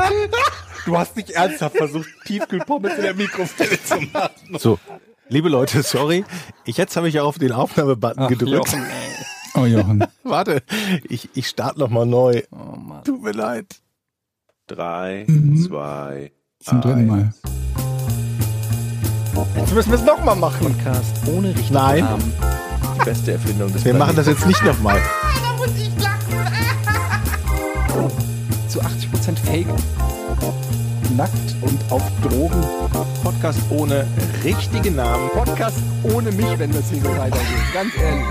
Du hast nicht ernsthaft versucht, Tiefkühlpommes in der Mikrowelle zu machen. So, liebe Leute, sorry. Jetzt habe ich ja auf den Aufnahmebutton gedrückt. Jochen, ey. Oh, Jochen. Warte, ich starte nochmal neu. Oh Mann. Tut mir leid. 3, 2, Zum dritten Mal. Jetzt müssen wir es nochmal machen. Podcast ohne richtigen Nein. Namen. Die beste Erfindung des Wir machen das jetzt nicht nochmal. Zu 80% Fake. Nackt und auf Drogen. Podcast ohne richtigen Namen. Podcast ohne mich, wenn das hier so weitergeht. Ganz ehrlich.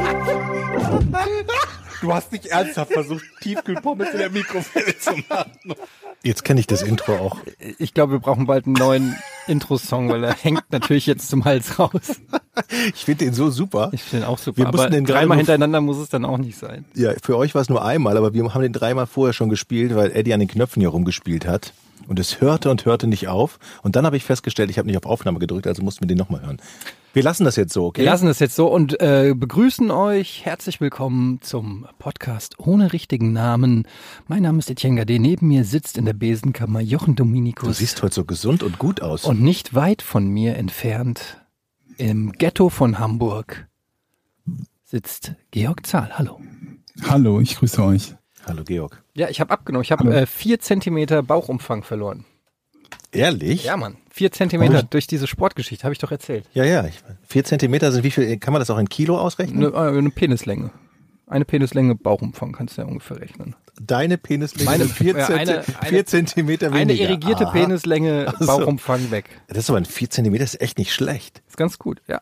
Du hast nicht ernsthaft versucht, Tiefkühlpommes in der Mikrowelle zu machen. Jetzt kenne ich das Intro auch. Ich glaube, wir brauchen bald einen neuen Intro-Song, weil er hängt natürlich jetzt zum Hals raus. Ich finde den so super. Ich finde ihn auch super. Wir mussten aber den gerade dreimal nur- hintereinander muss es dann auch nicht sein. Ja, für euch war es nur einmal, aber wir haben den dreimal vorher schon gespielt, weil Eddie an den Knöpfen hier rumgespielt hat. Und es hörte und hörte nicht auf. Und dann habe ich festgestellt, ich habe nicht auf Aufnahme gedrückt, also mussten wir den nochmal hören. Wir lassen das jetzt so, okay? Wir lassen es jetzt so und begrüßen euch. Herzlich willkommen zum Podcast ohne richtigen Namen. Mein Name ist Etienne Gade. Neben mir sitzt in der Besenkammer Jochen Du Dominikus. siehst heute so gesund und gut aus. Und nicht weit von mir entfernt, im Ghetto von Hamburg, sitzt Georg Zahl. Hallo. Hallo, ich grüße euch. Hallo Georg. Ja, ich habe abgenommen. Ich habe 4 Zentimeter Bauchumfang verloren. Ehrlich? Ja, Mann. 4 Zentimeter durch diese Sportgeschichte, habe ich doch erzählt. Ja. 4 Zentimeter sind wie viel, kann man das auch in Kilo ausrechnen? Eine Penislänge. Eine Penislänge Bauchumfang kannst du ja ungefähr rechnen. Deine Penislänge Meine- sind 4 ja, eine- 4 Zentimeter weniger. Eine irrigierte Aha. Penislänge, Ach so. Bauchumfang weg. Das ist aber ein 4 Zentimeter, das ist echt nicht schlecht. Ist ganz gut, ja.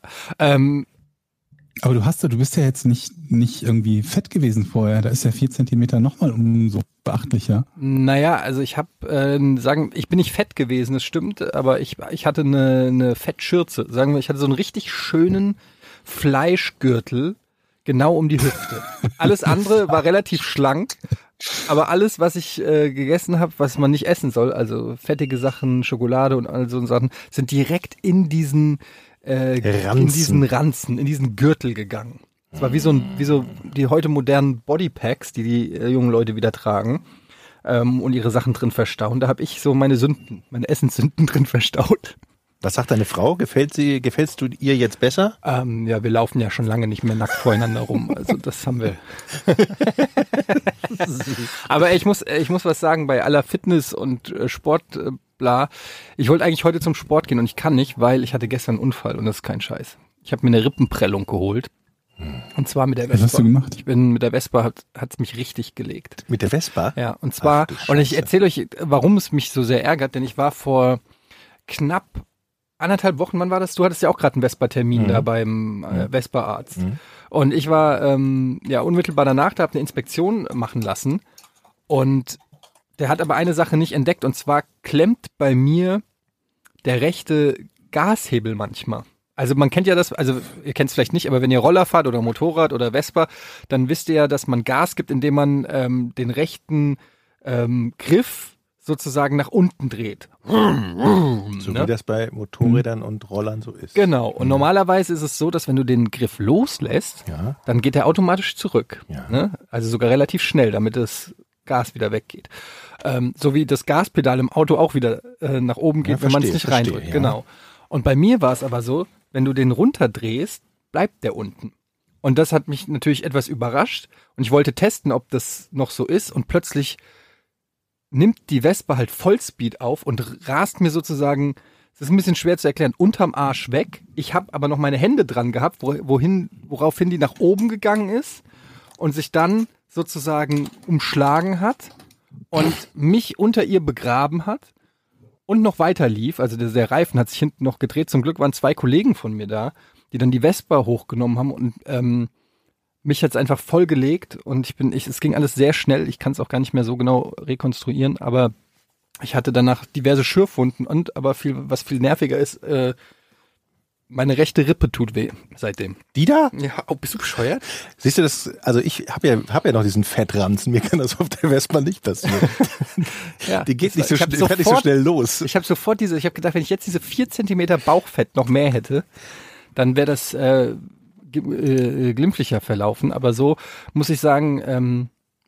Aber du bist ja jetzt nicht irgendwie fett gewesen vorher. Da ist ja 4 Zentimeter nochmal umso beachtlicher. Naja, also ich habe, ich bin nicht fett gewesen, das stimmt, aber ich hatte eine Fettschürze. Sagen wir, ich hatte so einen richtig schönen Fleischgürtel genau um die Hüfte. Alles andere war relativ schlank, aber alles, was ich gegessen habe, was man nicht essen soll, also fettige Sachen, Schokolade und all so Sachen, sind direkt in diesen Ranzen, in diesen Gürtel gegangen. Es war wie so die heute modernen Bodypacks, die jungen Leute wieder tragen und ihre Sachen drin verstauen. Da habe ich so meine Essenssünden drin verstaut. Was sagt deine Frau? Gefällst du ihr jetzt besser? Ja, wir laufen ja schon lange nicht mehr nackt voreinander rum. Also das haben wir. Aber ich muss was sagen, bei aller Fitness und Sport, bla. Ich wollte eigentlich heute zum Sport gehen und ich kann nicht, weil ich hatte gestern einen Unfall und das ist kein Scheiß. Ich habe mir eine Rippenprellung geholt. Und zwar mit der Vespa. Was hast du gemacht? Ich bin mit der Vespa, hat's mich richtig gelegt. Mit der Vespa? Ja, und zwar, Ach, du und ich Scheiße. erzähle euch, warum es mich so sehr ärgert, denn ich war vor knapp 1,5 Wochen, wann war das? Du hattest ja auch gerade einen Vespa-Termin da beim Vespa-Arzt. Und ich war unmittelbar danach, da habe eine Inspektion machen lassen und der hat aber eine Sache nicht entdeckt und zwar klemmt bei mir der rechte Gashebel manchmal. Also man kennt ja das, also ihr kennt es vielleicht nicht, aber wenn ihr Roller fahrt oder Motorrad oder Vespa, dann wisst ihr ja, dass man Gas gibt, indem man den rechten Griff sozusagen nach unten dreht. So wie das bei Motorrädern und Rollern so ist. Genau. Und normalerweise ist es so, dass wenn du den Griff loslässt, Ja. dann geht er automatisch zurück. Ja. Ne? Also sogar relativ schnell, damit das Gas wieder weggeht. So wie das Gaspedal im Auto auch wieder nach oben geht, Ja, wenn man es verstehe, nicht reindrückt. ja. Genau. Und bei mir war es aber so, wenn du den runterdrehst, bleibt der unten. Und das hat mich natürlich etwas überrascht. Und ich wollte testen, ob das noch so ist. Und plötzlich nimmt die Vespa halt Vollspeed auf und rast mir sozusagen, das ist ein bisschen schwer zu erklären, unterm Arsch weg. Ich habe aber noch meine Hände dran gehabt, woraufhin die nach oben gegangen ist und sich dann sozusagen umschlagen hat und mich unter ihr begraben hat und noch weiter lief. Also der Reifen hat sich hinten noch gedreht. Zum Glück waren 2 Kollegen von mir da, die dann die Vespa hochgenommen haben und mich hat's einfach voll gelegt und es ging alles sehr schnell. Ich kann es auch gar nicht mehr so genau rekonstruieren, aber ich hatte danach diverse Schürfwunden und aber was viel nerviger ist, meine rechte Rippe tut weh seitdem. Die da? Ja, bist du bescheuert? Siehst du das? Also ich hab ja noch diesen Fettranzen. Mir kann das auf der Vespa nicht passieren. Ja, Die geht nicht so, ich hab fährt nicht so schnell los. Ich habe sofort ich habe gedacht, wenn ich jetzt diese 4 Zentimeter Bauchfett noch mehr hätte, dann wäre das glimpflicher verlaufen. Aber so muss ich sagen,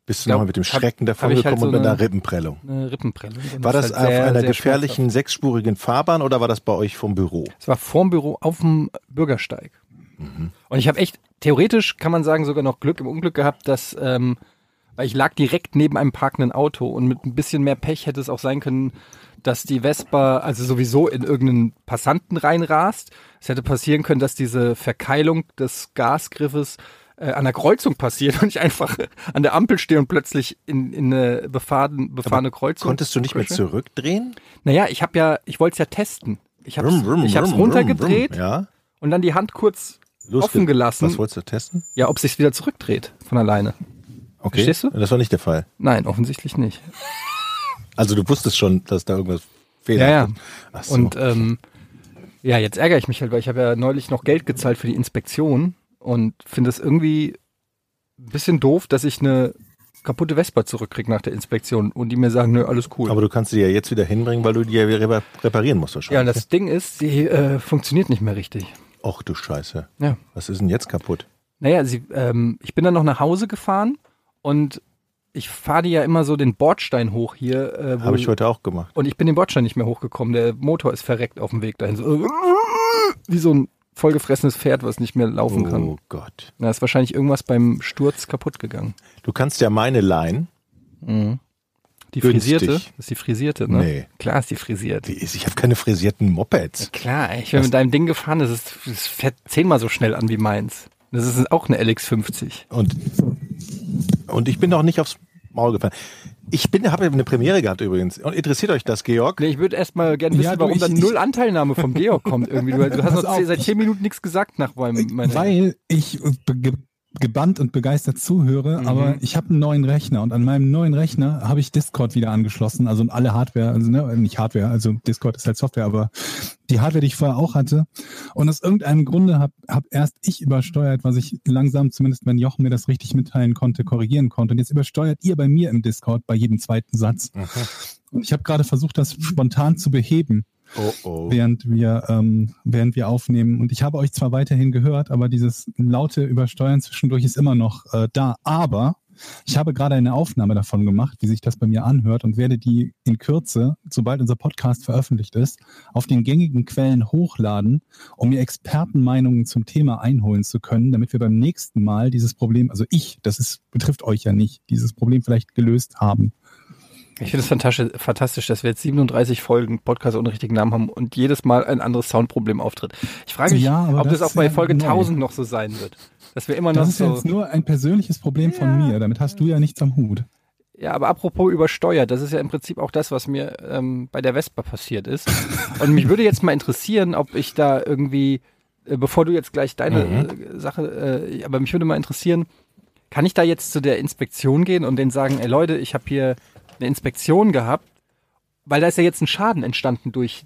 Bist du nochmal mit dem Schrecken davon hab ich gekommen halt und so mit einer Rippenprellung? Eine Rippenprellung. Und War das ist auf halt sehr, einer sehr gefährlichen sechsspurigen Fahrbahn oder war das bei euch vom Büro? Es war vorm Büro auf dem Bürgersteig. Und ich habe echt, theoretisch kann man sagen, sogar noch Glück im Unglück gehabt, dass, weil ich lag direkt neben einem parkenden Auto und mit ein bisschen mehr Pech hätte es auch sein können, dass die Vespa also sowieso in irgendeinen Passanten reinrast. Es hätte passieren können, dass diese Verkeilung des Gasgriffes an der Kreuzung passiert und ich einfach an der Ampel stehe und plötzlich in eine befahrene Kreuzung. Konntest du nicht mehr zurückdrehen? Naja, ich wollte es ja testen. Ich hab's runtergedreht Ja. und dann die Hand kurz offen gelassen. Was wolltest du testen? Ja, ob sich's wieder zurückdreht von alleine. Okay. Verstehst du? Das war nicht der Fall. Nein, offensichtlich nicht. Also du wusstest schon, dass da irgendwas fehlt. Ja. Ach so. Und ja, jetzt ärgere ich mich halt, weil ich habe ja neulich noch Geld gezahlt für die Inspektion und finde es irgendwie ein bisschen doof, dass ich eine kaputte Vespa zurückkriege nach der Inspektion und die mir sagen, nö, alles cool. Aber du kannst sie ja jetzt wieder hinbringen, weil du die ja reparieren musst wahrscheinlich. Ja, und das Ding ist, sie funktioniert nicht mehr richtig. Och du Scheiße. Ja. Was ist denn jetzt kaputt? Naja, ich bin dann noch nach Hause gefahren und ich fahre die ja immer so den Bordstein hoch hier. Habe ich heute auch gemacht. Und ich bin den Bordstein nicht mehr hochgekommen. Der Motor ist verreckt auf dem Weg dahin. So, wie so ein vollgefressenes Pferd, was nicht mehr laufen kann. Oh Gott. Da ist wahrscheinlich irgendwas beim Sturz kaputt gegangen. Du kannst ja meine leihen. Mhm. Die Günstig. frisierte? Das ist die frisierte, ne? Nee. Klar ist die frisiert. Ich habe keine frisierten Mopeds. Klar, ich bin mit deinem Ding gefahren, das fährt 10-mal so schnell an wie meins. Das ist auch eine LX50. Und ich bin doch nicht aufs Maul gefallen. Habe eine Premiere gehabt übrigens. Und interessiert euch das, Georg? Nee, ich würde erst mal gerne wissen, warum dann null Anteilnahme vom Georg kommt irgendwie. Du hast noch seit 10 Minuten nichts gesagt nach meinem... Weil ich gebannt und begeistert zuhöre, aber ich habe einen neuen Rechner und an meinem neuen Rechner habe ich Discord wieder angeschlossen, also alle Hardware, also nicht Hardware, also Discord ist halt Software, aber die Hardware, die ich vorher auch hatte, und aus irgendeinem Grunde hab erst ich übersteuert, was ich langsam, zumindest wenn Jochen mir das richtig mitteilen konnte, korrigieren konnte, und jetzt übersteuert ihr bei mir im Discord bei jedem zweiten Satz. Und ich habe gerade versucht, das spontan zu beheben. Während wir aufnehmen. Und ich habe euch zwar weiterhin gehört, aber dieses laute Übersteuern zwischendurch ist immer noch da. Aber ich habe gerade eine Aufnahme davon gemacht, wie sich das bei mir anhört, und werde die in Kürze, sobald unser Podcast veröffentlicht ist, auf den gängigen Quellen hochladen, um mir Expertenmeinungen zum Thema einholen zu können, damit wir beim nächsten Mal dieses Problem, also betrifft euch ja nicht, dieses Problem vielleicht gelöst haben. Ich finde es fantastisch, dass wir jetzt 37 Folgen Podcast ohne richtigen Namen haben und jedes Mal ein anderes Soundproblem auftritt. Ich frage mich, ob das auch bei Folge 1000 noch so sein wird. Dass wir immer noch das ist jetzt nur ein persönliches Problem von mir. Damit hast du ja nichts am Hut. Ja, aber apropos übersteuert, das ist ja im Prinzip auch das, was mir bei der Vespa passiert ist. Und mich würde jetzt mal interessieren, ob ich da irgendwie, bevor du jetzt gleich deine Sache, aber mich würde mal interessieren, kann ich da jetzt zu der Inspektion gehen und denen sagen, ey Leute, ich habe hier eine Inspektion gehabt, weil da ist ja jetzt ein Schaden entstanden durch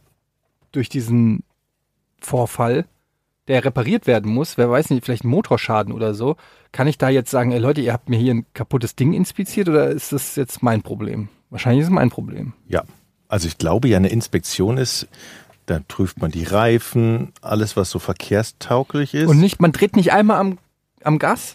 diesen Vorfall, der repariert werden muss, wer weiß nicht, vielleicht ein Motorschaden oder so. Kann ich da jetzt sagen, ey Leute, ihr habt mir hier ein kaputtes Ding inspiziert oder ist das jetzt mein Problem? Wahrscheinlich ist es mein Problem. Ja, also ich glaube ja, eine Inspektion ist, da prüft man die Reifen, alles was so verkehrstauglich ist. Und man dreht nicht einmal am Gas?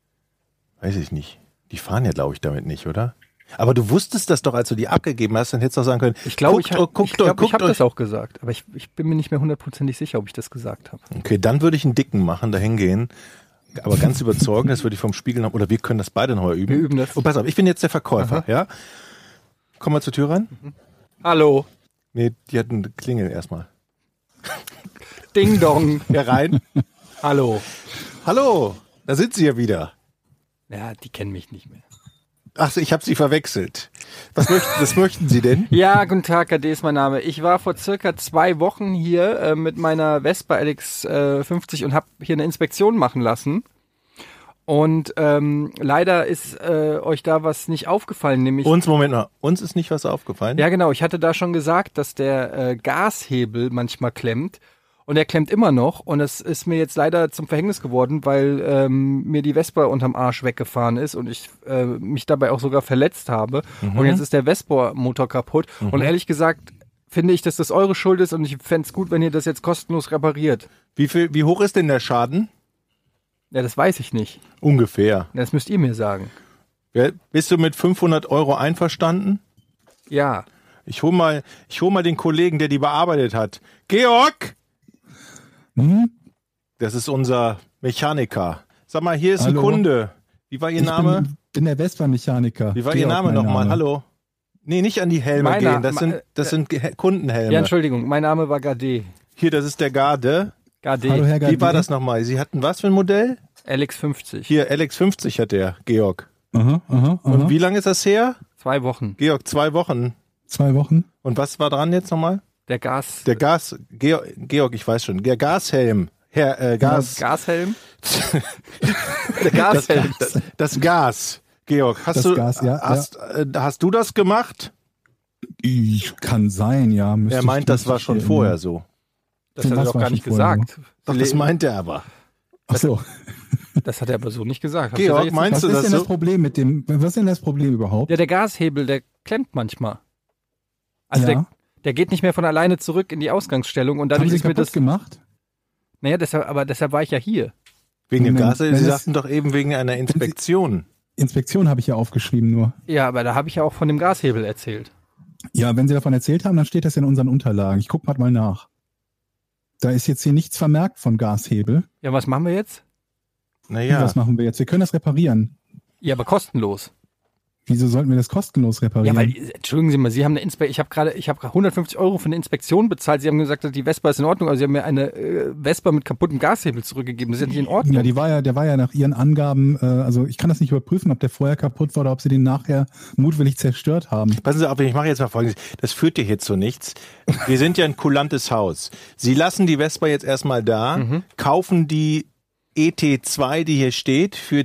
Weiß ich nicht. Die fahren ja, glaube ich, damit nicht, oder? Aber du wusstest das doch, als du die abgegeben hast, dann hättest du auch sagen können, ich glaube, ich habe das auch gesagt, aber ich bin mir nicht mehr hundertprozentig sicher, ob ich das gesagt habe. Okay, dann würde ich einen Dicken machen, da hingehen, aber ganz überzeugend, das würde ich vom Spiegel noch, oder wir können das beide nochmal üben. Wir üben das. Und pass auf, ich bin jetzt der Verkäufer, ja? Komm mal zur Tür rein. Hallo. Nee, die hat eine Klingel erstmal. Ding Dong. Herein. Hallo. Hallo, da sind Sie ja wieder. Ja, die kennen mich nicht mehr. Ach so, ich habe Sie verwechselt. Was möchten Sie denn? Ja, guten Tag, KD ist mein Name. Ich war vor circa 2 Wochen hier mit meiner Vespa LX50 und habe hier eine Inspektion machen lassen. Und leider ist euch da was nicht aufgefallen, nämlich... Moment mal, uns ist nicht was aufgefallen? Ja, genau. Ich hatte da schon gesagt, dass der Gashebel manchmal klemmt. Und er klemmt immer noch und es ist mir jetzt leider zum Verhängnis geworden, weil mir die Vespa unterm Arsch weggefahren ist und ich mich dabei auch sogar verletzt habe. Und jetzt ist der Vespa-Motor kaputt. Und ehrlich gesagt finde ich, dass das eure Schuld ist und ich fände es gut, wenn ihr das jetzt kostenlos repariert. Wie hoch ist denn der Schaden? Ja, das weiß ich nicht. Ungefähr. Das müsst ihr mir sagen. Bist du mit 500 € einverstanden? Ja. Ich hol mal den Kollegen, der die bearbeitet hat. Georg! Das ist unser Mechaniker. Sag mal, hier ist Hallo. ein Kunde. Wie war Ihr Name? Ich bin der Vespa-Mechaniker. Wie war Ihr Name nochmal? Hallo? Nee, nicht an die Helme Mein gehen. Name- Das sind Kundenhelme. Ja, Entschuldigung, mein Name war Gade. Hier, das ist der Garde. Gade. Hallo, Herr Wie war Gardin. das nochmal? Sie hatten was für ein Modell? LX50. Hier, LX50 hat der, Georg. Aha. Und wie lange ist das her? 2 Wochen. Georg, 2 Wochen. 2 Wochen. Und was war dran jetzt nochmal? Der Gas. Der Georg, ich weiß schon, der Gashelm. Gashelm? Der Gashelm. Das Gas. Georg, Das Gas, ja, hast du das gemacht? Kann sein, ja. Er meint, das war schon vorher so. Das hat er Was doch war gar schon nicht vorher gesagt. Doch, das meint er aber. Ach so. Das hat er aber so nicht gesagt. Hab Georg, ich jetzt- meinst Was du ist das denn das so? Problem mit dem, was ist denn das Problem überhaupt? Ja, der Gashebel, der klemmt manchmal. Also Ja. der geht nicht mehr von alleine zurück in die Ausgangsstellung und Haben dadurch Sie ist mir kaputt das. gemacht? Naja, deshalb war ich ja hier. Wegen dem Moment, Gas? wenn Sie es- sagten doch eben wegen einer Inspektion. Inspektion habe ich ja aufgeschrieben nur. Ja, aber da habe ich ja auch von dem Gashebel erzählt. Ja, wenn Sie davon erzählt haben, dann steht das in unseren Unterlagen. Ich gucke mal nach. Da ist jetzt hier nichts vermerkt von Gashebel. Ja, was machen wir jetzt? Naja, Was machen wir jetzt? Wir können das reparieren. Ja, aber kostenlos. Wieso sollten wir das kostenlos Ja, reparieren? weil, Entschuldigen Sie mal, Sie haben eine Inspektion, ich habe 150 € für eine Inspektion bezahlt. Sie haben gesagt, die Vespa ist in Ordnung, also Sie haben mir eine Vespa mit kaputtem Gashebel zurückgegeben. Das ist ja nicht in Ordnung. Ja, der war ja nach Ihren Angaben, also ich kann das nicht überprüfen, ob der vorher kaputt war oder ob Sie den nachher mutwillig zerstört haben. passen Sie auf, ich mache jetzt mal Folgendes. Das führt hier zu nichts. Wir sind ja ein kulantes Haus. Sie lassen die Vespa jetzt erstmal da, kaufen die ET2, die hier steht, für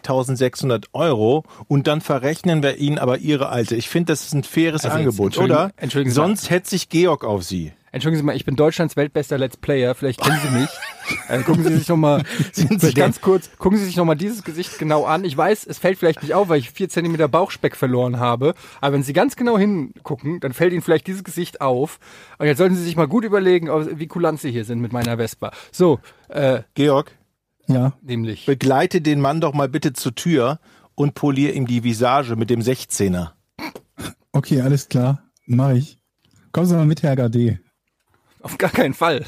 3.600 € und dann verrechnen wir Ihnen aber Ihre alte. Ich finde, das ist ein faires Also jetzt, Angebot, oder? entschuldigen Sie mal. Sonst hetzt sich Georg auf Sie. Entschuldigen Sie mal, ich bin Deutschlands weltbester Let's Player, vielleicht kennen Sie mich. Gucken Sie sich nochmal, ganz kurz, gucken Sie sich nochmal dieses Gesicht genau an. Ich weiß, es fällt vielleicht nicht auf, weil ich 4 Zentimeter Bauchspeck verloren habe, aber wenn Sie ganz genau hingucken, dann fällt Ihnen vielleicht dieses Gesicht auf. Und jetzt sollten Sie sich mal gut überlegen, wie kulant Sie hier sind mit meiner Vespa. So, Georg, Ja, nämlich. begleite den Mann doch mal bitte zur Tür und polier ihm die Visage mit dem 16er. okay, alles klar. Mach ich. Kommen Sie mal mit, Herr Gade. Auf gar keinen Fall.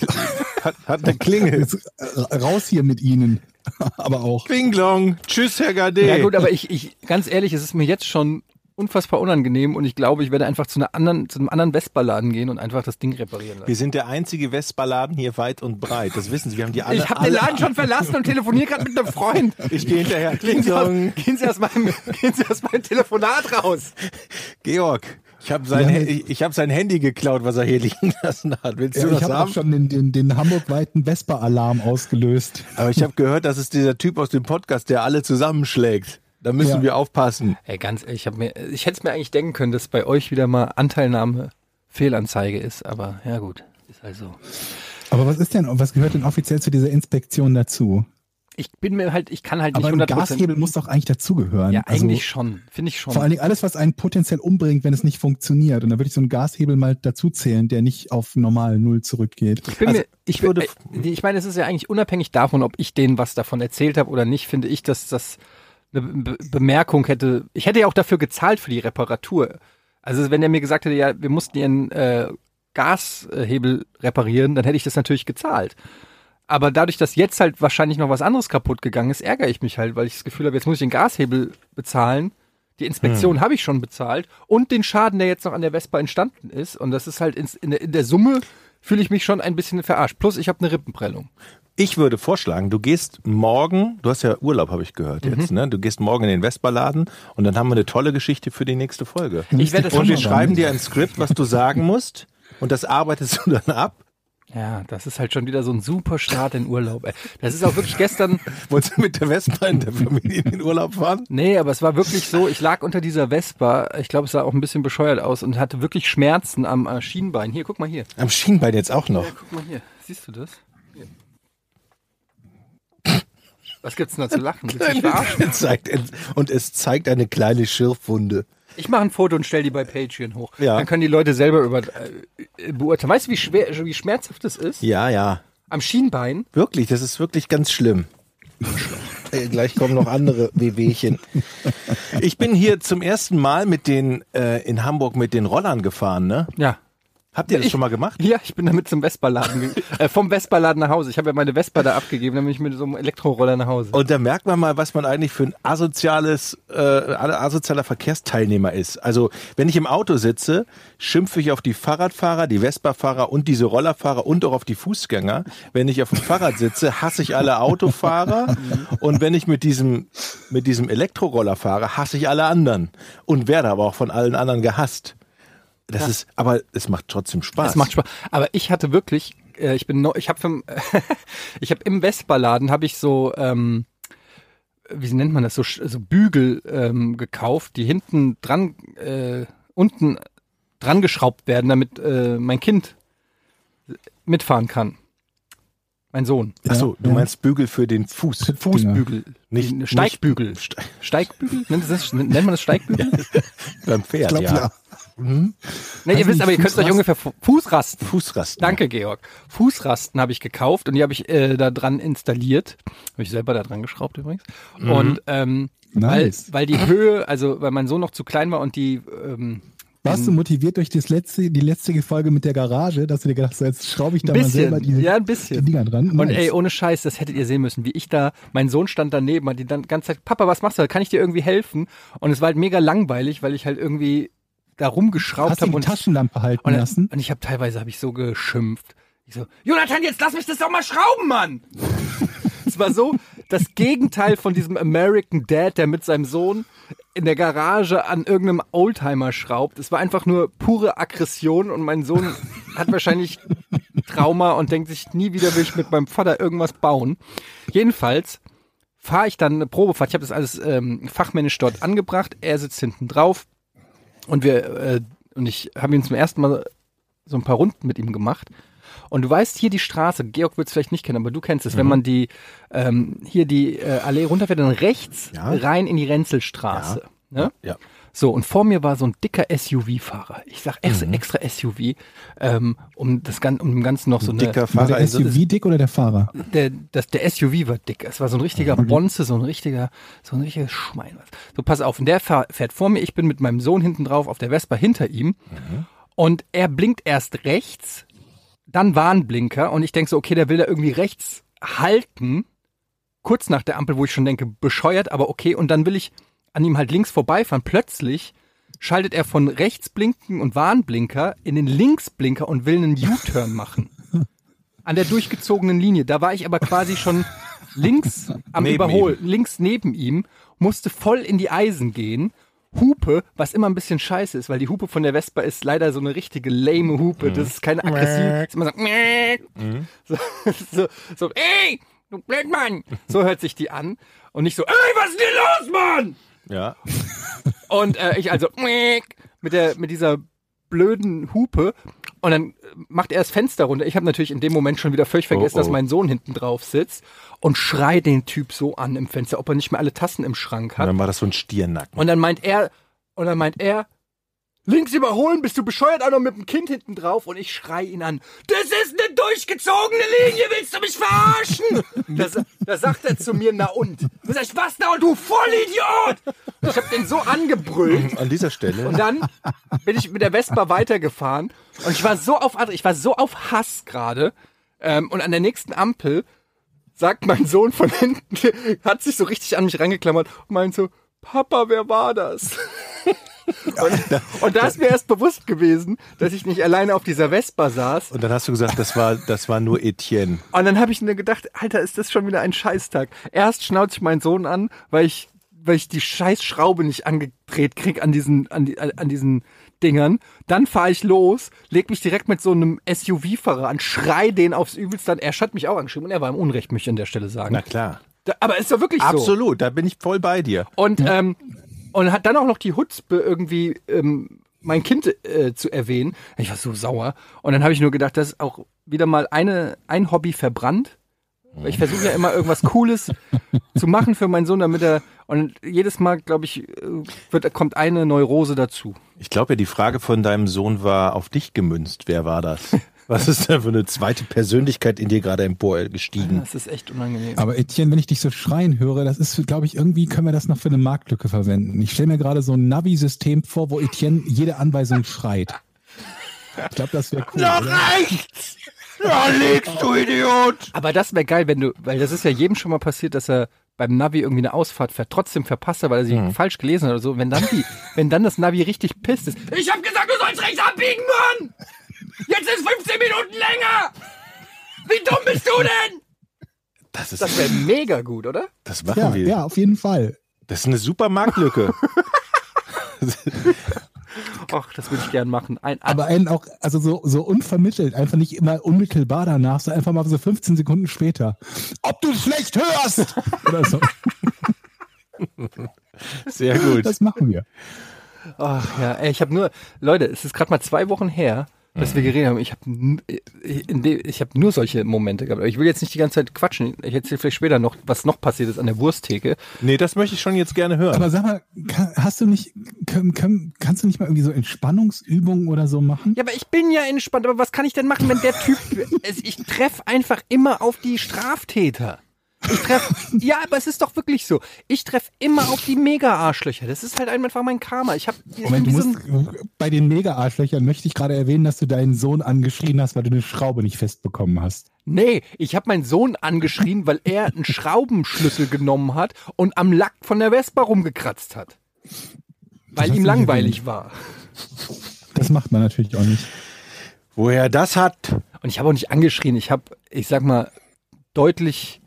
Hat eine Klingel. Jetzt raus hier mit Ihnen. Aber auch. Bing-Long. Tschüss, Herr Gade. Ja gut, aber ich ganz ehrlich, es ist mir jetzt schon unfassbar unangenehm und ich glaube, ich werde einfach zu einem anderen Vespa-Laden gehen und einfach das Ding reparieren lassen. Wir sind der einzige Vespa-Laden hier weit und breit. Das wissen Sie. Wir haben die alle. Ich habe den Laden schon verlassen und telefoniere gerade mit einem Freund. Ich gehe hinterher. Gehen Sie aus meinem Telefonat raus. Georg, ich habe sein Handy geklaut, was er hier liegen lassen hat. Willst du Ja, ich das habe auch haben? schon den hamburgweiten Vespa-Alarm ausgelöst. Aber ich habe gehört, das ist dieser Typ aus dem Podcast, der alle zusammenschlägt. Da müssen Ja. wir aufpassen. Ey, ganz ehrlich, ich hätte es mir eigentlich denken können, dass bei euch wieder mal Anteilnahme Fehlanzeige ist, aber ja gut, ist halt so. Aber was gehört denn offiziell zu dieser Inspektion dazu? Ich kann halt Aber nicht ein 100%. Gashebel muss doch eigentlich dazugehören. Ja, Also, eigentlich schon, finde ich schon. vor allen Dingen alles, was einen potenziell umbringt, wenn es nicht funktioniert. Und da würde ich so einen Gashebel mal dazu zählen, der nicht auf normal Null zurückgeht. Ich meine, es ist ja eigentlich unabhängig davon, ob ich denen was davon erzählt habe oder nicht, finde ich, dass das eine Bemerkung hätte. Ich hätte ja auch dafür gezahlt für die Reparatur. Also wenn er mir gesagt hätte, ja, wir mussten ihren Gashebel reparieren, dann hätte ich das natürlich gezahlt. Aber dadurch, dass jetzt halt wahrscheinlich noch was anderes kaputt gegangen ist, ärgere ich mich halt, weil ich das Gefühl habe, jetzt muss ich den Gashebel bezahlen. Die Inspektion habe ich schon bezahlt und den Schaden, der jetzt noch an der Vespa entstanden ist. Und das ist halt in der Summe fühle ich mich schon ein bisschen verarscht. Plus ich habe eine Rippenprellung. Ich würde vorschlagen, du gehst morgen, du hast ja Urlaub, habe ich gehört jetzt, ne? Du gehst morgen in den Vespa-Laden und dann haben wir eine tolle Geschichte für die nächste Folge. Ich werde das Und wir schon schreiben dir ein Skript, was du sagen musst und das arbeitest du dann ab. Ja, das ist halt schon wieder so ein super Start in Urlaub. Ey. Das ist auch wirklich gestern. Wolltest du mit der Vespa in der Familie in den Urlaub fahren? Nee, aber es war wirklich so, ich lag unter dieser Vespa, ich glaube, es sah auch ein bisschen bescheuert aus und hatte wirklich Schmerzen am Schienbein. Hier, guck mal hier. Am Schienbein jetzt auch noch. Ja, guck mal hier. Siehst du das? Hier. Was gibt's denn da zu lachen? Willst du mich verarschen? Und es zeigt eine kleine Schürfwunde. Ich mache ein Foto und stell die bei Patreon hoch. Ja. Dann können die Leute selber beurteilen. Weißt du, wie schmerzhaft das ist? Ja, ja. Am Schienbein. Wirklich, das ist wirklich ganz schlimm. Gleich kommen noch andere Wehwehchen. Ich bin hier zum ersten Mal mit den in Hamburg mit den Rollern gefahren, ne? Ja. Habt ihr das schon mal gemacht? Ja, ich bin damit zum Vespa-Laden, vom Vespa-Laden nach Hause. Ich habe ja meine Vespa da abgegeben, dann bin ich mit so einem Elektroroller nach Hause. Und da merkt man mal, was man eigentlich für ein asozialer Verkehrsteilnehmer ist. Also, wenn ich im Auto sitze, schimpfe ich auf die Fahrradfahrer, die Vespa-Fahrer und diese Rollerfahrer und auch auf die Fußgänger. Wenn ich auf dem Fahrrad sitze, hasse ich alle Autofahrer. Und wenn ich mit diesem Elektroroller fahre, hasse ich alle anderen. Und werde aber auch von allen anderen gehasst. Aber es macht trotzdem Spaß. Es macht Spaß. Aber ich hatte wirklich, ich habe im Vespa-Laden habe ich so, wie nennt man das, so Bügel gekauft, die hinten dran, unten dran geschraubt werden, damit mein Kind mitfahren kann. Mein Sohn. Achso, du meinst Bügel für den Fuß. Fußbügel. Nicht Steigbügel. Steigbügel? Nennt man das Steigbügel? Beim Pferd, Ich glaub, ja. Ne, ihr wisst, aber ihr könnt euch ungefähr Fußrasten. Fußrasten. Danke, Georg. Fußrasten habe ich gekauft und die habe ich da dran installiert. Habe ich selber da dran geschraubt übrigens. Und Nice. weil die Höhe, also weil mein Sohn noch zu klein war und die Warst du motiviert durch die letzte Folge mit der Garage, dass du dir gedacht hast, jetzt schraube ich da mal selber die Dinger dran? Und Nice. ey, ohne Scheiß, das hättet ihr sehen müssen, wie ich da, mein Sohn stand daneben, hat die dann die ganze Zeit, Papa, was machst du? Kann ich dir irgendwie helfen? Und es war halt mega langweilig, weil ich halt irgendwie da rumgeschraubt Hast du habe die und Taschenlampe halten lassen? Und ich habe teilweise so geschimpft. Ich so, Jonathan, jetzt lass mich das doch mal schrauben, Mann! Es war so das Gegenteil von diesem American Dad, der mit seinem Sohn in der Garage an irgendeinem Oldtimer schraubt. Es war einfach nur pure Aggression und mein Sohn hat wahrscheinlich Trauma und denkt sich, nie wieder will ich mit meinem Vater irgendwas bauen. Jedenfalls fahre ich dann eine Probefahrt. Ich habe das alles fachmännisch dort angebracht. Er sitzt hinten drauf und ich habe ihn zum ersten Mal so ein paar Runden mit ihm gemacht. Und du weißt, hier die Straße, Georg wird es vielleicht nicht kennen, aber du kennst es, wenn man die Allee runterfährt, dann rechts rein in die Renzelstraße. Ja. Ne? Ja. So, und vor mir war so ein dicker SUV-Fahrer. Ich sag extra SUV, um dem Ganzen noch so eine... Dicker War Fahrer. der SUV dick oder der Fahrer? Der SUV war dick. Es war so ein richtiger Bonze, so ein richtiges Schwein. So, pass auf. Und der fährt vor mir. Ich bin mit meinem Sohn hinten drauf auf der Vespa hinter ihm. Und er blinkt erst rechts, dann Warnblinker. Und ich denke so, okay, der will da irgendwie rechts halten. Kurz nach der Ampel, wo ich schon denke, bescheuert, aber okay. Und dann will ich an ihm halt links vorbeifahren. Plötzlich schaltet er von Rechtsblinken und Warnblinker in den Linksblinker und will einen U-Turn machen. An der durchgezogenen Linie. Da war ich aber quasi schon links am Überholen, links neben ihm, musste voll in die Eisen gehen. Hupe, was immer ein bisschen scheiße ist, weil die Hupe von der Vespa ist leider so eine richtige lame Hupe. Das ist keine aggressive, ist immer so, ey, du Blödmann. So hört sich die an. Und nicht so, ey, was ist denn los, Mann? Ja. Und ich also mit dieser blöden Hupe und dann macht er das Fenster runter. Ich habe natürlich in dem Moment schon wieder völlig vergessen, dass mein Sohn hinten drauf sitzt und schrei den Typ so an im Fenster, ob er nicht mehr alle Tassen im Schrank hat. Und dann war das so ein Stiernacken. Und dann meint er, links überholen, bist du bescheuert, auch noch mit dem Kind hinten drauf? Und ich schrei ihn an, das ist eine durchgezogene Linie, willst du mich verarschen? Da sagt er zu mir, na und? Da sag ich, was na und, du Vollidiot? Und ich hab den so angebrüllt. An dieser Stelle. Und dann bin ich mit der Vespa weitergefahren und ich war so auf Hass gerade. Und an der nächsten Ampel sagt mein Sohn von hinten, hat sich so richtig an mich rangeklammert und meint so, Papa, wer war das? Und da ist mir erst bewusst gewesen, dass ich nicht alleine auf dieser Vespa saß. Und dann hast du gesagt, das war nur Etienne. Und dann habe ich mir gedacht, Alter, ist das schon wieder ein Scheißtag. Erst schnauze ich meinen Sohn an, weil ich die Scheißschraube nicht angedreht krieg an diesen Dingern. Dann fahre ich los, leg mich direkt mit so einem SUV-Fahrer an, schrei den aufs Übelste an. Er hat mich auch angeschrieben und er war im Unrecht, möchte ich an der Stelle sagen. Na klar. Aber ist doch wirklich so. Absolut, da bin ich voll bei dir. Und hat dann auch noch die Hutzpe irgendwie mein Kind zu erwähnen. Ich war so sauer. Und dann habe ich nur gedacht, das ist auch wieder mal ein Hobby verbrannt. Weil ich versuche ja immer irgendwas Cooles zu machen für meinen Sohn, und jedes Mal, glaube ich, kommt eine Neurose dazu. Ich glaube ja, die Frage von deinem Sohn war auf dich gemünzt. Wer war das? Was ist denn für eine zweite Persönlichkeit in dir gerade emporgestiegen? Das ist echt unangenehm. Aber Etienne, wenn ich dich so schreien höre, das ist, glaube ich, irgendwie können wir das noch für eine Marktlücke verwenden. Ich stelle mir gerade so ein Navi-System vor, wo Etienne jede Anweisung schreit. Ich glaube, das wäre cool. Na, reicht's! Da liegst du, Idiot! Aber das wäre geil, weil das ist ja jedem schon mal passiert, dass er beim Navi irgendwie eine Ausfahrt fährt, trotzdem verpasst er, weil er sie falsch gelesen hat oder so. Wenn dann das Navi richtig pisst ist. Ich hab gesagt, du sollst rechts abbiegen, Mann! Jetzt ist 15 Minuten länger! Wie dumm bist du denn? Das wäre mega gut, oder? Das machen wir. Ja, auf jeden Fall. Das ist eine super Marktlücke. Ach, das würde ich gern machen. Aber einen auch, also so unvermittelt, einfach nicht immer unmittelbar danach, so einfach mal so 15 Sekunden später. Ob du schlecht hörst! Oder so. Sehr gut. Das machen wir. Ach ja, ey, Leute, es ist gerade mal 2 Wochen her, dass wir geredet haben. Ich habe nur solche Momente gehabt. Aber ich will jetzt nicht die ganze Zeit quatschen. Ich erzähle vielleicht später noch, was noch passiert ist an der Wursttheke. Nee, das möchte ich schon jetzt gerne hören. Aber sag mal, kannst du nicht mal irgendwie so Entspannungsübungen oder so machen? Ja, aber ich bin ja entspannt. Aber was kann ich denn machen, wenn der Typ... ich treffe einfach immer auf die Straftäter. Ja, aber es ist doch wirklich so. Ich treffe immer auf die Mega-Arschlöcher. Das ist halt einfach mein Karma. Bei den Mega-Arschlöchern möchte ich gerade erwähnen, dass du deinen Sohn angeschrien hast, weil du eine Schraube nicht festbekommen hast. Nee, ich habe meinen Sohn angeschrien, weil er einen Schraubenschlüssel genommen hat und am Lack von der Vespa rumgekratzt hat. Weil ihm langweilig war. Das macht man natürlich auch nicht. Woher das hat? Und ich habe auch nicht angeschrien. Ich habe, ich sag mal, deutlich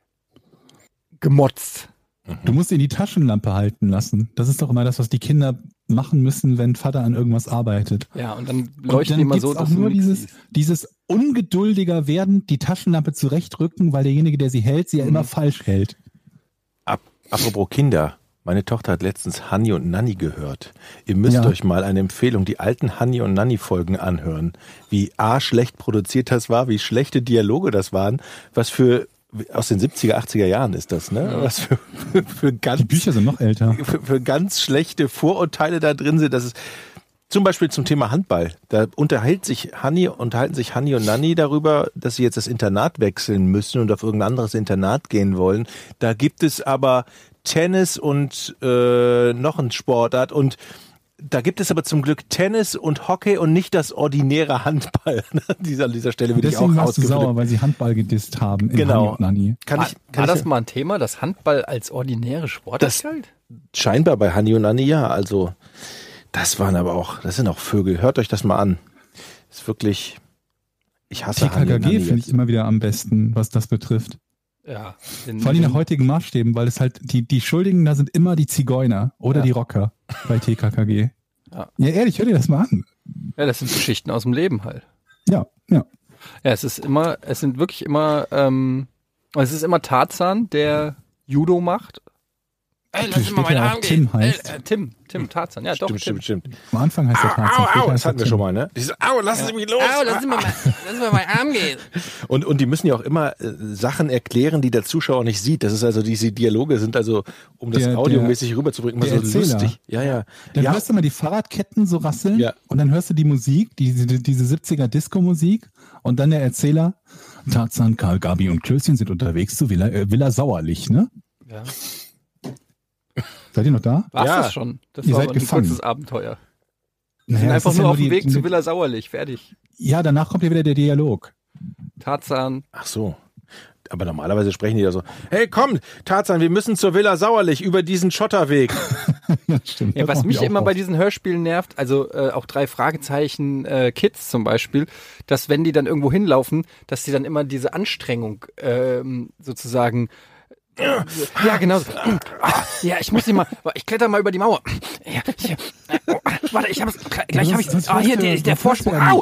gemotzt. Du musst ihn die Taschenlampe halten lassen. Das ist doch immer das, was die Kinder machen müssen, wenn Vater an irgendwas arbeitet. Ja, und dann leuchten die immer so, dass auch nur dieses ungeduldiger werden, die Taschenlampe zurechtrücken, weil derjenige, der sie hält, sie ja immer falsch hält. Apropos Kinder. Meine Tochter hat letztens Hanni und Nanni gehört. Ihr müsst euch mal eine Empfehlung, die alten Hanni und Nanni-Folgen anhören. Wie schlecht produziert das war, wie schlechte Dialoge das waren, was für aus den 70er, 80er Jahren ist das, ne? Ja. Was für ganz... Die Bücher sind noch älter. Für ganz schlechte Vorurteile da drin sind. Das ist zum Beispiel zum Thema Handball. Da unterhalten sich Hanni und Nanni darüber, dass sie jetzt das Internat wechseln müssen und auf irgendein anderes Internat gehen wollen. Da gibt es aber Tennis und noch ein Sportart und da gibt es aber zum Glück Tennis und Hockey und nicht das ordinäre Handball. An dieser Stelle will ich auch deswegen warst du sauer, weil sie Handball gedisst haben. Genau. Nanni. War das mal ein Thema, dass Handball als ordinäre Sportart galt? Scheinbar bei Hanni und Nanni, ja. Also das sind auch Vögel. Hört euch das mal an. Ist wirklich, ich hasse Hanni und Nanni. TKKG finde ich immer wieder am besten, was das betrifft. Ja. Vor allem nach heutigen Maßstäben, weil es halt, die Schuldigen da sind immer die Zigeuner oder die Rocker bei TKKG. Ja, ehrlich, hör dir das mal an. Ja, das sind Geschichten aus dem Leben halt. Ja. Ja, es ist immer Tarzan, der Judo macht. Ey, lass mal meinen Arm gehen. Tim Tarzan. Ja, doch, stimmt. Am Anfang heißt der Tarzan. Das hatten wir schon mal, ne? Dieses, lassen Sie mich los. Lass mal meinen Arm gehen. Und die müssen ja auch immer Sachen erklären, die der Zuschauer nicht sieht. Das ist also, diese Dialoge sind also, um das audiomäßig rüberzubringen, immer so lustig. Ja. Dann hörst du mal die Fahrradketten so rasseln und dann hörst du die Musik, diese 70er Disco-Musik und dann der Erzähler, Tarzan, Karl, Gabi und Klößchen sind unterwegs zu Villa Sauerlich, ne? Ja. Seid ihr noch da? War's das schon? Das ihr war seid ein gefangen. kurzes Abenteuer. Wir Naja, sind das einfach ist nur ja auf dem die- Weg zu Villa Sauerlich. Fertig. Ja, danach kommt ja wieder der Dialog. Tarzan. Ach so. Aber normalerweise sprechen die da so, hey komm, Tarzan, wir müssen zur Villa Sauerlich über diesen Schotterweg. Ja, stimmt. Ja, Das was macht mich auch immer auf. bei diesen Hörspielen nervt, also auch 3 Fragezeichen Kids zum Beispiel, dass wenn die dann irgendwo hinlaufen, dass die dann immer diese Anstrengung sozusagen ja, genau. Ja, ich kletter mal über die Mauer. Ja, warte, gleich habe ich. Hier, der Vorsprung. Au!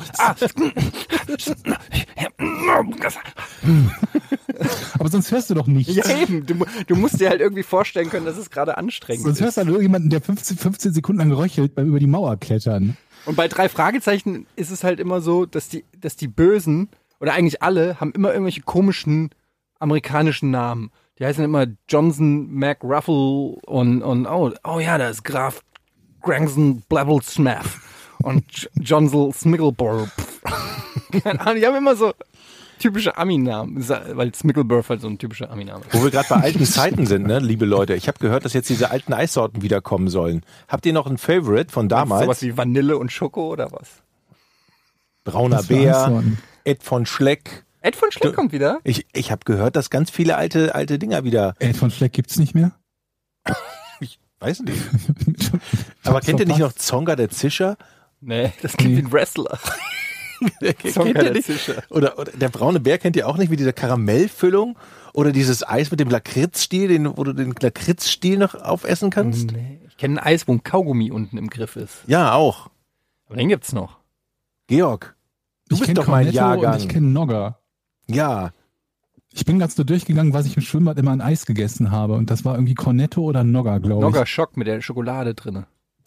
Aber sonst hörst du doch nichts. Ja, eben. Du musst dir halt irgendwie vorstellen können, dass es gerade anstrengend Sonst hörst du halt irgendjemanden, der 15 Sekunden lang röchelt beim über die Mauer klettern. Und bei 3 Fragezeichen ist es halt immer so, dass die Bösen, oder eigentlich alle, haben immer irgendwelche komischen amerikanischen Namen. Die heißen immer Johnson McRuffle und oh ja, da ist Graf Grangson Blabblesmath und Johnsel Smigglebor. Keine Ahnung, die haben immer so typische Ami-Namen, weil Smicklebirth halt so ein typischer Ami-Name ist. Wo wir gerade bei alten Zeiten sind, ne, liebe Leute. Ich habe gehört, dass jetzt diese alten Eissorten wiederkommen sollen. Habt ihr noch ein Favorite von damals? Sowas wie Vanille und Schoko oder was? Brauner Was für Bär, Eissorten? Ed von Schleck. Ed von Schleck kommt wieder? Ich habe gehört, dass ganz viele alte Dinger wieder, Ed von Schleck gibt's nicht mehr? weiß nicht. Aber kennt ihr nicht noch Zonga der Zischer? Nee, das klingt wie ein Wrestler. Kennt ihr nicht? Oder der braune Bär kennt ihr auch nicht, mit dieser Karamellfüllung? Oder dieses Eis mit dem Lakritzstiel, wo du den Lakritzstiel noch aufessen kannst? Nee, ich kenne ein Eis, wo ein Kaugummi unten im Griff ist. Ja, auch. Aber den gibt's noch. Georg, du Ich bist kenn doch mein Cornetto Jahrgang. und ich kenne Nogger. Ja, Ich bin ganz so durchgegangen, was ich im Schwimmbad immer an Eis gegessen habe. Und das war irgendwie Cornetto oder Nogger, glaube ich. Nogger Schock mit der Schokolade drin.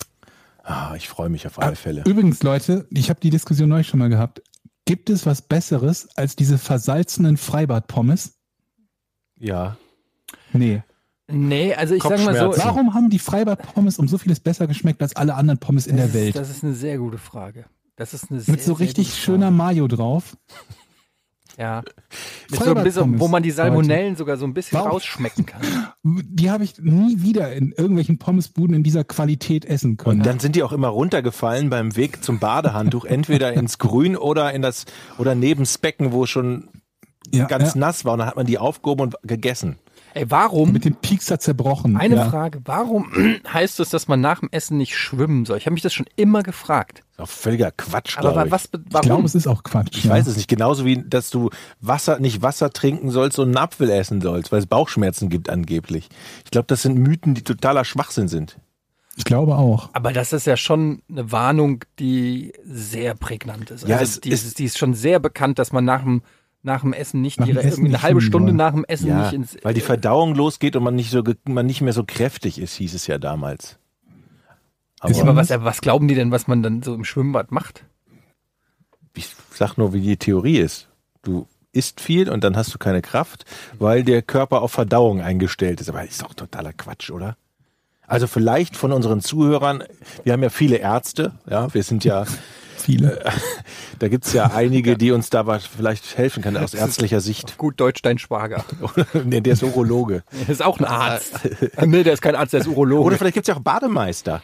ich freue mich auf alle Fälle. Übrigens, Leute, ich habe die Diskussion neulich schon mal gehabt. Gibt es was Besseres als diese versalzenen Freibad-Pommes? Ja. Nee. Nee, also ich sag mal so. Kopfschmerzen. Warum haben die Freibad-Pommes um so vieles besser geschmeckt als alle anderen Pommes in der Welt? Das ist eine sehr gute Frage. Das ist eine sehr, Mit so sehr richtig gute schöner Frage. Mayo drauf. Ja. Mit so ein bisschen, Freibad-Pommes, wo man die Salmonellen sogar so ein bisschen Warum? rausschmecken kann. Die habe ich nie wieder in irgendwelchen Pommesbuden in dieser Qualität essen können. Und dann sind die auch immer runtergefallen beim Weg zum Badehandtuch, entweder ins Grün oder oder neben das Becken, wo schon ganz nass war. Und dann hat man die aufgehoben und gegessen. Ey, warum? Mit dem Piekser zerbrochen. Eine Ja. Frage, warum heißt es, dass man nach dem Essen nicht schwimmen soll? Ich habe mich das schon immer gefragt. Das ist auch völliger Quatsch, Aber glaube ich. was, Ich warum? glaube, es ist auch Quatsch. Ich weiß es nicht. Genauso wie, dass du nicht Wasser trinken sollst und einen Apfel essen sollst, weil es Bauchschmerzen gibt angeblich. Ich glaube, das sind Mythen, die totaler Schwachsinn sind. Ich glaube auch. Aber das ist ja schon eine Warnung, die sehr prägnant ist. Ja, Also die ist schon sehr bekannt, dass man nach dem Essen nicht Nach dem direkt Essen irgendwie eine nicht halbe schwimmen Stunde wollen. nach dem Essen Ja, nicht ins. weil die Verdauung losgeht und man nicht mehr so kräftig ist, hieß es ja damals. Ist Aber was? was glauben die denn, was man dann so im Schwimmbad macht? Ich sag nur, wie die Theorie ist. Du isst viel und dann hast du keine Kraft, weil der Körper auf Verdauung eingestellt ist. Aber ist doch totaler Quatsch, oder? Also vielleicht von unseren Zuhörern, wir haben ja viele Ärzte, ja, wir sind ja, Viele. da gibt's ja einige, die uns da vielleicht helfen können aus ärztlicher Sicht. Gut Deutsch, dein Schwager. Nee, der ist Urologe. Der ist auch ein Arzt. Nee, der ist kein Arzt, der ist Urologe. Oder vielleicht gibt's ja auch Bademeister.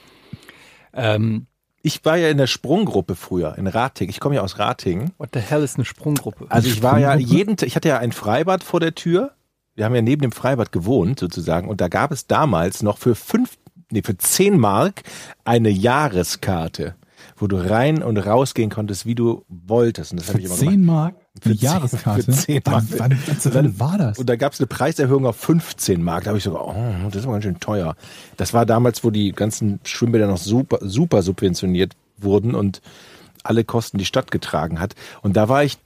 Ich war ja in der Sprunggruppe früher, in Ratingen. Ich komme ja aus Ratingen. What the hell ist eine Sprunggruppe? Also ich war ja ich hatte ja ein Freibad vor der Tür. Wir haben ja neben dem Freibad gewohnt sozusagen und da gab es damals noch für 10 Mark eine Jahreskarte, wo du rein und rausgehen konntest, wie du wolltest. Und das habe ich immer 10 gemacht. Mark? Die Für 10 Jahreskarte? für 10 Mark. Wann war das? Und da gab es eine Preiserhöhung auf 15 Mark. Da habe ich sogar, das ist aber ganz schön teuer. Das war damals, wo die ganzen Schwimmbäder noch super subventioniert wurden und alle Kosten die Stadt getragen hat. Und da war ich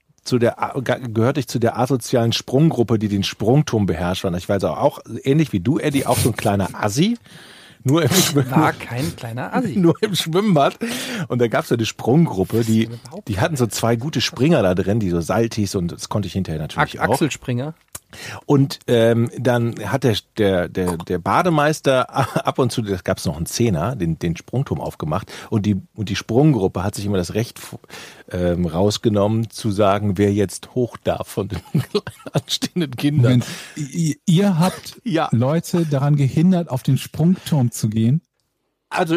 gehörte ich zu der asozialen Sprunggruppe, die den Sprungturm beherrscht. Und ich war also auch ähnlich wie du, Eddie, auch so ein kleiner Assi. Nur im War kein kleiner Assi. nur im Schwimmbad. Und da gab es so eine Sprunggruppe, die hatten so 2 gute Springer da drin, die so Saltis und das konnte ich hinterher natürlich auch. Axel Springer. Und dann hat der Bademeister ab und zu, da gab es noch einen Zehner, den Sprungturm aufgemacht und die Sprunggruppe hat sich immer das Recht rausgenommen zu sagen, wer jetzt hoch darf von den anstehenden Kindern. Moment, ihr habt Ja. Leute daran gehindert, auf den Sprungturm zu gehen? Also,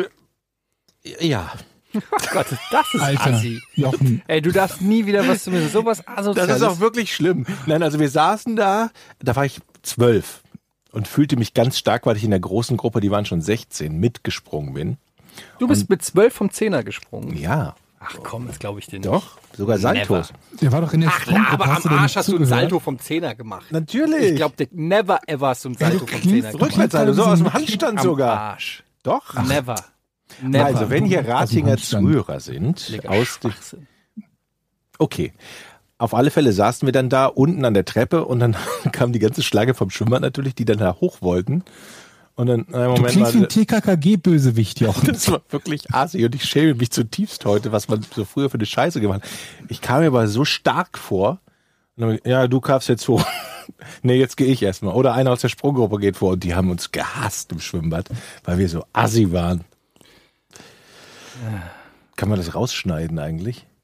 ja. Oh Gott, das ist Alter, Assi. Jochen. Ey, du darfst nie wieder was zu mir, sowas asoziales. Das ist auch wirklich schlimm. Nein, also wir saßen da war ich 12 und fühlte mich ganz stark, weil ich in der großen Gruppe, die waren schon 16, mitgesprungen bin. Du bist mit 12 vom Zehner gesprungen. Ja, Ach komm, das glaube ich dir nicht. doch, sogar Saltos. Der war doch in der Ach klar, aber Sprunggruppe. am Arsch hast du ein Salto vom Zehner gemacht. Natürlich. Ich glaube, never ever hast du ein Salto vom Zehner gemacht. Rückwärtssalto, so aus dem Handstand Am sogar. Arsch. Doch. Never. Never. Also, wenn hier Ratinger Handstand. Zuhörer sind, Lecker aus dem, Schwachsinn. okay. Auf alle Fälle saßen wir dann da unten an der Treppe und dann kam die ganze Schlange vom Schwimmbad natürlich, die dann da hoch wollten. Und dann, Du Moment klingst wie ein mal, TKKG-Bösewicht, Jochen. das war wirklich assi und ich schäme mich zutiefst heute, was man so früher für eine Scheiße gemacht hat. Ich kam mir aber so stark vor. Und dann, ja, du kamst jetzt hoch. Nee, jetzt gehe ich erstmal. Oder einer aus der Sprunggruppe geht vor und die haben uns gehasst im Schwimmbad, weil wir so assi waren. Kann man das rausschneiden eigentlich?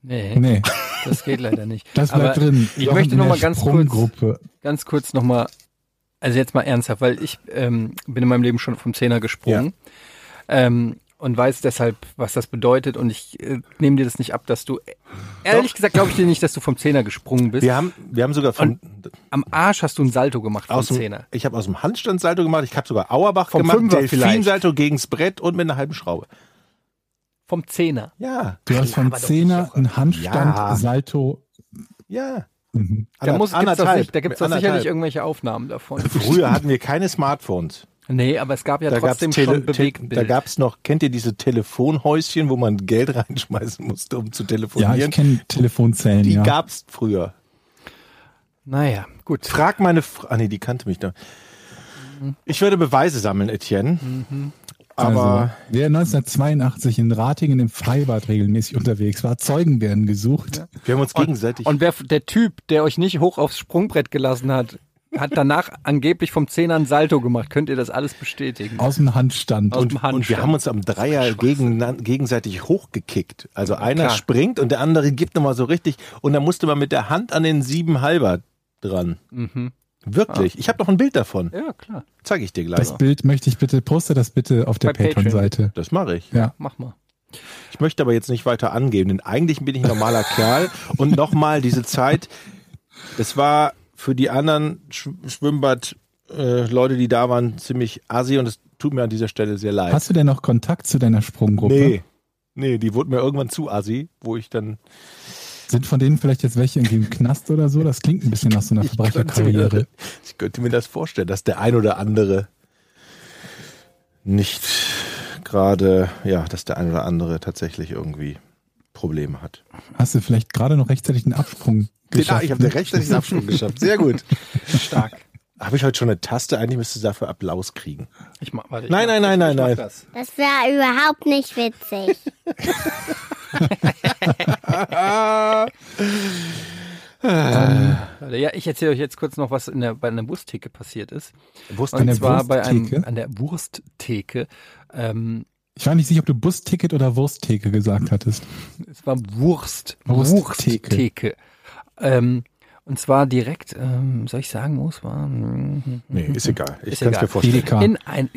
Nee, das geht leider nicht. Das bleibt Aber drin. Ich Jochen möchte in noch der mal ganz kurz nochmal, also jetzt mal ernsthaft, weil ich bin in meinem Leben schon vom Zehner gesprungen und weiß deshalb, was das bedeutet, und ich nehme dir das nicht ab, dass du, ehrlich gesagt glaube ich dir nicht, dass du vom Zehner gesprungen bist. Wir haben sogar Am Arsch hast du ein Salto gemacht vom Zehner. Ich habe aus dem Handstand Salto gemacht, ich habe sogar Auerbach Vom gemacht, Fünfer Delfin-Salto gegens Brett und mit einer halben Schraube. Vom Zehner. Ja. Du hast vom Zehner ein Handstand, Salto. Ja. Mhm. Da gibt's doch sicherlich irgendwelche Aufnahmen davon. Früher hatten wir keine Smartphones. Nee, aber es gab ja trotzdem schon Bewegtbild. Da gab's noch, kennt ihr diese Telefonhäuschen, wo man Geld reinschmeißen musste, um zu telefonieren? Ja, ich kenne Telefonzellen, Die gab's früher. Naja, gut. Frag meine die kannte mich da. Ich würde Beweise sammeln, Etienne. Aber also, wer 1982 in Ratingen im Freibad regelmäßig unterwegs war, Zeugen werden gesucht. ja. Wir haben uns gegenseitig... Und der Typ, der euch nicht hoch aufs Sprungbrett gelassen hat danach angeblich vom Zehner ein Salto gemacht. Könnt ihr das alles bestätigen? Aus dem Handstand. Und wir haben uns am Dreier gegenseitig hochgekickt. Also einer springt und der andere gibt nochmal so richtig. Und dann musste man mit der Hand an den 7,5er dran. Wirklich. Ich habe noch ein Bild davon. Ja, klar. Zeige ich dir gleich. Das Bild möchte ich bitte, poste das bitte auf der Patreon-Seite. Das mache ich. Ja. Mach mal. Ich möchte aber jetzt nicht weiter angeben, denn eigentlich bin ich ein normaler Kerl. Und nochmal diese Zeit, das war für die anderen Schwimmbad-Leute, die da waren, ziemlich assi, und es tut mir an dieser Stelle sehr leid. Hast du denn noch Kontakt zu deiner Sprunggruppe? Nee, die wurde mir irgendwann zu assi, wo ich dann... Sind von denen vielleicht jetzt welche irgendwie im Knast oder so? Das klingt ein bisschen nach so einer Verbrecherkarriere. Ich könnte mir das vorstellen, dass der ein oder andere nicht gerade, dass der ein oder andere tatsächlich irgendwie Probleme hat. Hast du vielleicht gerade noch rechtzeitig einen Absprung geschafft? Ich habe den rechtzeitig Absprung geschafft. Sehr gut. Stark. Habe ich heute schon eine Taste? Eigentlich müsste du dafür Applaus kriegen. Nein. Das wäre überhaupt nicht witzig. Ich erzähle euch jetzt kurz noch, was bei einer Wursttheke passiert ist. Und Eine zwar Wursttheke? an der Wursttheke. Ich war nicht sicher, ob du Busticket oder Wursttheke gesagt hattest. Es war Wursttheke. Und zwar direkt, soll ich sagen, wo es war? Nee, ist egal. Ich Ist kann es egal. mir vorstellen.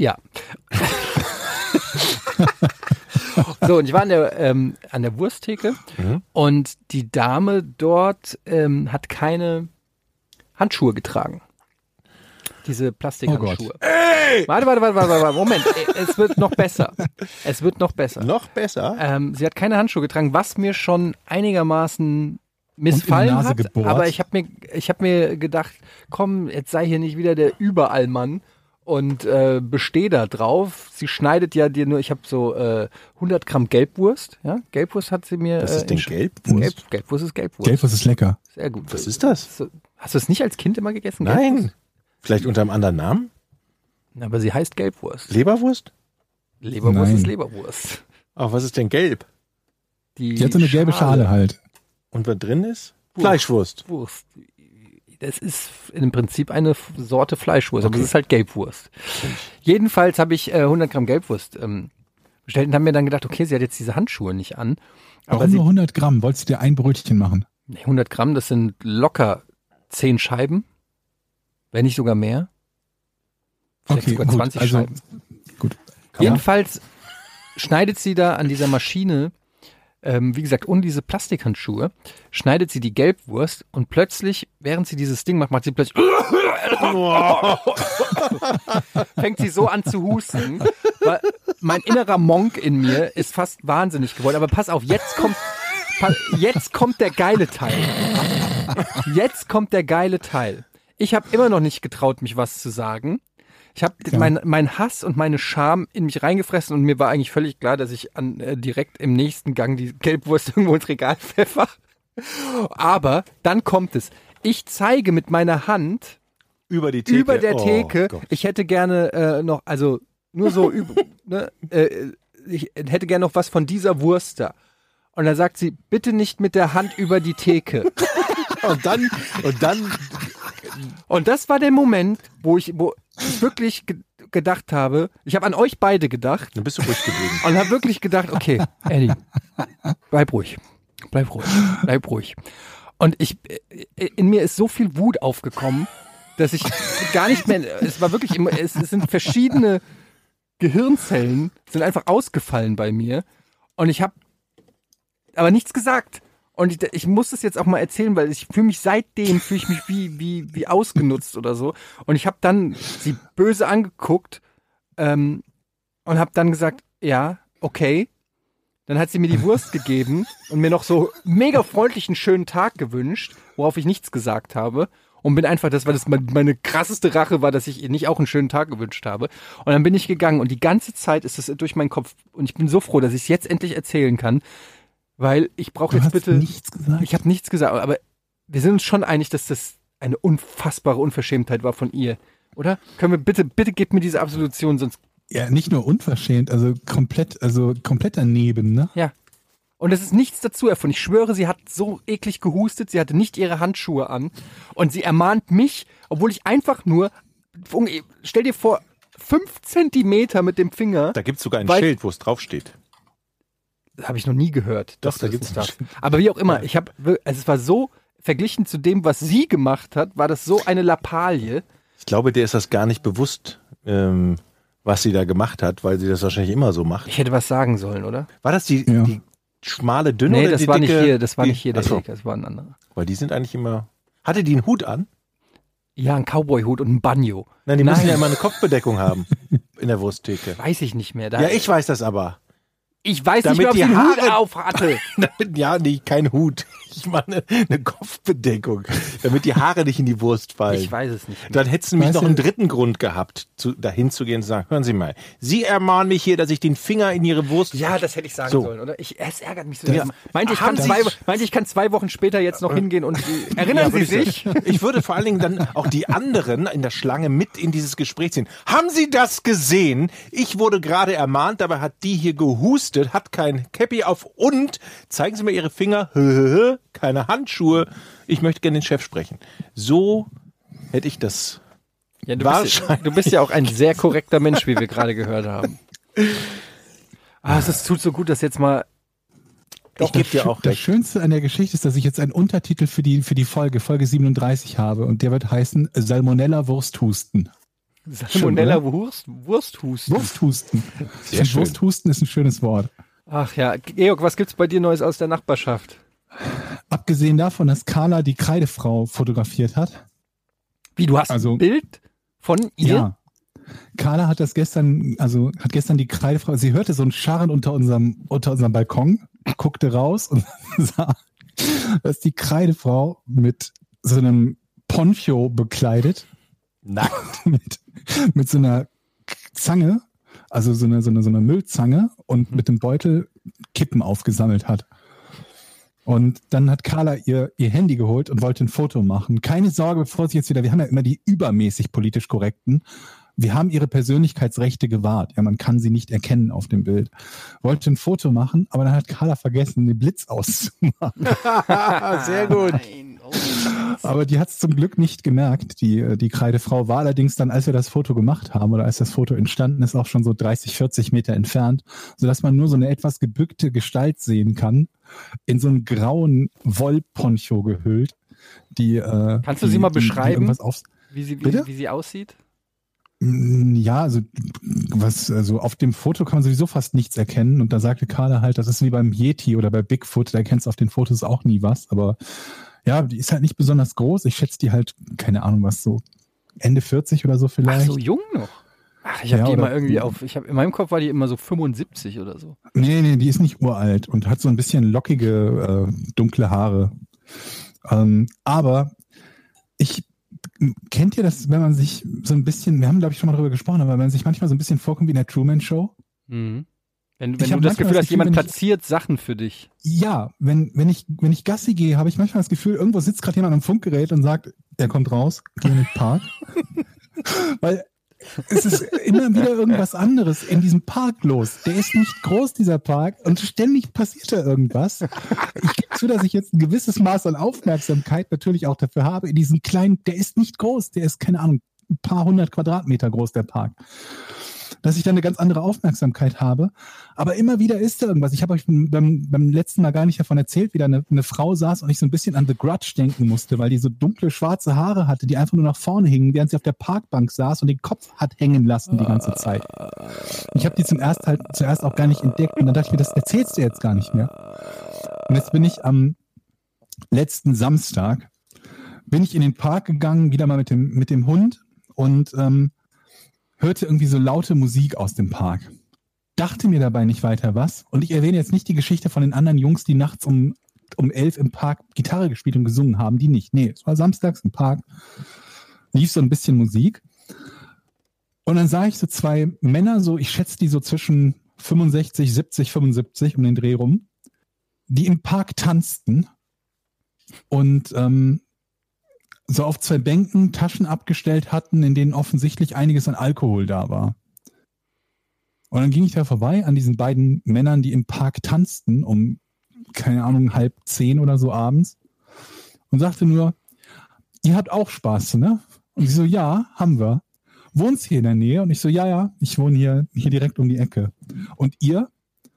So, und ich war an der Wursttheke und die Dame dort hat keine Handschuhe getragen. Diese Plastikhandschuhe. Oh Gott. Warte, Moment. Es wird noch besser. Noch besser? Sie hat keine Handschuhe getragen, was mir schon einigermaßen missfallen Nase hat. gebohrt. Aber ich hab mir gedacht, komm, jetzt sei hier nicht wieder der Überallmann und besteh da drauf. Sie schneidet ja dir nur, ich habe so 100 Gramm Gelbwurst. Ja? Gelbwurst hat sie mir... Was ist denn Gelbwurst? Gelbwurst ist Gelbwurst. Gelbwurst ist lecker. Sehr gut. Was ist das? Hast du es nicht als Kind immer gegessen? Nein. Gelbwurst? Vielleicht unter einem anderen Namen? Aber sie heißt Gelbwurst. Leberwurst? Leberwurst Nein. ist Leberwurst. Ach, was ist denn gelb? Die hat so eine gelbe Schale halt. Und was drin ist? Fleischwurst. Wurst. Das ist im Prinzip eine Sorte Fleischwurst, aber es ist halt Gelbwurst. Jedenfalls habe ich 100 Gramm Gelbwurst bestellt und habe mir dann gedacht, okay, sie hat jetzt diese Handschuhe nicht an. Aber Warum nur 100 Gramm? Wolltest du dir ein Brötchen machen? 100 Gramm, das sind locker 10 Scheiben, wenn nicht sogar mehr. Vielleicht sogar 20 Scheiben. Gut. Jedenfalls schneidet sie da an dieser Maschine, wie gesagt, ohne diese Plastikhandschuhe, schneidet sie die Gelbwurst und plötzlich, während sie dieses Ding macht sie plötzlich fängt sie so an zu husten, weil mein innerer Monk in mir ist fast wahnsinnig geworden. Aber pass auf, jetzt kommt der geile Teil. Jetzt kommt der geile Teil. Ich habe immer noch nicht getraut, mich was zu sagen. Ich habe mein Hass und meine Scham in mich reingefressen und mir war eigentlich völlig klar, dass ich direkt im nächsten Gang die Gelbwurst irgendwo ins Regal pfeffer. Aber dann kommt es. Ich zeige mit meiner Hand Über die Theke. über der Theke. Gott. Ich hätte gerne noch, also nur so, ich hätte gerne noch was von dieser Wurst da. Und dann sagt sie, bitte nicht mit der Hand über die Theke. Und dann Und das war der Moment, wo ich wirklich gedacht habe, ich habe an euch beide gedacht bist du ruhig geblieben. und habe wirklich gedacht, okay, Eddie, bleib ruhig. Bleib ruhig. Und in mir ist so viel Wut aufgekommen, dass ich gar nicht mehr, es war wirklich immer, es sind verschiedene Gehirnzellen, sind einfach ausgefallen bei mir. Und ich habe aber nichts gesagt. Und ich muss das jetzt auch mal erzählen, weil ich fühle mich wie ausgenutzt oder so. Und ich habe dann sie böse angeguckt und habe dann gesagt, ja, okay. Dann hat sie mir die Wurst gegeben und mir noch so mega freundlichen schönen Tag gewünscht, worauf ich nichts gesagt habe. Und bin einfach, das meine krasseste Rache war, dass ich ihr nicht auch einen schönen Tag gewünscht habe. Und dann bin ich gegangen und die ganze Zeit ist es durch meinen Kopf. Und ich bin so froh, dass ich es jetzt endlich erzählen kann. Weil ich brauche jetzt bitte. Nichts gesagt. Ich habe nichts gesagt, aber wir sind uns schon einig, dass das eine unfassbare Unverschämtheit war von ihr, oder? Können wir bitte gebt mir diese Absolution, sonst. Ja, nicht nur unverschämt, also komplett daneben, ne? Ja. Und es ist nichts dazu erfunden. Ich schwöre, sie hat so eklig gehustet, sie hatte nicht ihre Handschuhe an und sie ermahnt mich, obwohl ich einfach nur, stell dir vor, 5 Zentimeter mit dem Finger. Da gibt's sogar ein Weil- Schild, wo es draufsteht. Das habe ich noch nie gehört. Doch, da gibt's das. Aber wie auch immer, es war so, verglichen zu dem, was sie gemacht hat, war das so eine Lappalie. Ich glaube, der ist das gar nicht bewusst, was sie da gemacht hat, weil sie das wahrscheinlich immer so macht. Ich hätte was sagen sollen, oder? War das die schmale, dünne Nee, oder das die war dicke? nicht hier, das war nicht hier der Achso, Weg, das war ein anderer. weil die sind eigentlich immer... Hatte die einen Hut an? Ja, ein Cowboy-Hut und ein Banjo. Nein, die müssen ja immer eine Kopfbedeckung haben in der Wursttheke. Weiß ich nicht mehr. Ja, ich weiß das aber. Ich weiß nicht Damit mehr, ob die sie einen Hut Haare- auf hatte. Ja, nee, kein Hut. Ich meine eine Kopfbedeckung, damit die Haare nicht in die Wurst fallen. Ich weiß es nicht mehr. Dann hättest du nämlich Weißt noch du- einen dritten Grund gehabt, dahin zu gehen und zu sagen, hören Sie mal, Sie ermahnen mich hier, dass ich den Finger in Ihre Wurst... Ja, das hätte ich sagen So. sollen, oder? Es ärgert mich so. Ja. Meinte, ich Haben kann 2 Wochen später jetzt noch hingehen und erinnern Sie sich? Ich würde vor allen Dingen dann auch die anderen in der Schlange mit in dieses Gespräch ziehen. Haben Sie das gesehen? Ich wurde gerade ermahnt, dabei hat die hier gehustet, hat kein Käppi auf und zeigen Sie mir Ihre Finger, keine Handschuhe. Ich möchte gerne den Chef sprechen. So hätte ich das. Ja, Wahrscheinlich. du bist ja auch ein sehr korrekter Mensch, wie wir gerade gehört haben. Es tut so gut, dass jetzt mal. Ich gebe dir auch Das recht. Schönste an der Geschichte ist, dass ich jetzt einen Untertitel für die Folge 37 habe und der wird heißen Salmonella Wursthusten. Salmonella Wursthusten. Wursthusten. Sehr schön. Wursthusten ist ein schönes Wort. Ach ja, Georg, was gibt's bei dir Neues aus der Nachbarschaft? Abgesehen davon, dass Carla die Kreidefrau fotografiert hat. Wie, du hast Also- ein Bild von ihr? Ja. Carla hat gestern die Kreidefrau, sie hörte so ein Scharren unter unserem Balkon, guckte raus und sah, dass die Kreidefrau mit so einem Poncho bekleidet, Nackt. mit so einer Zange, also so eine Müllzange und mit dem Beutel Kippen aufgesammelt hat. Und dann hat Carla ihr Handy geholt und wollte ein Foto machen. Keine Sorge, bevor sie jetzt wieder, wir haben ja immer die übermäßig politisch Korrekten. Wir haben ihre Persönlichkeitsrechte gewahrt. Ja, man kann sie nicht erkennen auf dem Bild. Wollte ein Foto machen, aber dann hat Carla vergessen, den Blitz auszumachen. Sehr gut. Nein, oh, Aber die hat es zum Glück nicht gemerkt. Die Kreidefrau war allerdings dann, als wir das Foto gemacht haben oder als das Foto entstanden ist, auch schon so 30, 40 Meter entfernt, sodass man nur so eine etwas gebückte Gestalt sehen kann, in so einen grauen Wollponcho gehüllt. Kannst du sie mal beschreiben? Bitte? wie sie aussieht? Ja, also auf dem Foto kann man sowieso fast nichts erkennen und da sagte Carla halt, das ist wie beim Yeti oder bei Bigfoot, da erkennst du auf den Fotos auch nie was, aber ja, die ist halt nicht besonders groß, ich schätze die halt, keine Ahnung was, so Ende 40 oder so Ach, vielleicht. so jung noch. Ach, ich habe Ja, die immer oder- irgendwie in meinem Kopf war die immer so 75 oder so. Nee, die ist nicht uralt und hat so ein bisschen lockige, dunkle Haare. Aber kennt ihr das, wenn man sich so ein bisschen, wir haben glaube ich schon mal drüber gesprochen, aber wenn man sich manchmal so ein bisschen vorkommt wie in der Truman Show? Mhm. Wenn Ich du hab das manchmal Gefühl das hast, Gefühl, jemand wenn ich- platziert Sachen für dich. Ja, wenn ich Gassi gehe, habe ich manchmal das Gefühl, irgendwo sitzt gerade jemand am Funkgerät und sagt, er kommt raus, geh in den Park. Weil es ist immer wieder irgendwas anderes in diesem Park los. Der ist nicht groß, dieser Park, und ständig passiert da irgendwas. Ich gebe zu, dass ich jetzt ein gewisses Maß an Aufmerksamkeit natürlich auch dafür habe. In diesem kleinen, der ist nicht groß, der ist, keine Ahnung, ein paar 100 Quadratmeter groß, der Park. dass ich dann eine ganz andere Aufmerksamkeit habe. Aber immer wieder ist da irgendwas. Ich habe euch beim letzten Mal gar nicht davon erzählt, wie da eine Frau saß und ich so ein bisschen an The Grudge denken musste, weil die so dunkle, schwarze Haare hatte, die einfach nur nach vorne hingen, während sie auf der Parkbank saß und den Kopf hat hängen lassen die ganze Zeit. Ich habe die zuerst auch gar nicht entdeckt und dann dachte ich mir, das erzählst du jetzt gar nicht mehr. Und jetzt bin ich am letzten Samstag bin ich in den Park gegangen, wieder mal mit dem Hund und hörte irgendwie so laute Musik aus dem Park. Dachte mir dabei nicht weiter was. Und ich erwähne jetzt nicht die Geschichte von den anderen Jungs, die nachts um 11 im Park Gitarre gespielt und gesungen haben. Die nicht. Nee, es war samstags im Park. Lief so ein bisschen Musik. Und dann sah ich so zwei Männer, so ich schätze die so zwischen 65, 70, 75 um den Dreh rum, die im Park tanzten und so auf zwei Bänken Taschen abgestellt hatten, in denen offensichtlich einiges an Alkohol da war. Und dann ging ich da vorbei an diesen beiden Männern, die im Park tanzten, um, keine Ahnung, 9:30 oder so abends und sagte nur, ihr habt auch Spaß, ne? Und sie so, ja, haben wir. Wohnst hier in der Nähe? Und ich so, ja, ich wohne hier direkt um die Ecke. Und ihr?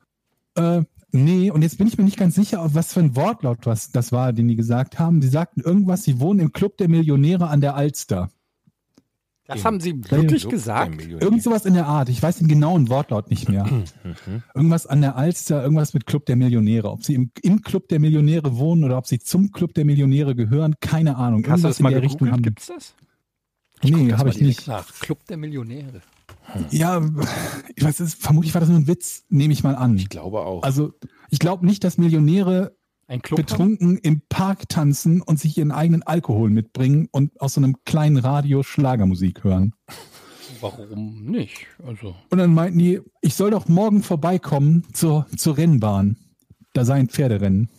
Nee, und jetzt bin ich mir nicht ganz sicher, auf was für ein Wortlaut das war, den die gesagt haben. Sie sagten irgendwas, sie wohnen im Club der Millionäre an der Alster. Das haben sie wirklich gesagt? Irgend sowas in der Art. Ich weiß den genauen Wortlaut nicht mehr. Irgendwas an der Alster, irgendwas mit Club der Millionäre. Ob sie im Club der Millionäre wohnen oder ob sie zum Club der Millionäre gehören, keine Ahnung. Hast du das mal gegoogelt? Haben. Gibt's das? Nee, habe ich nicht. Nach Club der Millionäre. Ja, ich weiß, vermutlich war das nur ein Witz, nehme ich mal an. Ich glaube auch. Also, ich glaube nicht, dass Millionäre betrunken im Park tanzen und sich ihren eigenen Alkohol mitbringen und aus so einem kleinen Radio Schlagermusik hören. Warum nicht? Also. Und dann meinten die, ich soll doch morgen vorbeikommen zur Rennbahn. Da sei ein Pferderennen.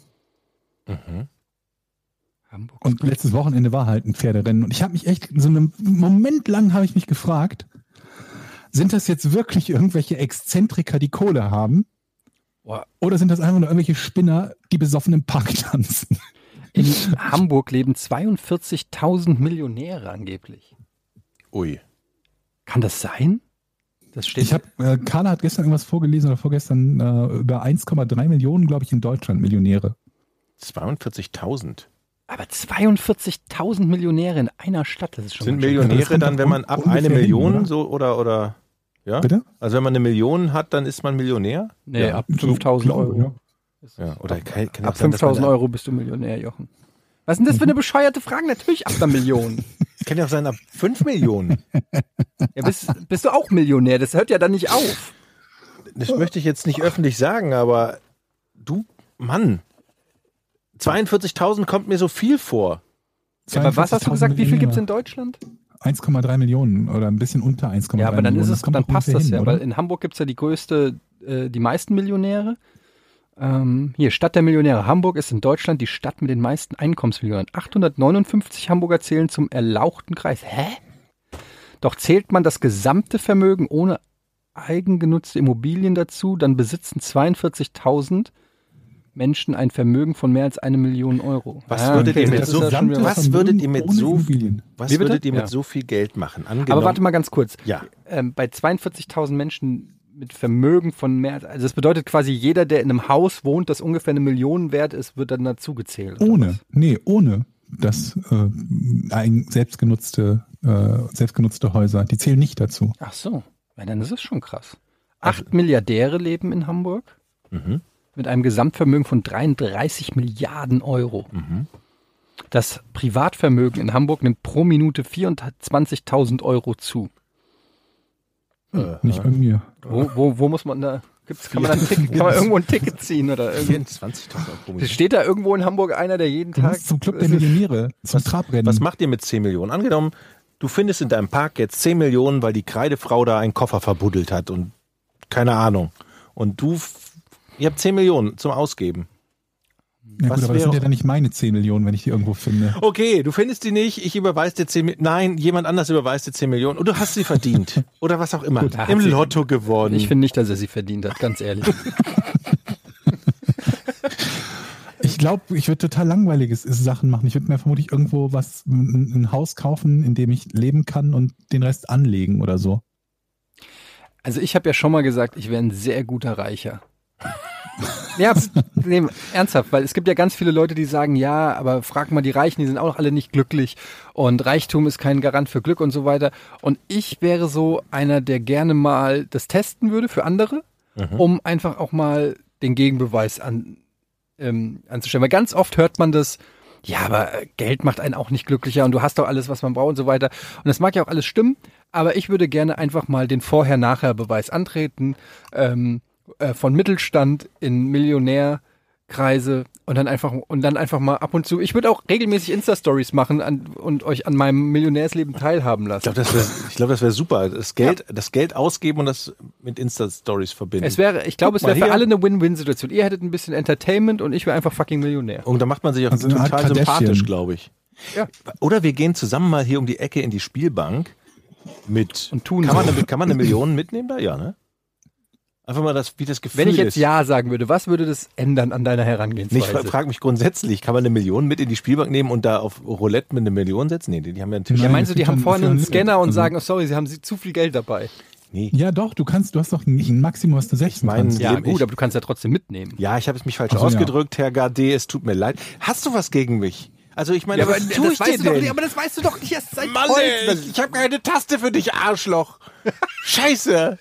Hamburg. Und letztes Wochenende war halt ein Pferderennen. Und ich habe mich echt, so einen Moment lang habe ich mich gefragt, sind das jetzt wirklich irgendwelche Exzentriker, die Kohle haben? Oder sind das einfach nur irgendwelche Spinner, die besoffen im Park tanzen? In Hamburg leben 42.000 Millionäre angeblich. Ui. Kann das sein? Das steht. Carla hat gestern irgendwas vorgelesen oder vorgestern über 1,3 Millionen, glaube ich, in Deutschland Millionäre. 42.000. Aber 42.000 Millionäre in einer Stadt, das ist schon. Sind Millionäre dann, wenn man ab eine Million hin, so oder ja? Bitte? Also wenn man eine Million hat, dann ist man Millionär? Nee, ja. ab 5.000 Euro. Ja. Oder kann ab 5.000 Euro bist du Millionär, Jochen. Was ist denn das für eine bescheuerte Frage? Natürlich ab einer Million. Kann ja auch sein, ab 5 Millionen. Ja, bist du auch Millionär? Das hört ja dann nicht auf. Das möchte ich jetzt nicht öffentlich sagen, aber du, Mann, 42.000 kommt mir so viel vor. Ja, aber was hast du gesagt, wie viel gibt es in Deutschland? 1,3 Millionen oder ein bisschen unter 1,3 Millionen. Ja, aber dann dann passt das ja, oder? weil in Hamburg gibt es ja die meisten Millionäre. Hier, Stadt der Millionäre. Hamburg ist in Deutschland die Stadt mit den meisten Einkommensmillionen. 859 Hamburger zählen zum erlauchten Kreis. Hä? Doch zählt man das gesamte Vermögen ohne eigengenutzte Immobilien dazu, dann besitzen 42.000 Menschen ein Vermögen von mehr als 1 Million Euro. Was würdet ihr mit so viel Geld machen? Angenommen, aber warte mal ganz kurz. Ja. Bei 42.000 Menschen mit Vermögen von mehr als, also das bedeutet quasi, jeder, der in einem Haus wohnt, das ungefähr 1 Million wert ist, wird dann dazu gezählt. Ohne das selbstgenutzte Häuser. Die zählen nicht dazu. Ach so, ja, dann ist es schon krass. 8 Milliardäre leben in Hamburg. Mit einem Gesamtvermögen von 33 Milliarden Euro. Das Privatvermögen in Hamburg nimmt pro Minute 24.000 Euro zu. Nicht bei mir. Wo muss man da? Kann man irgendwo ein Ticket ziehen oder irgendwie? 24.000 pro Minute. Steht da irgendwo in Hamburg einer, der jeden Tag zum Club der Millionäre, zum Trabrennen. Was macht ihr mit 10 Millionen? Angenommen, du findest in deinem Park jetzt 10 Millionen, weil die Kreidefrau da einen Koffer verbuddelt hat und keine Ahnung. Und ihr habt 10 Millionen zum Ausgeben. Ja gut, aber das sind ja dann nicht meine 10 Millionen, wenn ich die irgendwo finde. Okay, du findest die nicht, ich überweise dir 10 Millionen. Nein, jemand anders überweist dir 10 Millionen und du hast sie verdient. Oder was auch immer. Gut, im Lotto gewonnen. Ich finde nicht, dass er sie verdient hat, ganz ehrlich. Ich glaube, ich würde total langweilige Sachen machen. Ich würde mir vermutlich irgendwo ein Haus kaufen, in dem ich leben kann und den Rest anlegen oder so. Also ich habe ja schon mal gesagt, ich wäre ein sehr guter Reicher. Ja, nee, ernsthaft, weil es gibt ja ganz viele Leute, die sagen, ja, aber frag mal die Reichen, die sind auch alle nicht glücklich und Reichtum ist kein Garant für Glück und so weiter. Und ich wäre so einer, der gerne mal das testen würde für andere, um einfach auch mal den Gegenbeweis anzustellen. Weil ganz oft hört man das, ja, aber Geld macht einen auch nicht glücklicher und du hast doch alles, was man braucht und so weiter. Und das mag ja auch alles stimmen, aber ich würde gerne einfach mal den Vorher-Nachher-Beweis antreten, von Mittelstand in Millionärkreise und dann einfach mal ab und zu. Ich würde auch regelmäßig Insta-Stories machen und euch an meinem Millionärsleben teilhaben lassen. Ich glaube, das wäre super. Das Geld ausgeben und das mit Insta-Stories verbinden. Ich glaube, es wäre für alle eine Win-Win-Situation. Ihr hättet ein bisschen Entertainment und ich wäre einfach fucking Millionär. Und da macht man sich auch Also eine Art total sympathisch, Kardashian. glaube ich. Ja. Oder wir gehen zusammen mal hier um die Ecke in die Spielbank Und tun kann man so. eine Million mitnehmen da? Ja, ne? Einfach mal wie das Gefühl Wenn ich jetzt ist. Ja sagen würde, was würde das ändern an deiner Nee, Herangehensweise? ich frage mich grundsätzlich, kann man eine Million mit in die Spielbank nehmen und da auf Roulette mit einer Million setzen? Nee, die haben ja einen Tisch. Ja, Nein, meinst du, es die gibt haben schon vorne für einen ein Scanner Limit. und Also- sagen, oh sorry, sie haben zu viel Geld dabei. Nee. Ja, doch, du hast doch ein Maximum, was du 16 meine- kannst. Ja, Leben gut, ich- aber du kannst ja trotzdem mitnehmen. Ja, ich habe es mich falsch Ach so, ausgedrückt, Herr Gade, es tut mir leid. Hast du was gegen mich? Also ich meine, was tue ich dir denn? das weißt du doch nicht erst seit Mann, ey, ich habe keine Taste für dich, Arschloch. Scheiße.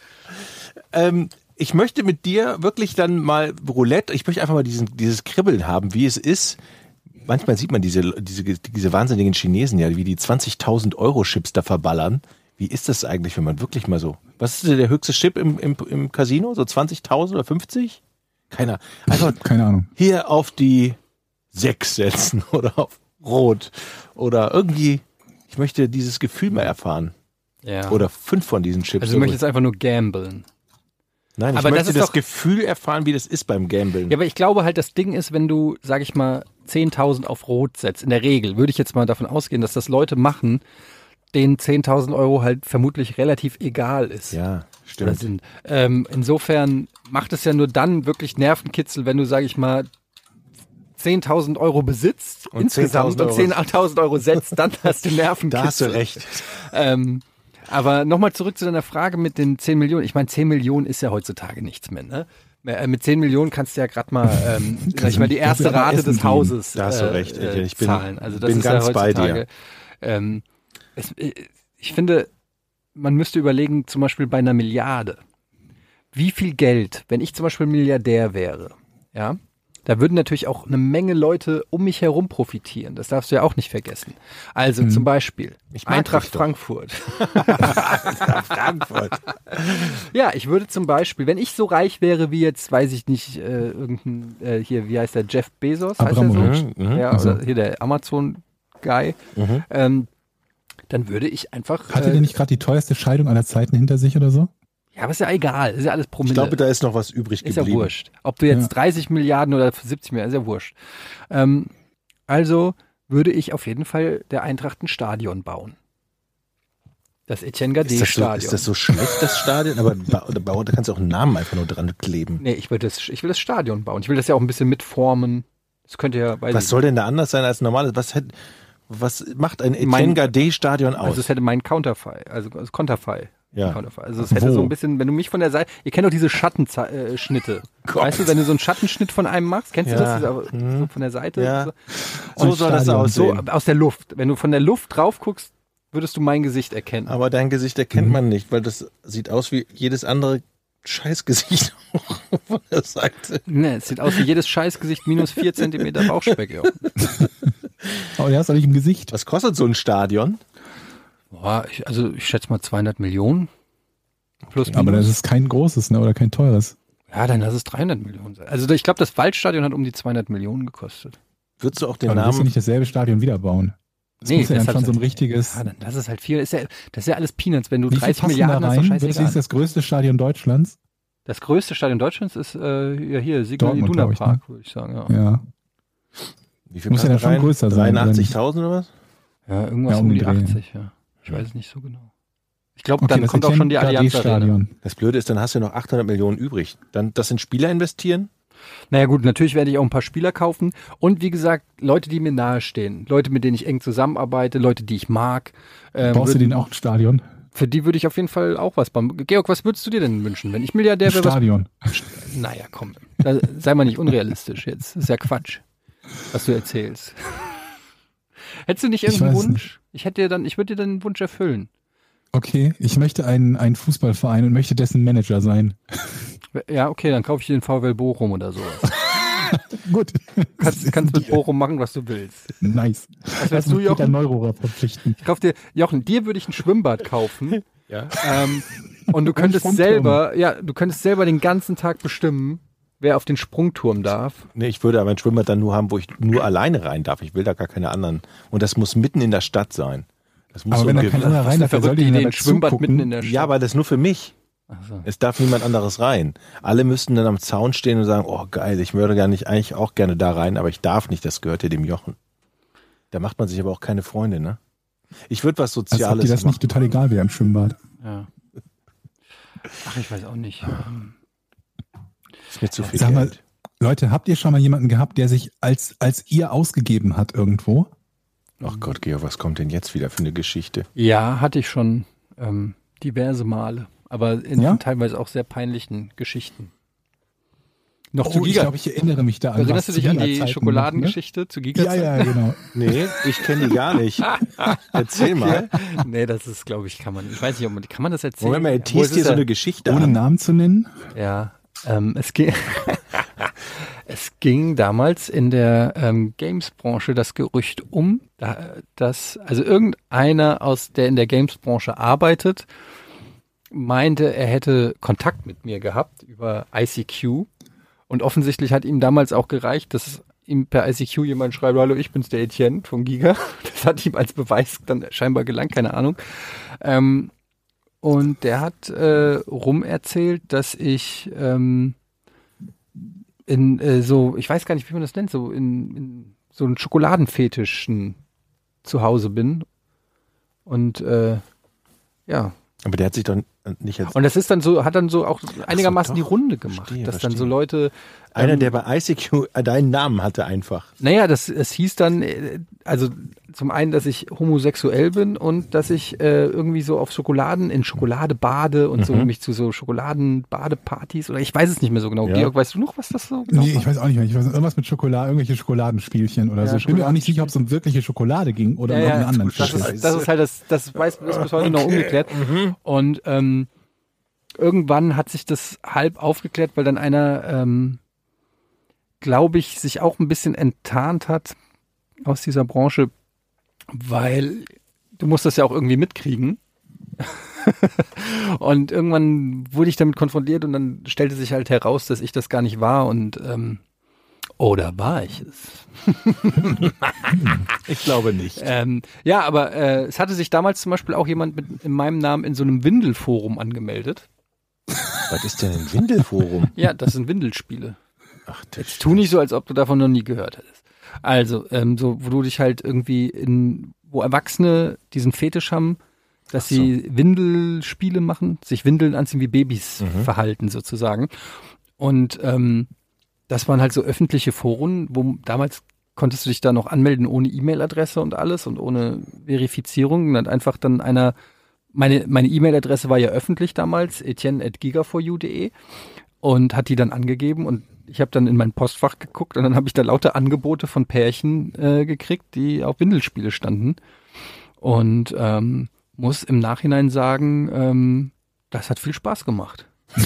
Ich möchte mit dir wirklich dann mal Roulette, ich möchte einfach mal dieses Kribbeln haben, wie es ist. Manchmal sieht man diese wahnsinnigen Chinesen ja, wie die 20.000 Euro Chips da verballern. Wie ist das eigentlich, wenn man wirklich mal so, was ist der höchste Chip im Casino? So 20.000 oder 50? Keiner. Einfach Keine Ahnung. hier auf die 6 setzen oder auf Rot oder irgendwie, ich möchte dieses Gefühl mal erfahren. Ja. Oder 5 von diesen Chips. Also du möchtest einfach nur gamblen. Nein, ich aber das möchte ist das doch- Gefühl erfahren, wie das ist beim Gambeln. Ja, aber ich glaube halt, das Ding ist, wenn du, sag ich mal, 10.000 auf Rot setzt, in der Regel, würde ich jetzt mal davon ausgehen, dass das Leute machen, denen 10.000 Euro halt vermutlich relativ egal ist. Ja, Oder stimmt. sind. Insofern macht es ja nur dann wirklich Nervenkitzel, wenn du, sag ich mal, 10.000 Euro besitzt Und insgesamt 10.000 und 10.000 Euro setzt, dann hast du Nervenkitzel. Da hast du recht. Aber nochmal zurück zu deiner Frage mit den 10 Millionen. Ich meine, 10 Millionen ist ja heutzutage nichts mehr, ne? Mit 10 Millionen kannst du ja gerade mal, sag ich mal, die kannst du erste aber Rate essen des gehen. Hauses Da hast du recht, Etienne. Ich bin- zahlen. Also das bin ist ganz ja bei heutzutage. Ich finde, man müsste überlegen, zum Beispiel bei einer Milliarde, wie viel Geld, wenn ich zum Beispiel Milliardär wäre, ja, da würden natürlich auch eine Menge Leute um mich herum profitieren. Das darfst du ja auch nicht vergessen. Also zum Beispiel Ich mag Eintracht dich doch. Frankfurt. Frankfurt. Ja, ich würde zum Beispiel, wenn ich so reich wäre wie jetzt, weiß ich nicht, hier, wie heißt der, Jeff Bezos, heißt der Abramovich. so? Mhm. Ja, Also. oder hier der Amazon-Guy. Dann würde ich einfach... Hatte der nicht gerade die teuerste Scheidung aller Zeiten hinter sich oder so? ja, aber ist ja egal, ist ja alles Promille. Ich glaube, da ist noch was übrig ist ja geblieben. wurscht. Ob du jetzt Ja. 30 Milliarden oder 70 Milliarden, ist ja wurscht. Also würde ich auf jeden Fall der Eintracht ein Stadion bauen. Das Etienne Gade-Stadion. Ist das so schlecht, das Stadion? Aber da kannst du auch einen Namen einfach nur dran kleben. Nee, ich will das Stadion bauen. Ich will das ja auch ein bisschen mitformen. Das könnte ja, weiß Was ich soll denn da anders sein als normales? Was macht ein Mein- Etienne Gade-Stadion aus? Also es hätte mein Counterfei, also Konterfei. Ja. Counterfei. Also es hätte Wo? so ein bisschen, wenn du mich von der Seite, ihr kennt doch diese Schattenschnitte. Weißt du, wenn du so einen Schattenschnitt von einem machst, kennst du Ja. das? So von der Seite. Ja. So. So soll das Stadion. So aussehen. aus der Luft. Wenn du von der Luft drauf guckst, würdest du mein Gesicht erkennen. Aber dein Gesicht erkennt man nicht, weil das sieht aus wie jedes andere Scheißgesicht von der Seite. Ne, es sieht aus wie jedes Scheißgesicht minus 4 Zentimeter Bauchspeck. Ja. Aber der hast du nicht im Gesicht. Was kostet so ein Stadion? Boah, ich schätze mal 200 Millionen. Plus Aber minus. das ist kein großes, ne? Oder kein teures. Ja, dann lass es 300 Millionen sein. Also ich glaube, das Waldstadion hat um die 200 Millionen gekostet. Würdest du auch den Aber du willst ja Namen... nicht dasselbe Stadion wieder bauen. Das muss ja dann deshalb schon so ein sag ich- richtiges. Ja, dann das ist halt viel. Das ist ja alles Peanuts. Wenn du Wie viel 30 passen Milliarden da hast, ist rein? doch Das ist scheißegal. das größte Stadion Deutschlands. Das größte Stadion Deutschlands ist hier Signal Dortmund, Iduna glaub ich, Park, würde ich sagen. Ja, Ja. Wie viel Muss ja passen dann schon rein? größer sein, oder 83.000 oder was? ja irgendwas Ja, um um die den Dreh. 80. Ja. Ich weiß es nicht so genau. Ich glaube, Okay, dann das kommt auch schon die Etienne Allianz Arena. Gade-Stadion. Das Blöde ist, dann hast du noch 800 Millionen übrig. Dann das in Spieler investieren? Naja gut, natürlich werde ich auch ein paar Spieler kaufen. Und wie gesagt, Leute, die mir nahestehen. Leute, mit denen ich eng zusammenarbeite. Leute, die ich mag. Baust du denen auch ein Stadion? für die würde ich auf jeden Fall auch was bauen. Georg, was würdest du dir denn wünschen, wenn ich Milliardär wäre? Stadion. Naja, komm, da, sei mal nicht unrealistisch jetzt. Das ist ja Quatsch, was du erzählst. Hättest du nicht irgendeinen Wunsch? Ich würde dir dann einen Wunsch erfüllen. Okay, ich möchte einen Fußballverein und möchte dessen Manager sein. Ja, okay, dann kaufe ich den VfL Bochum oder so. Gut. Kannst mit Bochum machen, was du willst. Nice. Was willst du, Jochen? Neurohrer verpflichten. Ich kauf dir, Jochen, dir würde ich ein Schwimmbad kaufen. Ja. Und du könntest Sprungturm. selber den ganzen Tag bestimmen, wer auf den Sprungturm darf. Nee, ich würde aber ein Schwimmbad dann nur haben, wo ich nur alleine rein darf. Ich will da gar keine anderen. Und das muss mitten in der Stadt sein. Das muss Aber so wenn da ein kein Gew- anderer rein darf, wer soll Verrückte denn Idee, da ein Schwimmbad zugucken? mitten in der Stadt. Ja, aber das ist nur für mich. Ach so. Es darf niemand anderes rein. Alle müssten dann am Zaun stehen und sagen, oh geil, ich würde eigentlich auch gerne da rein, aber ich darf nicht, das gehört ja dem Jochen. Da macht man sich aber auch keine Freunde, ne? Ich würde was Als ob Soziales dir das nicht total egal wäre im Schwimmbad. Ja. Ach, ich weiß auch nicht. Ist mir zu viel Sag mal, Geld. Leute, habt ihr schon mal jemanden gehabt, der sich als ihr ausgegeben hat irgendwo? Ach Gott, Georg, was kommt denn jetzt wieder für eine Geschichte? Ja, hatte ich schon diverse Male. Aber in Ja? teilweise auch sehr peinlichen Geschichten. Noch Oh, zu ich Giga. glaube, ich erinnere mich da an Erinnerst du was dich an zu die Giga-Zeiten Schokoladengeschichte zu noch, Giga? ne? Ja, genau. Nee, ich kenne die gar nicht. Erzähl mal. Nee, das ist, glaube ich, kann das erzählen? Moment mal, er Obwohl, es teast dir ist so ja- eine Geschichte Ohne an. Namen zu nennen. Ja, es ging, es ging damals in der Games-Branche das Gerücht um, dass also irgendeiner der in der Games-Branche arbeitet, meinte, er hätte Kontakt mit mir gehabt über ICQ und offensichtlich hat ihm damals auch gereicht, dass ihm per ICQ jemand schreibt, hallo, ich bin's, der Etienne von Giga. Das hat ihm als Beweis dann scheinbar gelangt, keine Ahnung. Und der hat rumerzählt, dass ich ich weiß gar nicht, wie man das nennt, so in so einen Schokoladenfetischen zu Hause bin. Und ja. Aber der hat sich doch nicht als Und das ist dann so, hat dann so auch einigermaßen die doch. Runde gemacht, Verstehe, dass dann so verstehe. Leute einer, der bei ICQ deinen Namen hatte einfach. Naja, es hieß dann, also zum einen, dass ich homosexuell bin und dass ich irgendwie so auf in Schokolade bade und so mich zu so Schokoladenbadepartys oder ich weiß es nicht mehr so genau. Ja. Georg, weißt du noch, was das so genau Nee, war? ich weiß auch nicht mehr. Ich weiß irgendwas mit Schokolade, irgendwelche Schokoladenspielchen oder Ja, so. Ich bin mir auch nicht sicher, ob es um wirkliche Schokolade ging oder um irgendeinen anderen das Scheiß. ist halt das ist bis heute noch ungeklärt. Und irgendwann hat sich das halb aufgeklärt, weil dann einer, glaube ich, sich auch ein bisschen enttarnt hat aus dieser Branche, weil du musst das ja auch irgendwie mitkriegen. Und irgendwann wurde ich damit konfrontiert und dann stellte sich halt heraus, dass ich das gar nicht war und oder war ich es? Ich glaube nicht. Ja, aber es hatte sich damals zum Beispiel auch jemand in meinem Namen in so einem Windelforum angemeldet. Was ist denn ein Windelforum? Ja, das sind Windelspiele. Ach, das Tu nicht so, als ob du davon noch nie gehört hättest. Also, so, wo du dich halt irgendwie wo Erwachsene diesen Fetisch haben, dass sie Windelspiele machen, sich Windeln anziehen wie Babys verhalten sozusagen. Und das waren halt so öffentliche Foren, wo damals konntest du dich da noch anmelden ohne E-Mail-Adresse und alles und ohne Verifizierung. Und dann einfach dann meine E-Mail-Adresse war ja öffentlich damals, etienne@giga4u.de und hat die dann angegeben und ich habe dann in mein Postfach geguckt und dann habe ich da lauter Angebote von Pärchen gekriegt, die auf Windelspiele standen und muss im Nachhinein sagen, das hat viel Spaß gemacht.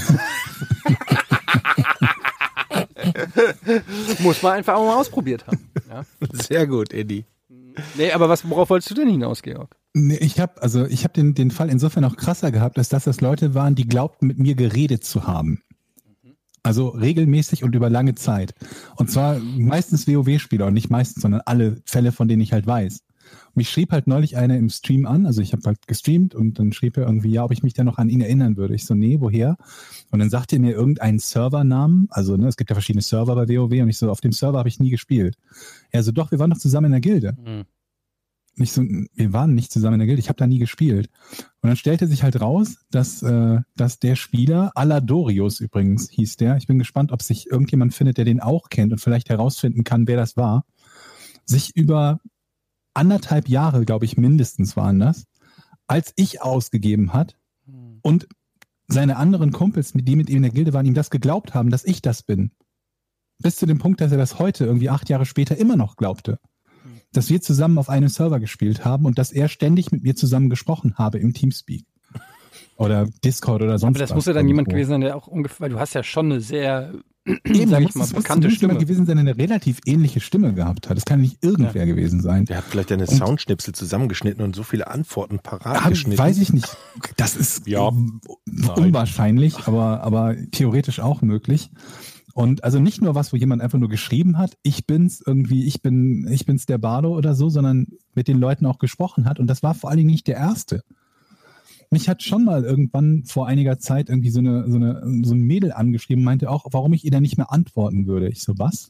Muss man einfach auch mal ausprobiert haben. Ja? sehr gut, Eddie. Nee, aber worauf wolltest du denn hinaus, Georg? Nee, ich habe den Fall insofern auch krasser gehabt, dass das Leute waren, die glaubten, mit mir geredet zu haben. Also regelmäßig und über lange Zeit. Und zwar meistens WoW-Spieler und nicht meistens, sondern alle Fälle, von denen ich halt weiß. Mich schrieb halt neulich einer im Stream an, also ich habe halt gestreamt und dann schrieb er irgendwie, ja, ob ich mich denn noch an ihn erinnern würde. Ich so, nee, woher? Und dann sagte er mir irgendeinen Servernamen, also es gibt ja verschiedene Server bei WoW und ich so, auf dem Server habe ich nie gespielt. Er so, doch, wir waren doch zusammen in der Gilde. Und ich so, wir waren nicht zusammen in der Gilde, ich habe da nie gespielt. Und dann stellte sich halt raus, dass der Spieler, Aladorius übrigens hieß der, ich bin gespannt, ob sich irgendjemand findet, der den auch kennt und vielleicht herausfinden kann, wer das war, sich über 1,5 Jahre, glaube ich, mindestens waren das, als ich ausgegeben hat und seine anderen Kumpels, die mit ihm in der Gilde waren, ihm das geglaubt haben, dass ich das bin. Bis zu dem Punkt, dass er das heute, irgendwie 8 Jahre später, immer noch glaubte. Dass wir zusammen auf einem Server gespielt haben und dass er ständig mit mir zusammen gesprochen habe im Teamspeak. Oder Discord oder sonst was. Aber das muss ja dann jemand gewesen sein, der auch ungefähr, weil du hast ja schon eine sehr, Eben, sag ich mal, bekannte Stimme. Jemand gewesen sein, der eine relativ ähnliche Stimme gehabt hat. Das kann nicht irgendwer gewesen sein. Der hat vielleicht eine Soundschnipsel zusammengeschnitten und so viele Antworten parat geschnitten. Weiß ich nicht. Das ist unwahrscheinlich, aber theoretisch auch möglich. Und also nicht nur was, wo jemand einfach nur geschrieben hat, ich bin's der Bardo oder so, sondern mit den Leuten auch gesprochen hat. Und das war vor allen Dingen nicht der Erste. Mich hat schon mal irgendwann vor einiger Zeit irgendwie so ein Mädel angeschrieben, meinte auch, warum ich ihr dann nicht mehr antworten würde. Ich so, was?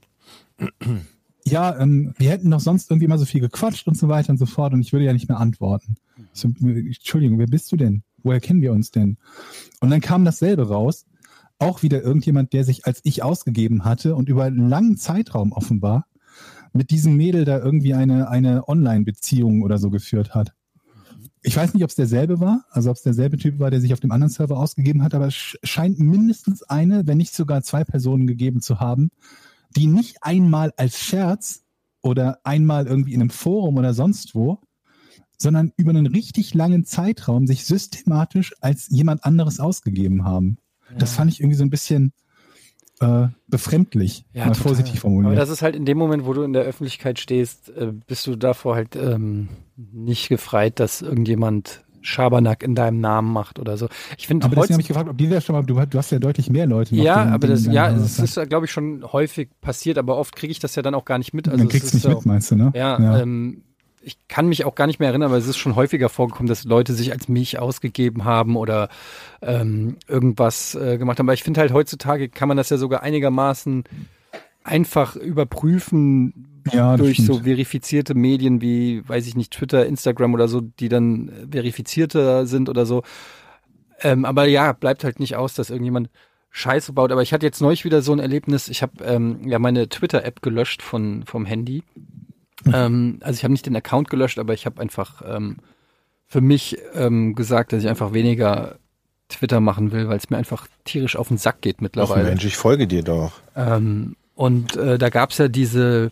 Ja, wir hätten doch sonst irgendwie mal so viel gequatscht und so weiter und so fort und ich würde ja nicht mehr antworten. Ich so, Entschuldigung, wer bist du denn? Woher kennen wir uns denn? Und dann kam dasselbe raus. Auch wieder irgendjemand, der sich als ich ausgegeben hatte und über einen langen Zeitraum offenbar mit diesem Mädel da irgendwie eine Online-Beziehung oder so geführt hat. Ich weiß nicht, ob es derselbe war, also ob es derselbe Typ war, der sich auf dem anderen Server ausgegeben hat, aber es scheint mindestens eine, wenn nicht sogar 2 Personen gegeben zu haben, die nicht einmal als Scherz oder einmal irgendwie in einem Forum oder sonst wo, sondern über einen richtig langen Zeitraum sich systematisch als jemand anderes ausgegeben haben. Ja. Das fand ich irgendwie so ein bisschen befremdlich, ja, mal vorsichtig formuliert. Aber das ist halt in dem Moment, wo du in der Öffentlichkeit stehst, bist du davor halt nicht gefreit, dass irgendjemand Schabernack in deinem Namen macht oder so. Ich finde, aber deswegen habe ich gefragt, ob dieser schon mal, du hast ja deutlich mehr Leute. Noch ja, aber es ist, glaube ich, schon häufig passiert, aber oft kriege ich das ja dann auch gar nicht mit. Also dann kriegst du nicht mit, meinst du, ne? Ja. Ich kann mich auch gar nicht mehr erinnern, aber es ist schon häufiger vorgekommen, dass Leute sich als mich ausgegeben haben oder irgendwas gemacht haben. Aber ich finde halt, heutzutage kann man das ja sogar einigermaßen einfach überprüfen durch so verifizierte Medien wie, weiß ich nicht, Twitter, Instagram oder so, die dann verifizierter sind oder so. Aber ja, bleibt halt nicht aus, dass irgendjemand Scheiße baut. Aber ich hatte jetzt neulich wieder so ein Erlebnis. Ich habe meine Twitter-App gelöscht vom Handy. Also ich habe nicht den Account gelöscht, aber ich habe einfach für mich gesagt, dass ich einfach weniger Twitter machen will, weil es mir einfach tierisch auf den Sack geht mittlerweile. Ach Mensch, ich folge dir doch. Und da gab's ja diesen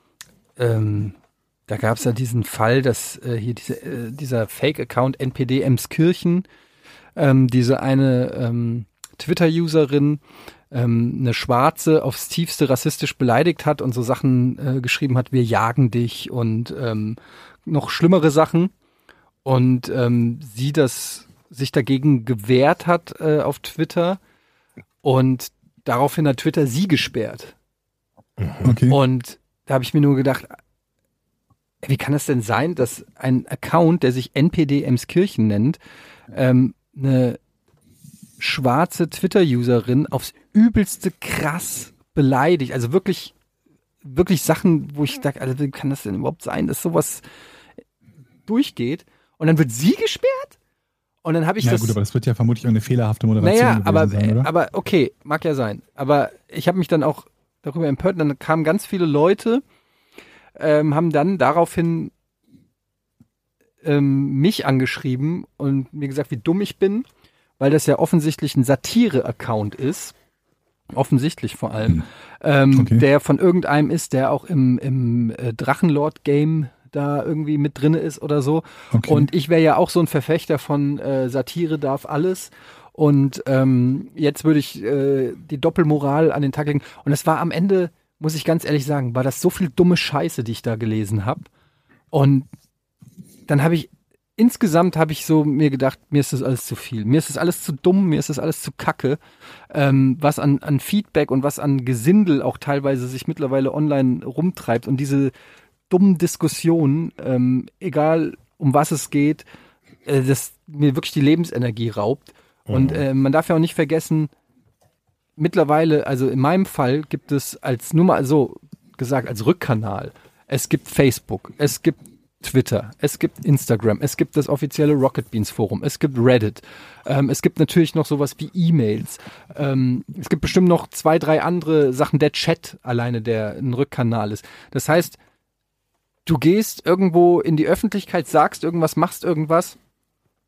Fall, dass hier dieser Fake-Account NPD Emskirchen, diese eine Twitter-Userin eine Schwarze aufs Tiefste rassistisch beleidigt hat und so Sachen geschrieben hat, wir jagen dich und noch schlimmere Sachen. Und sie sich dagegen gewehrt hat auf Twitter und daraufhin hat Twitter sie gesperrt. Okay. Und da habe ich mir nur gedacht, wie kann es denn sein, dass ein Account, der sich NPD Emskirchen nennt, eine schwarze Twitter-Userin aufs Übelste krass beleidigt. Also wirklich, wirklich Sachen, wo ich dachte, also wie kann das denn überhaupt sein, dass sowas durchgeht? Und dann wird sie gesperrt? Und dann habe ich gut, aber das wird ja vermutlich auch eine fehlerhafte Moderation sein, oder? Aber okay, mag ja sein. Aber ich habe mich dann auch darüber empört. Dann kamen ganz viele Leute, haben dann daraufhin mich angeschrieben und mir gesagt, wie dumm ich bin, weil das ja offensichtlich ein Satire-Account ist. Offensichtlich vor allem. Der von irgendeinem ist, der auch im Drachenlord-Game da irgendwie mit drin ist oder so. Okay. Und ich wäre ja auch so ein Verfechter von Satire darf alles. Und jetzt würde ich die Doppelmoral an den Tag legen. Und es war am Ende, muss ich ganz ehrlich sagen, war das so viel dumme Scheiße, die ich da gelesen habe. Und dann habe ich insgesamt so mir gedacht, mir ist das alles zu viel. Mir ist das alles zu dumm, mir ist das alles zu kacke. Was an Feedback und was an Gesindel auch teilweise sich mittlerweile online rumtreibt und diese dummen Diskussionen, egal um was es geht, das mir wirklich die Lebensenergie raubt. Und man darf ja auch nicht vergessen, mittlerweile, also in meinem Fall gibt es nur mal so gesagt, als Rückkanal, es gibt Facebook, es gibt Twitter, es gibt Instagram, es gibt das offizielle Rocket Beans Forum, es gibt Reddit, es gibt natürlich noch sowas wie E-Mails, es gibt bestimmt noch 2, 3 andere Sachen, der Chat alleine, der ein Rückkanal ist. Das heißt, du gehst irgendwo in die Öffentlichkeit, sagst irgendwas, machst irgendwas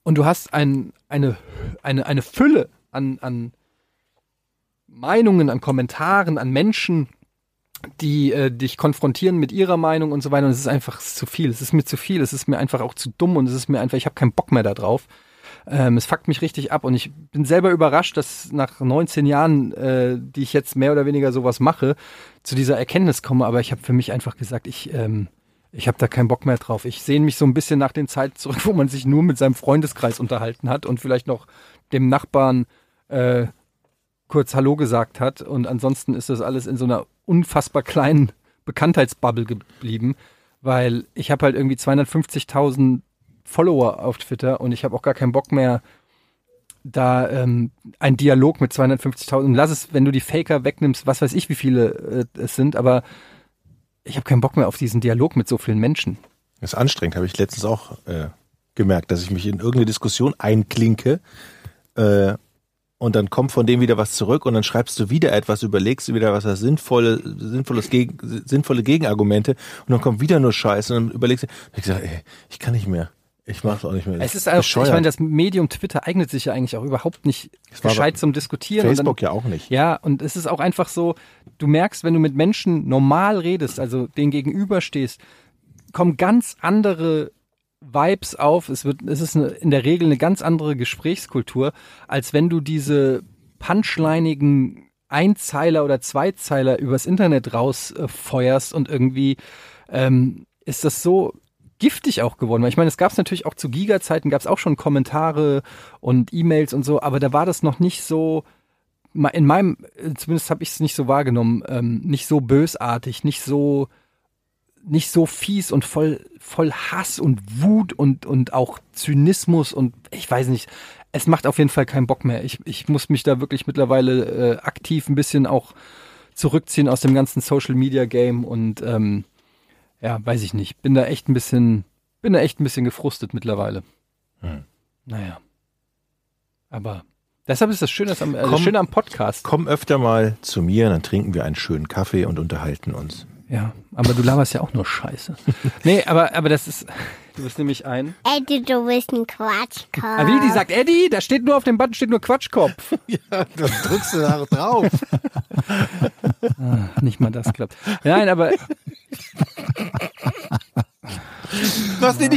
und du hast eine Fülle an Meinungen, an Kommentaren, an Menschen, die dich konfrontieren mit ihrer Meinung und so weiter. Und es ist einfach zu viel. Es ist mir zu viel. Es ist mir einfach auch zu dumm und es ist mir einfach, ich habe keinen Bock mehr da drauf. Es fuckt mich richtig ab und ich bin selber überrascht, dass nach 19 Jahren, die ich jetzt mehr oder weniger sowas mache, zu dieser Erkenntnis komme. Aber ich habe für mich einfach gesagt, ich habe da keinen Bock mehr drauf. Ich sehne mich so ein bisschen nach den Zeiten zurück, wo man sich nur mit seinem Freundeskreis unterhalten hat und vielleicht noch dem Nachbarn kurz Hallo gesagt hat. Und ansonsten ist das alles in so einer unfassbar kleinen Bekanntheitsbubble geblieben, weil ich habe halt irgendwie 250.000 Follower auf Twitter und ich habe auch gar keinen Bock mehr, da einen Dialog mit 250.000, lass es, wenn du die Faker wegnimmst, was weiß ich, wie viele es sind, aber ich habe keinen Bock mehr auf diesen Dialog mit so vielen Menschen. Das ist anstrengend, habe ich letztens auch gemerkt, dass ich mich in irgendeine Diskussion einklinke und dann kommt von dem wieder was zurück und dann schreibst du wieder etwas, überlegst du wieder was das sinnvolle Gegenargumente und dann kommt wieder nur Scheiße und dann überlegst du, ich sag, ey, ich kann nicht mehr. Ich mach's auch nicht mehr. Es ist auch, ich meine, das Medium Twitter eignet sich ja eigentlich auch überhaupt nicht gescheit zum Diskutieren. Facebook ja auch nicht. Ja, und es ist auch einfach so, du merkst, wenn du mit Menschen normal redest, also denen gegenüberstehst, kommen ganz andere Vibes auf. Es ist in der Regel eine ganz andere Gesprächskultur, als wenn du diese punchliниgen Einzeiler oder Zweizeiler übers Internet rausfeuerst und irgendwie ist das so giftig auch geworden. Weil ich meine, es gab es natürlich auch zu Giga-Zeiten, gab es auch schon Kommentare und E-Mails und so, aber da war das noch nicht so, in meinem, zumindest habe ich es nicht so wahrgenommen, nicht so bösartig, nicht so fies und voll Hass und Wut und auch Zynismus und ich weiß nicht, es macht auf jeden Fall keinen Bock mehr. Ich muss mich da wirklich mittlerweile aktiv ein bisschen auch zurückziehen aus dem ganzen Social-Media-Game und ja, weiß ich nicht. Bin da echt ein bisschen gefrustet mittlerweile. Naja. Aber deshalb ist das Schöne am Podcast. Komm öfter mal zu mir, dann trinken wir einen schönen Kaffee und unterhalten uns. Ja, aber du laberst ja auch nur Scheiße. Nee, aber das ist, du bist nämlich ein... Eddie, du bist ein Quatschkopf. Ah, wie, die sagt Eddie, da steht nur auf dem Button, steht nur Quatschkopf. Ja, das drückst du da drauf. Nicht mal das klappt. Nein, aber... Lass den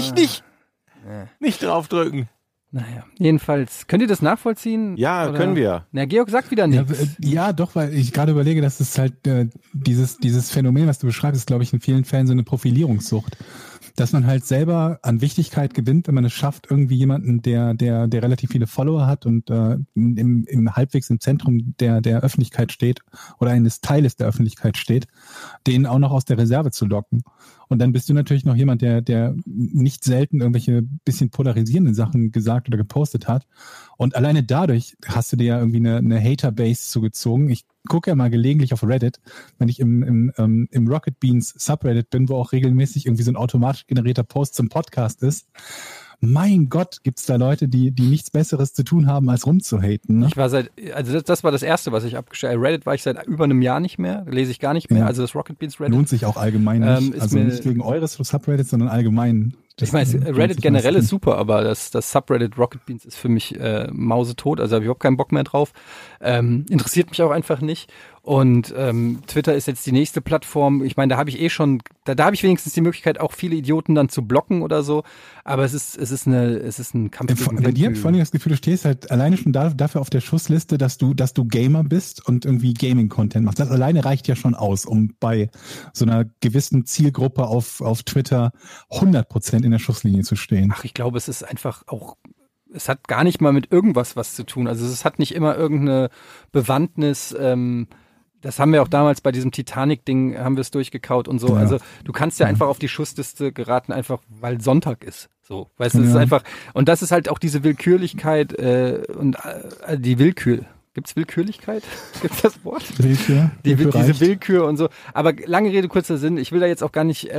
nicht draufdrücken. Naja, jedenfalls, könnt ihr das nachvollziehen? Ja, oder? Können wir. Na, Georg sagt wieder nichts. Ja, doch, weil ich gerade überlege, dass es halt dieses Phänomen, was du beschreibst, ist, glaube ich, in vielen Fällen so eine Profilierungssucht. Dass man halt selber an Wichtigkeit gewinnt, wenn man es schafft, irgendwie jemanden, der relativ viele Follower hat und halbwegs im Zentrum der Öffentlichkeit steht oder eines Teiles der Öffentlichkeit steht, den auch noch aus der Reserve zu locken. Und dann bist du natürlich noch jemand, der nicht selten irgendwelche bisschen polarisierenden Sachen gesagt oder gepostet hat. Und alleine dadurch hast du dir ja irgendwie eine Haterbase zugezogen. Ich gucke ja mal gelegentlich auf Reddit, wenn ich im Rocket Beans Subreddit bin, wo auch regelmäßig irgendwie so ein automatisch generierter Post zum Podcast ist. Mein Gott, gibt's da Leute, die nichts Besseres zu tun haben, als rumzuhaten. Ne? Ich war das war das Erste, was ich abgestellt habe. Reddit war ich seit über einem Jahr nicht mehr, lese ich gar nicht mehr. Ja. Also das Rocket Beans Reddit. Lohnt sich auch allgemein nicht. Also nicht wegen eures Subreddits, sondern allgemein. Ich meine, Reddit generell ist super, aber das Subreddit Rocket Beans ist für mich mausetot, also habe ich überhaupt keinen Bock mehr drauf. Interessiert mich auch einfach nicht. Und Twitter ist jetzt die nächste Plattform. Ich meine, da habe ich da habe ich wenigstens die Möglichkeit, auch viele Idioten dann zu blocken oder so. Aber es ist ein Kampf gegen Bei dir habe ich vor allem das Gefühl, du stehst halt alleine schon dafür auf der Schussliste, dass du Gamer bist und irgendwie Gaming-Content machst. Das alleine reicht ja schon aus, um bei so einer gewissen Zielgruppe auf Twitter 100% in der Schusslinie zu stehen. Ach, ich glaube, es ist einfach auch, es hat gar nicht mal mit irgendwas was zu tun. Also es hat nicht immer irgendeine Bewandtnis, das haben wir auch damals bei diesem Titanic-Ding, haben wir es durchgekaut und so. Ja. Also du kannst ja einfach auf die Schussliste geraten, einfach weil Sonntag ist. So, weißt du, es ist einfach, und das ist halt auch diese Willkürlichkeit und die Willkür. Gibt's Willkürlichkeit? Gibt's das Wort? Willkür. Diese Willkür und so. Aber lange Rede, kurzer Sinn. Ich will da jetzt auch gar nicht,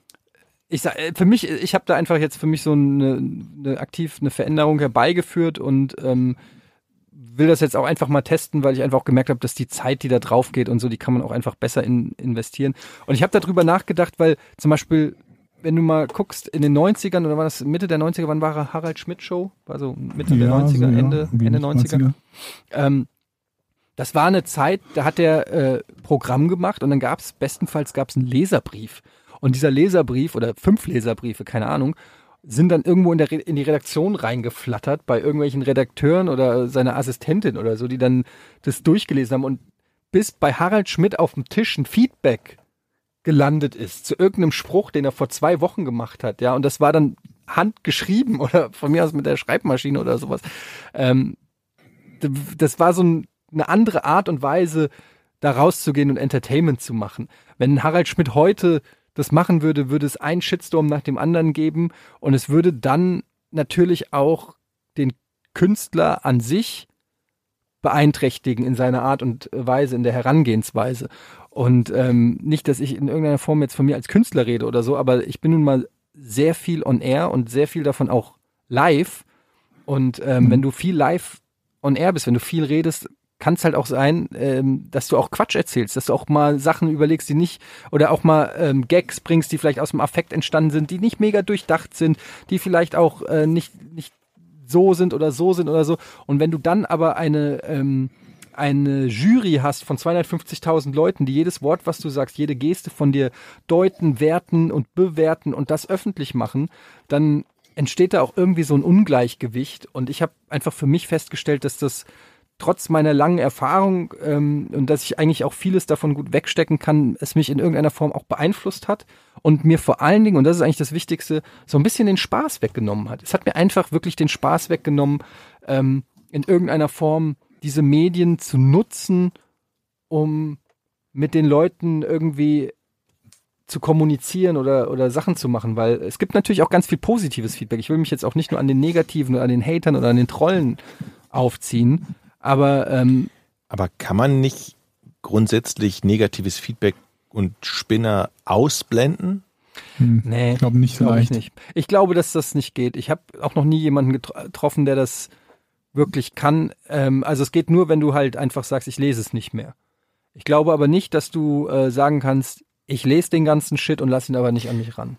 ich habe da einfach jetzt für mich so eine Veränderung herbeigeführt und will das jetzt auch einfach mal testen, weil ich einfach auch gemerkt habe, dass die Zeit, die da drauf geht und so, die kann man auch einfach besser investieren. Und ich habe darüber nachgedacht, weil zum Beispiel wenn du mal guckst, in den 90ern, oder war das Mitte der 90er, wann war Harald Schmidt Show? War so Mitte der 90er, so, Ende 90er. Das war eine Zeit, da hat der Programm gemacht und dann bestenfalls gab es einen Leserbrief. Und dieser Leserbrief oder 5 Leserbriefe, keine Ahnung, sind dann irgendwo in die Redaktion reingeflattert bei irgendwelchen Redakteuren oder seiner Assistentin oder so, die dann das durchgelesen haben und bis bei Harald Schmidt auf dem Tisch ein Feedback gelandet ist zu irgendeinem Spruch, den er vor 2 Wochen gemacht hat, ja, und das war dann handgeschrieben oder von mir aus mit der Schreibmaschine oder sowas. Das war so eine andere Art und Weise, da rauszugehen und Entertainment zu machen. Wenn Harald Schmidt heute das machen würde, würde es einen Shitstorm nach dem anderen geben und es würde dann natürlich auch den Künstler an sich beeinträchtigen in seiner Art und Weise, in der Herangehensweise. Und nicht, dass ich in irgendeiner Form jetzt von mir als Künstler rede oder so, aber ich bin nun mal sehr viel on air und sehr viel davon auch live. Und wenn du viel live on air bist, wenn du viel redest, kann es halt auch sein, dass du auch Quatsch erzählst, dass du auch mal Sachen überlegst, die nicht, oder auch mal Gags bringst, die vielleicht aus dem Affekt entstanden sind, die nicht mega durchdacht sind, die vielleicht auch nicht so sind oder so sind oder so. Und wenn du dann aber eine Jury hast von 250.000 Leuten, die jedes Wort, was du sagst, jede Geste von dir deuten, werten und bewerten und das öffentlich machen, dann entsteht da auch irgendwie so ein Ungleichgewicht. Und ich habe einfach für mich festgestellt, dass das trotz meiner langen Erfahrung und dass ich eigentlich auch vieles davon gut wegstecken kann, es mich in irgendeiner Form auch beeinflusst hat und mir vor allen Dingen, und das ist eigentlich das Wichtigste, so ein bisschen den Spaß weggenommen hat. Es hat mir einfach wirklich den Spaß weggenommen, in irgendeiner Form diese Medien zu nutzen, um mit den Leuten irgendwie zu kommunizieren oder Sachen zu machen, weil es gibt natürlich auch ganz viel positives Feedback. Ich will mich jetzt auch nicht nur an den Negativen oder an den Hatern oder an den Trollen aufziehen, aber kann man nicht grundsätzlich negatives Feedback und Spinner ausblenden? Nee, ich glaube nicht so leicht. Ich glaube, dass das nicht geht. Ich habe auch noch nie jemanden getroffen, der das wirklich kann. Also es geht nur, wenn du halt einfach sagst, ich lese es nicht mehr. Ich glaube aber nicht, dass du sagen kannst, ich lese den ganzen Shit und lass ihn aber nicht an mich ran.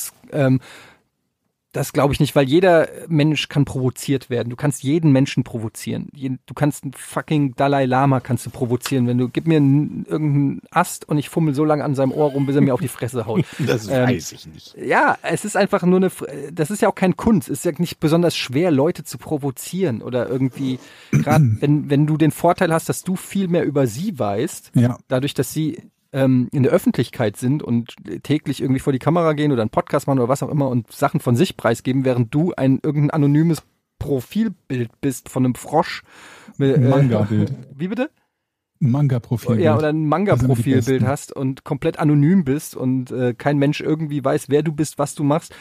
Das glaube ich nicht, weil jeder Mensch kann provoziert werden. Du kannst jeden Menschen provozieren. Du kannst einen fucking Dalai Lama kannst du provozieren. Wenn du, gib mir irgendeinen Ast und ich fummel so lange an seinem Ohr rum, bis er mir auf die Fresse haut. Das weiß ich nicht. Ja, es ist einfach nur das ist ja auch kein Kunst. Es ist ja nicht besonders schwer, Leute zu provozieren oder irgendwie, gerade wenn du den Vorteil hast, dass du viel mehr über sie weißt, dadurch, dass sie in der Öffentlichkeit sind und täglich irgendwie vor die Kamera gehen oder einen Podcast machen oder was auch immer und Sachen von sich preisgeben, während du irgendein anonymes Profilbild bist von einem Frosch. Ein Manga-Bild. Wie bitte? Ein Manga-Profilbild. Ja, oder ein Manga-Profilbild hast und komplett anonym bist und kein Mensch irgendwie weiß, wer du bist, was du machst.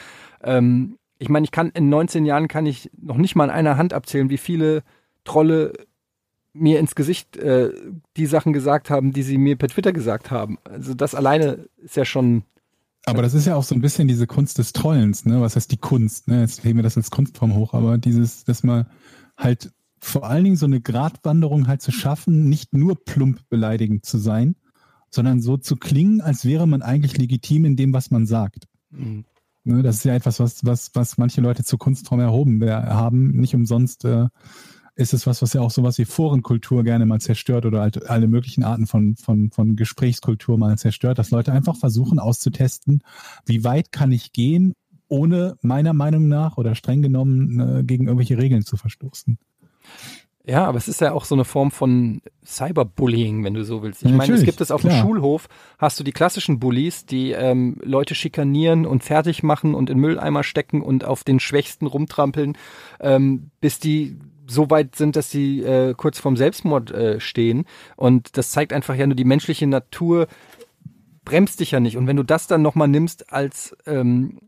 Ich meine, in 19 Jahren kann ich noch nicht mal an einer Hand abzählen, wie viele Trolle mir ins Gesicht die Sachen gesagt haben, die sie mir per Twitter gesagt haben. Also das alleine ist ja schon... Aber das ist ja auch so ein bisschen diese Kunst des Trollens, ne? Was heißt die Kunst, ne? Jetzt heben wir das als Kunstform hoch, aber dass man halt vor allen Dingen so eine Gratwanderung halt zu schaffen, nicht nur plump beleidigend zu sein, sondern so zu klingen, als wäre man eigentlich legitim in dem, was man sagt. Mhm. Ne? Das ist ja etwas, was manche Leute zur Kunstform erhoben haben. Nicht umsonst ist es was ja auch sowas wie Forenkultur gerne mal zerstört oder halt alle möglichen Arten von Gesprächskultur mal zerstört, dass Leute einfach versuchen auszutesten, wie weit kann ich gehen, ohne meiner Meinung nach oder streng genommen gegen irgendwelche Regeln zu verstoßen. Ja, aber es ist ja auch so eine Form von Cyberbullying, wenn du so willst. Ich meine, es gibt es auf dem Schulhof, hast du die klassischen Bullies, die Leute schikanieren und fertig machen und in Mülleimer stecken und auf den Schwächsten rumtrampeln, bis die so weit sind, dass sie kurz vorm Selbstmord stehen. Und das zeigt einfach ja nur, die menschliche Natur bremst dich ja nicht. Und wenn du das dann nochmal nimmst als von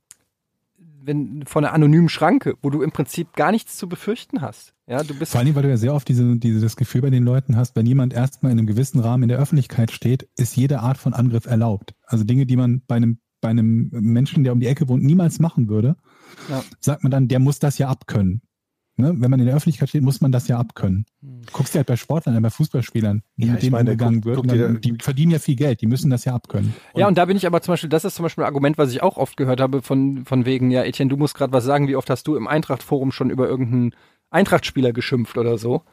einer anonymen Schranke, wo du im Prinzip gar nichts zu befürchten hast. Ja, du bist vor allem, weil du ja sehr oft das Gefühl bei den Leuten hast, wenn jemand erstmal in einem gewissen Rahmen in der Öffentlichkeit steht, ist jede Art von Angriff erlaubt. Also Dinge, die man bei einem Menschen, der um die Ecke wohnt, niemals machen würde, sagt man dann, der muss das ja abkönnen. ne, wenn man in der Öffentlichkeit steht, muss man das ja abkönnen. Guckst dir halt bei Sportlern, bei Fußballspielern, wie Ja, mit denen umgegangen wird. Die verdienen ja viel Geld, die müssen das ja abkönnen. Ja, und da bin ich aber zum Beispiel, das ist zum Beispiel ein Argument, was ich auch oft gehört habe, von wegen, ja, Etienne, du musst gerade was sagen, wie oft hast du im Eintracht-Forum schon über irgendeinen Eintracht-Spieler geschimpft oder so?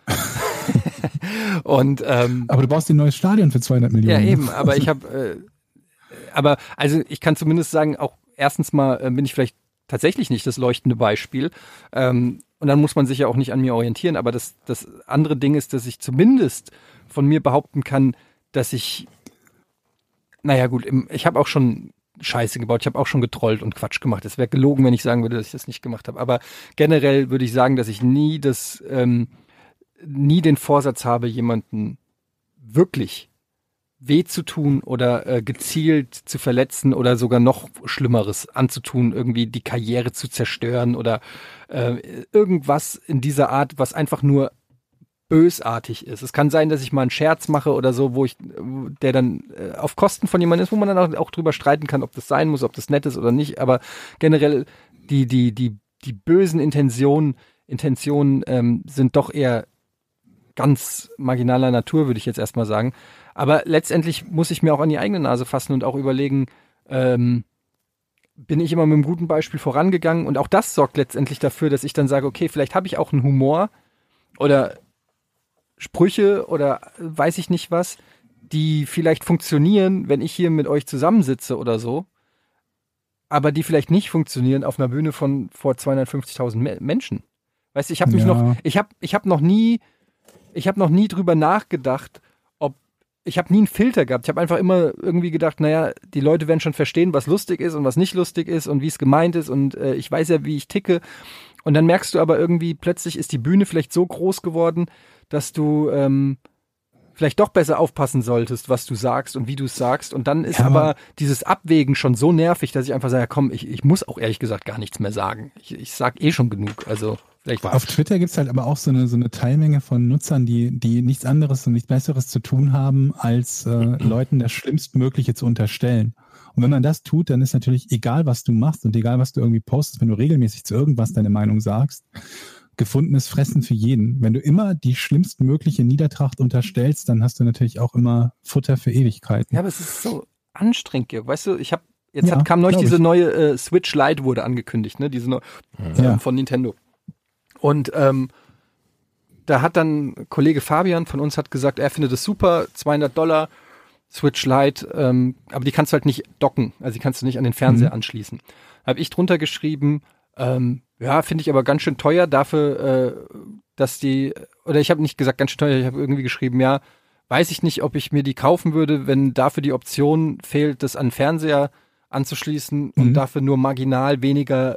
Und, aber du brauchst ein neues Stadion für 200 Millionen. Ja, eben, aber also ich kann zumindest sagen, auch erstens mal bin ich vielleicht tatsächlich nicht das leuchtende Beispiel. Und dann muss man sich ja auch nicht an mir orientieren. Aber das andere Ding ist, dass ich zumindest von mir behaupten kann, dass ich, naja gut, ich habe auch schon Scheiße gebaut, ich habe auch schon getrollt und Quatsch gemacht. Es wäre gelogen, wenn ich sagen würde, dass ich das nicht gemacht habe. Aber generell würde ich sagen, dass ich nie den Vorsatz habe, jemanden wirklich weh zu tun oder gezielt zu verletzen oder sogar noch Schlimmeres anzutun, irgendwie die Karriere zu zerstören oder irgendwas in dieser Art, was einfach nur bösartig ist. Es kann sein, dass ich mal einen Scherz mache oder so, der dann auf Kosten von jemandem ist, wo man dann auch drüber streiten kann, ob das sein muss, ob das nett ist oder nicht, aber generell die bösen Intentionen sind doch eher ganz marginaler Natur, würde ich jetzt erstmal sagen. Aber letztendlich muss ich mir auch an die eigene Nase fassen und auch überlegen, bin ich immer mit einem guten Beispiel vorangegangen? Und auch das sorgt letztendlich dafür, dass ich dann sage, okay, vielleicht habe ich auch einen Humor oder Sprüche oder weiß ich nicht was, die vielleicht funktionieren, wenn ich hier mit euch zusammensitze oder so, aber die vielleicht nicht funktionieren auf einer Bühne vor 250.000 Menschen. Weißt du, ich habe noch nie drüber nachgedacht, ich habe nie einen Filter gehabt. Ich habe einfach immer irgendwie gedacht, naja, die Leute werden schon verstehen, was lustig ist und was nicht lustig ist und wie es gemeint ist und ich weiß ja, wie ich ticke. Und dann merkst du aber irgendwie, plötzlich ist die Bühne vielleicht so groß geworden, dass du vielleicht doch besser aufpassen solltest, was du sagst und wie du es sagst. Und dann ist aber dieses Abwägen schon so nervig, dass ich einfach sage, ja, komm, ich muss auch ehrlich gesagt gar nichts mehr sagen. Ich sag eh schon genug. Also vielleicht auf Twitter gibt's halt aber auch so eine Teilmenge von Nutzern, die nichts anderes und nichts Besseres zu tun haben, als Leuten das Schlimmstmögliche zu unterstellen. Und wenn man das tut, dann ist natürlich egal, was du machst und egal, was du irgendwie postest, wenn du regelmäßig zu irgendwas deine Meinung sagst, gefundenes Fressen für jeden. Wenn du immer die schlimmstmögliche Niedertracht unterstellst, dann hast du natürlich auch immer Futter für Ewigkeiten. Ja, aber es ist so anstrengend, weißt du, kam neulich diese neue Switch Lite wurde angekündigt, ne, diese von Nintendo. Und da hat dann Kollege Fabian von uns hat gesagt, er findet es super, $200 Switch Lite, aber die kannst du halt nicht docken, also die kannst du nicht an den Fernseher anschließen. Habe ich drunter geschrieben, ja, finde ich aber ganz schön teuer dafür, ich habe nicht gesagt ganz schön teuer, ich habe irgendwie geschrieben, ja, weiß ich nicht, ob ich mir die kaufen würde, wenn dafür die Option fehlt, das an den Fernseher anzuschließen und dafür nur marginal weniger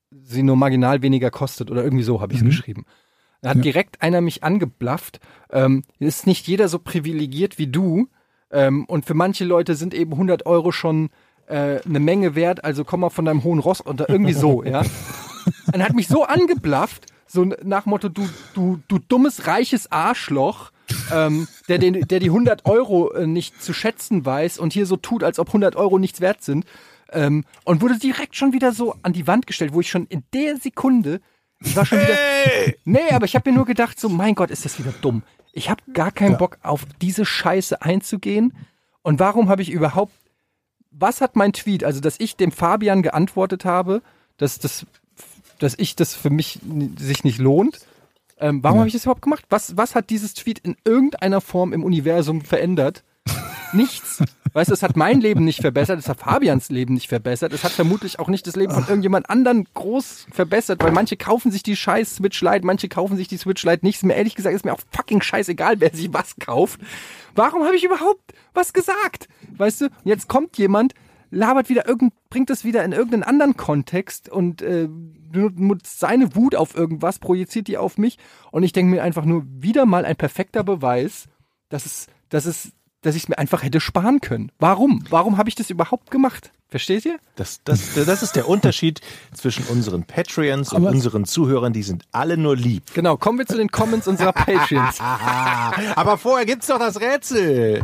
kostet oder irgendwie so habe ich es geschrieben. Da hat direkt einer mich angeblafft, ist nicht jeder so privilegiert wie du und für manche Leute sind eben 100 Euro schon eine Menge wert, also komm mal von deinem hohen Ross unter, irgendwie so, ja. Und er hat mich so angeblafft, so nach Motto, du dummes, reiches Arschloch, der die 100 Euro nicht zu schätzen weiß und hier so tut, als ob 100 Euro nichts wert sind. Und wurde direkt schon wieder so an die Wand gestellt, wo ich schon in der Sekunde, ich war schon wieder, nee, aber ich habe mir nur gedacht, so, mein Gott, ist das wieder dumm. Ich habe gar keinen Bock auf diese Scheiße einzugehen. Und warum habe ich überhaupt, was hat mein Tweet, also dass ich dem Fabian geantwortet habe, dass ich das für mich sich nicht lohnt. Warum habe ich das überhaupt gemacht? Was hat dieses Tweet in irgendeiner Form im Universum verändert? Nichts. Weißt du, es hat mein Leben nicht verbessert, es hat Fabians Leben nicht verbessert, es hat vermutlich auch nicht das Leben von irgendjemand anderen groß verbessert, weil manche kaufen sich die scheiß Switch Lite, manche kaufen sich die Switch Lite nicht. Ist mir ehrlich gesagt, ist mir auch fucking scheißegal, wer sich was kauft. Warum habe ich überhaupt was gesagt? Weißt du, und jetzt kommt jemand, labert wieder bringt das wieder in irgendeinen anderen Kontext und nutzt seine Wut auf irgendwas, projiziert die auf mich und ich denke mir einfach nur, wieder mal ein perfekter Beweis, dass ich es mir einfach hätte sparen können. Warum? Warum habe ich das überhaupt gemacht? Versteht ihr? Das ist der Unterschied zwischen unseren Patreons und unseren Zuhörern, die sind alle nur lieb. Genau, kommen wir zu den Comments unserer Patreons. Aber vorher gibt's doch das Rätsel.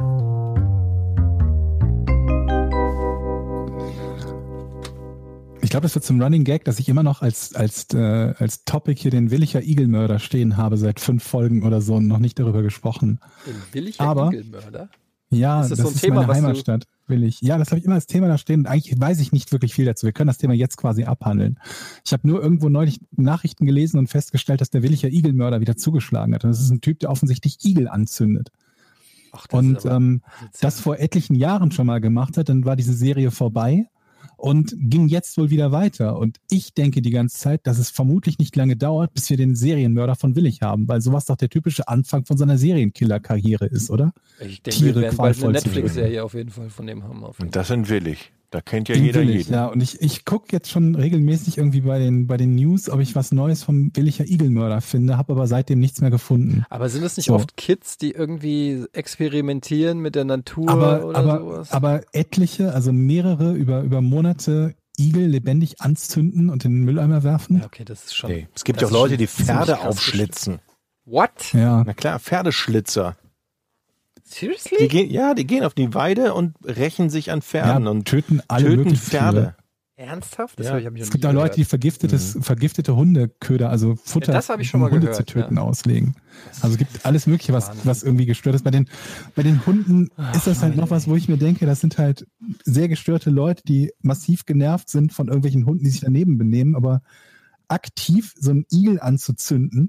glaube, das wird zum Running Gag, dass ich immer noch als Topic hier den Willicher Igelmörder stehen habe, seit 5 Folgen oder so und noch nicht darüber gesprochen. Den Willicher Igelmörder? Ja, ist das so ein ist Thema, meine Heimatstadt, Willich. Ja, das habe ich immer als Thema da stehen und eigentlich weiß ich nicht wirklich viel dazu. Wir können das Thema jetzt quasi abhandeln. Ich habe nur irgendwo neulich Nachrichten gelesen und festgestellt, dass der Willicher Igelmörder wieder zugeschlagen hat. Und das ist ein Typ, der offensichtlich Igel anzündet. Ach, Und das vor etlichen Jahren schon mal gemacht hat, dann war diese Serie vorbei und ging jetzt wohl wieder weiter. Und ich denke die ganze Zeit, dass es vermutlich nicht lange dauert, bis wir den Serienmörder von Willich haben, weil sowas doch der typische Anfang von seiner Serienkiller-Karriere ist, oder? Ich denke, wir werden bald eine Netflix-Serie auf jeden Fall von dem haben. Und das sind Willig. Da kennt ja Den jeder Willich, jeden. ja. Und ich gucke jetzt schon regelmäßig irgendwie bei den News, ob ich was Neues vom Willicher Igelmörder finde, habe aber seitdem nichts mehr gefunden. Aber sind es nicht oft Kids, die irgendwie experimentieren mit der Natur oder sowas? Aber etliche, also mehrere über Monate Igel lebendig anzünden und in den Mülleimer werfen? Ja, okay, das ist schon. Nee. Es gibt ja auch Leute, die Pferde aufschlitzen. What? Ja. Na klar, Pferdeschlitzer. Seriously? Die gehen auf die Weide und rächen sich an Pferden und töten alle möglichen Pferde. Tiere. Ernsthaft? Ja. Es gibt auch Leute, die vergiftete Hundeköder, also Futter, das habe ich schon mal Hunde gehört, zu töten, ja. auslegen. Also es gibt alles Mögliche, was irgendwie gestört ist. Bei den Hunden ist das halt noch was, wo ich mir denke, das sind halt sehr gestörte Leute, die massiv genervt sind von irgendwelchen Hunden, die sich daneben benehmen, aber aktiv so einen Igel anzuzünden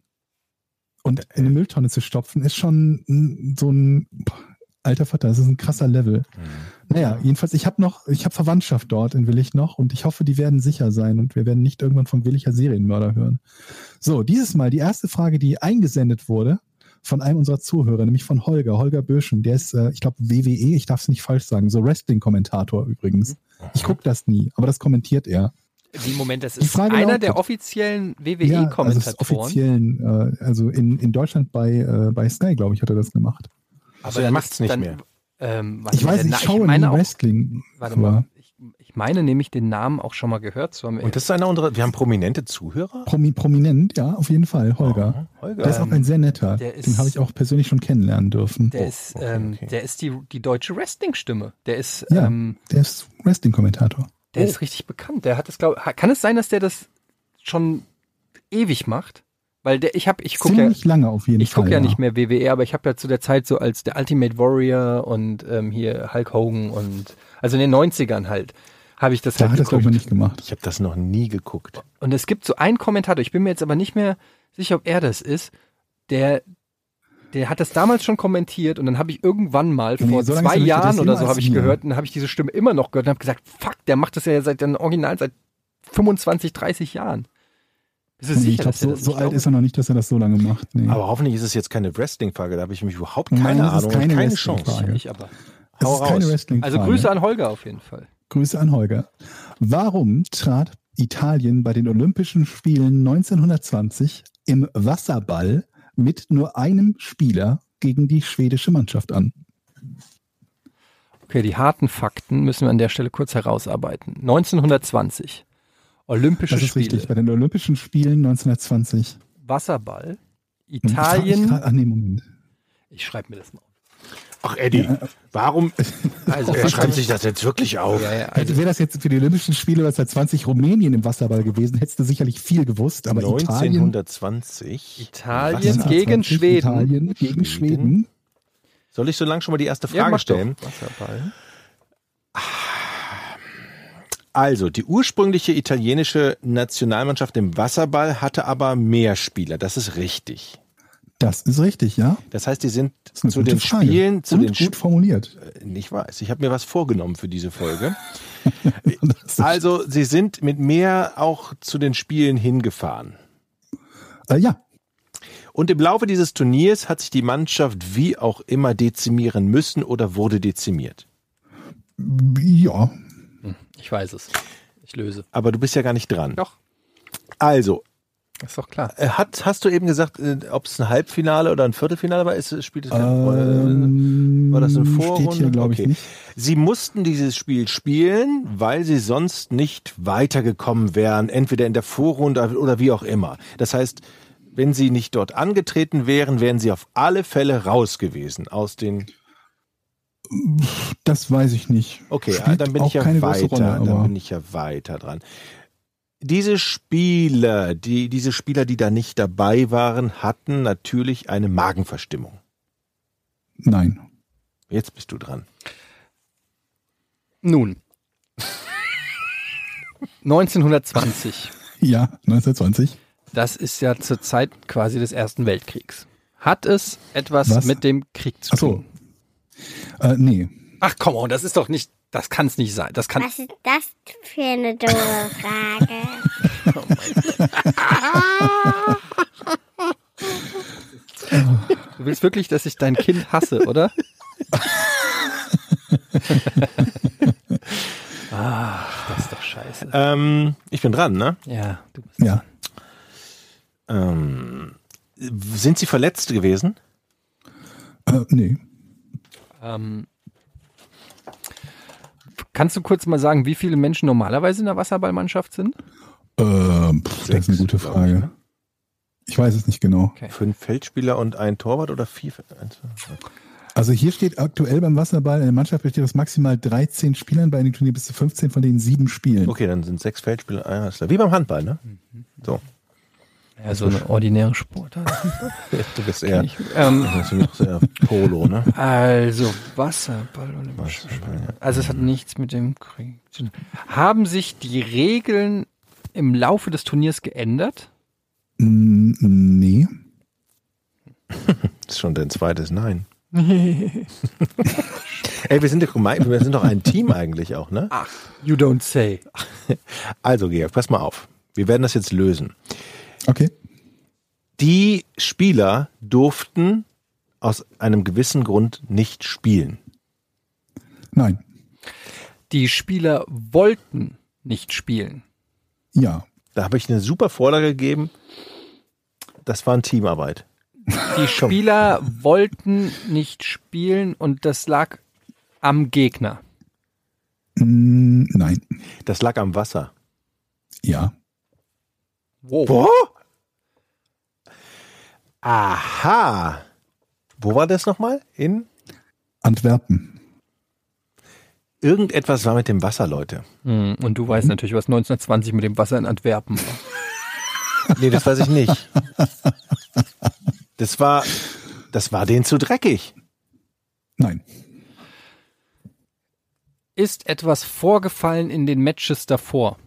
und in eine Mülltonne zu stopfen, ist schon so ein alter Vater, das ist ein krasser Level. Naja, jedenfalls, ich habe Verwandtschaft dort in Willich noch und ich hoffe, die werden sicher sein und wir werden nicht irgendwann vom Willicher Serienmörder hören. So, dieses Mal die erste Frage, die eingesendet wurde von einem unserer Zuhörer, nämlich von Holger Böschen. Der ist, ich glaube, WWE, ich darf es nicht falsch sagen, so Wrestling-Kommentator übrigens. Ich gucke das nie, aber das kommentiert er. Wie, Moment, das Die ist Frage einer lautet- der offiziellen Also WWE-Kommentatoren. offiziellen, also in Deutschland bei Sky, glaube ich, hat er das gemacht. Aber er macht's nicht mehr. Ich weiß, ich schaue nie Wrestling. Warte mal, ich meine nämlich den Namen auch schon mal gehört zu haben. Und das ist einer unserer, wir haben prominente Zuhörer? Prominent, ja, auf jeden Fall, Holger. Holger. Der ist auch ein sehr netter. Den habe ich auch persönlich schon kennenlernen dürfen. Der ist die deutsche Wrestling-Stimme. Der ist Wrestling-Kommentator. Der ist richtig bekannt. Der hat das, kann es sein, dass der das schon ewig macht? Weil ich gucke Ziemlich lange auf jeden Fall. Ich gucke ja nicht mehr WWE, aber ich habe ja zu der Zeit so als der Ultimate Warrior und hier Hulk Hogan und also in den 90ern halt habe ich das Da halt hat das, glaube geguckt. ich, nicht gemacht. Ich habe das noch nie geguckt. Und es gibt so einen Kommentator, ich bin mir jetzt aber nicht mehr sicher, ob er das ist, der hat das damals schon kommentiert und dann habe ich irgendwann mal vor so lange 2 ist er nicht, Jahren das ist oder jünger so als habe ich wir. gehört und dann habe ich diese Stimme immer noch gehört und habe gesagt, fuck, der macht das ja seit 25, 30 Jahren. Bist du Und ich sicher, glaube, dass er das so nicht alt ist er noch nicht, dass er das so lange macht. Nee. Aber hoffentlich ist es jetzt keine Wrestling-Frage, da habe ich mich überhaupt Nein, keine das ist Ahnung keine und keine Wrestling-Frage. Chance. Ich aber. Es hau ist keine raus. Wrestling-Frage. Also Grüße an Holger auf jeden Fall. Grüße an Holger. Warum trat Italien bei den Olympischen Spielen 1920 im Wasserball mit nur einem Spieler gegen die schwedische Mannschaft an? Okay, die harten Fakten müssen wir an der Stelle kurz herausarbeiten. 1920. Olympische Das ist Spiele. richtig, bei den Olympischen Spielen 1920. Wasserball. Ich frag mich Italien. grad- Ach nee, Moment. Ich schreibe mir das mal auf. Ach Eddie, warum Also, er schreibt sich das jetzt wirklich auf? ja, Also wäre das jetzt für die Olympischen Spiele 1920 Rumänien im Wasserball gewesen, hättest du sicherlich viel gewusst, aber 1920. Italien Wasser- gegen 1920, Schweden. Italien gegen Schweden. Soll ich so lange schon mal die erste Ja, Frage mach doch. stellen? Wasserball. Also, die ursprüngliche italienische Nationalmannschaft im Wasserball hatte aber mehr Spieler. Das ist richtig. Das ist richtig, ja. Das heißt, die sind Das ist eine zu gute den Frage. Spielen, Und gut formuliert. Ich weiß, ich habe mir was vorgenommen für diese Folge. Das ist- Also, sie sind mit mehr auch zu den Spielen hingefahren. Ja, Und im Laufe dieses Turniers hat sich die Mannschaft wie auch immer dezimieren müssen oder wurde dezimiert. ja. Ich weiß es. Ich löse. Aber du bist ja gar nicht dran. Doch, Also, ist doch klar. hast du eben gesagt, ob es ein Halbfinale oder ein Viertelfinale war? Spielt es keine Rolle? War das eine Vorrunde? Steht hier, glaube ich, Okay. nicht. Sie mussten dieses Spiel spielen, weil sie sonst nicht weitergekommen wären, entweder in der Vorrunde oder wie auch immer. Das heißt, wenn sie nicht dort angetreten wären, wären sie auf alle Fälle raus gewesen aus den... Das weiß ich nicht. Okay, Spielt dann bin auch ich ja keine große weiter. Rolle, Dann aber bin ich ja weiter dran. diese Spieler, die da nicht dabei waren, hatten natürlich eine Magenverstimmung. Nein. Jetzt bist du dran. Nun. 1920. Ja, 1920. Das ist ja zur Zeit quasi des Ersten Weltkriegs. Hat es etwas Was? mit dem Krieg zu Ach so. tun? Nee. Ach komm on, das ist doch nicht, das kann es nicht sein. Das kann. Was ist das für eine doofe Frage? Du willst wirklich, dass ich dein Kind hasse, oder? Das ist doch scheiße. Ich bin dran, ne? Ja, du bist. Ja. Sind Sie verletzt gewesen? Nee. Kannst du kurz mal sagen, wie viele Menschen normalerweise in der Wasserballmannschaft sind? Das ist eine gute glaub ich, Frage. Ich weiß es nicht genau. Okay. 5 Feldspieler und ein Torwart oder 4? Also hier steht aktuell beim Wasserball, in der Mannschaft besteht aus maximal 13 Spielern, bei einem Turnier bis zu 15, von denen 7 spielen. Okay, dann sind 6 Feldspieler, einer ist da. Wie beim Handball, ne? So. Ja, so eine ordinäre Sportart. Du bist eher, Ähm, du bist eher Polo, ne? Also Wasserball und also es hat nichts mit dem Krieg zu tun. Haben sich die Regeln im Laufe des Turniers geändert? Nee. Das ist schon dein zweites Nein. Ey, wir sind doch ein Team eigentlich auch, ne? Ach, you don't say. Also, Georg, pass mal auf. Wir werden das jetzt lösen. Okay. Die Spieler durften aus einem gewissen Grund nicht spielen. Nein. Die Spieler wollten nicht spielen. Ja. Da habe ich eine super Vorlage gegeben. Das war eine Teamarbeit. Die Spieler wollten nicht spielen und das lag am Gegner. Nein. Das lag am Wasser. Ja. Wow. Wo? Aha. Wo war das nochmal? In? Antwerpen. Irgendetwas war mit dem Wasser, Leute. Und du weißt natürlich, was 1920 mit dem Wasser in Antwerpen war. Nee, das weiß ich nicht. Das war denen zu dreckig. Nein. Ist etwas vorgefallen in den Matches davor?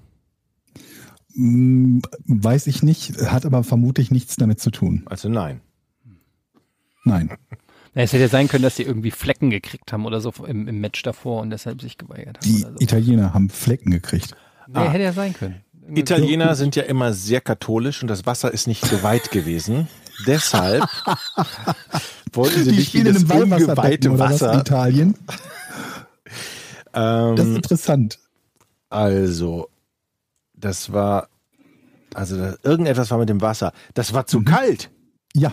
Weiß ich nicht, hat aber vermutlich nichts damit zu tun. Also nein. Nein. Ja, es hätte ja sein können, dass sie irgendwie Flecken gekriegt haben oder so im Match davor und deshalb sich geweigert haben. Die oder so. Italiener haben Flecken gekriegt. Nee, hätte ja sein können. Italiener sind ja immer sehr katholisch und das Wasser ist nicht so weit gewesen. Deshalb wollten sie nicht in das ungeweihte oder was in Wasser. Italien. Das ist interessant. Also, irgendetwas war mit dem Wasser. Das war zu kalt. Ja.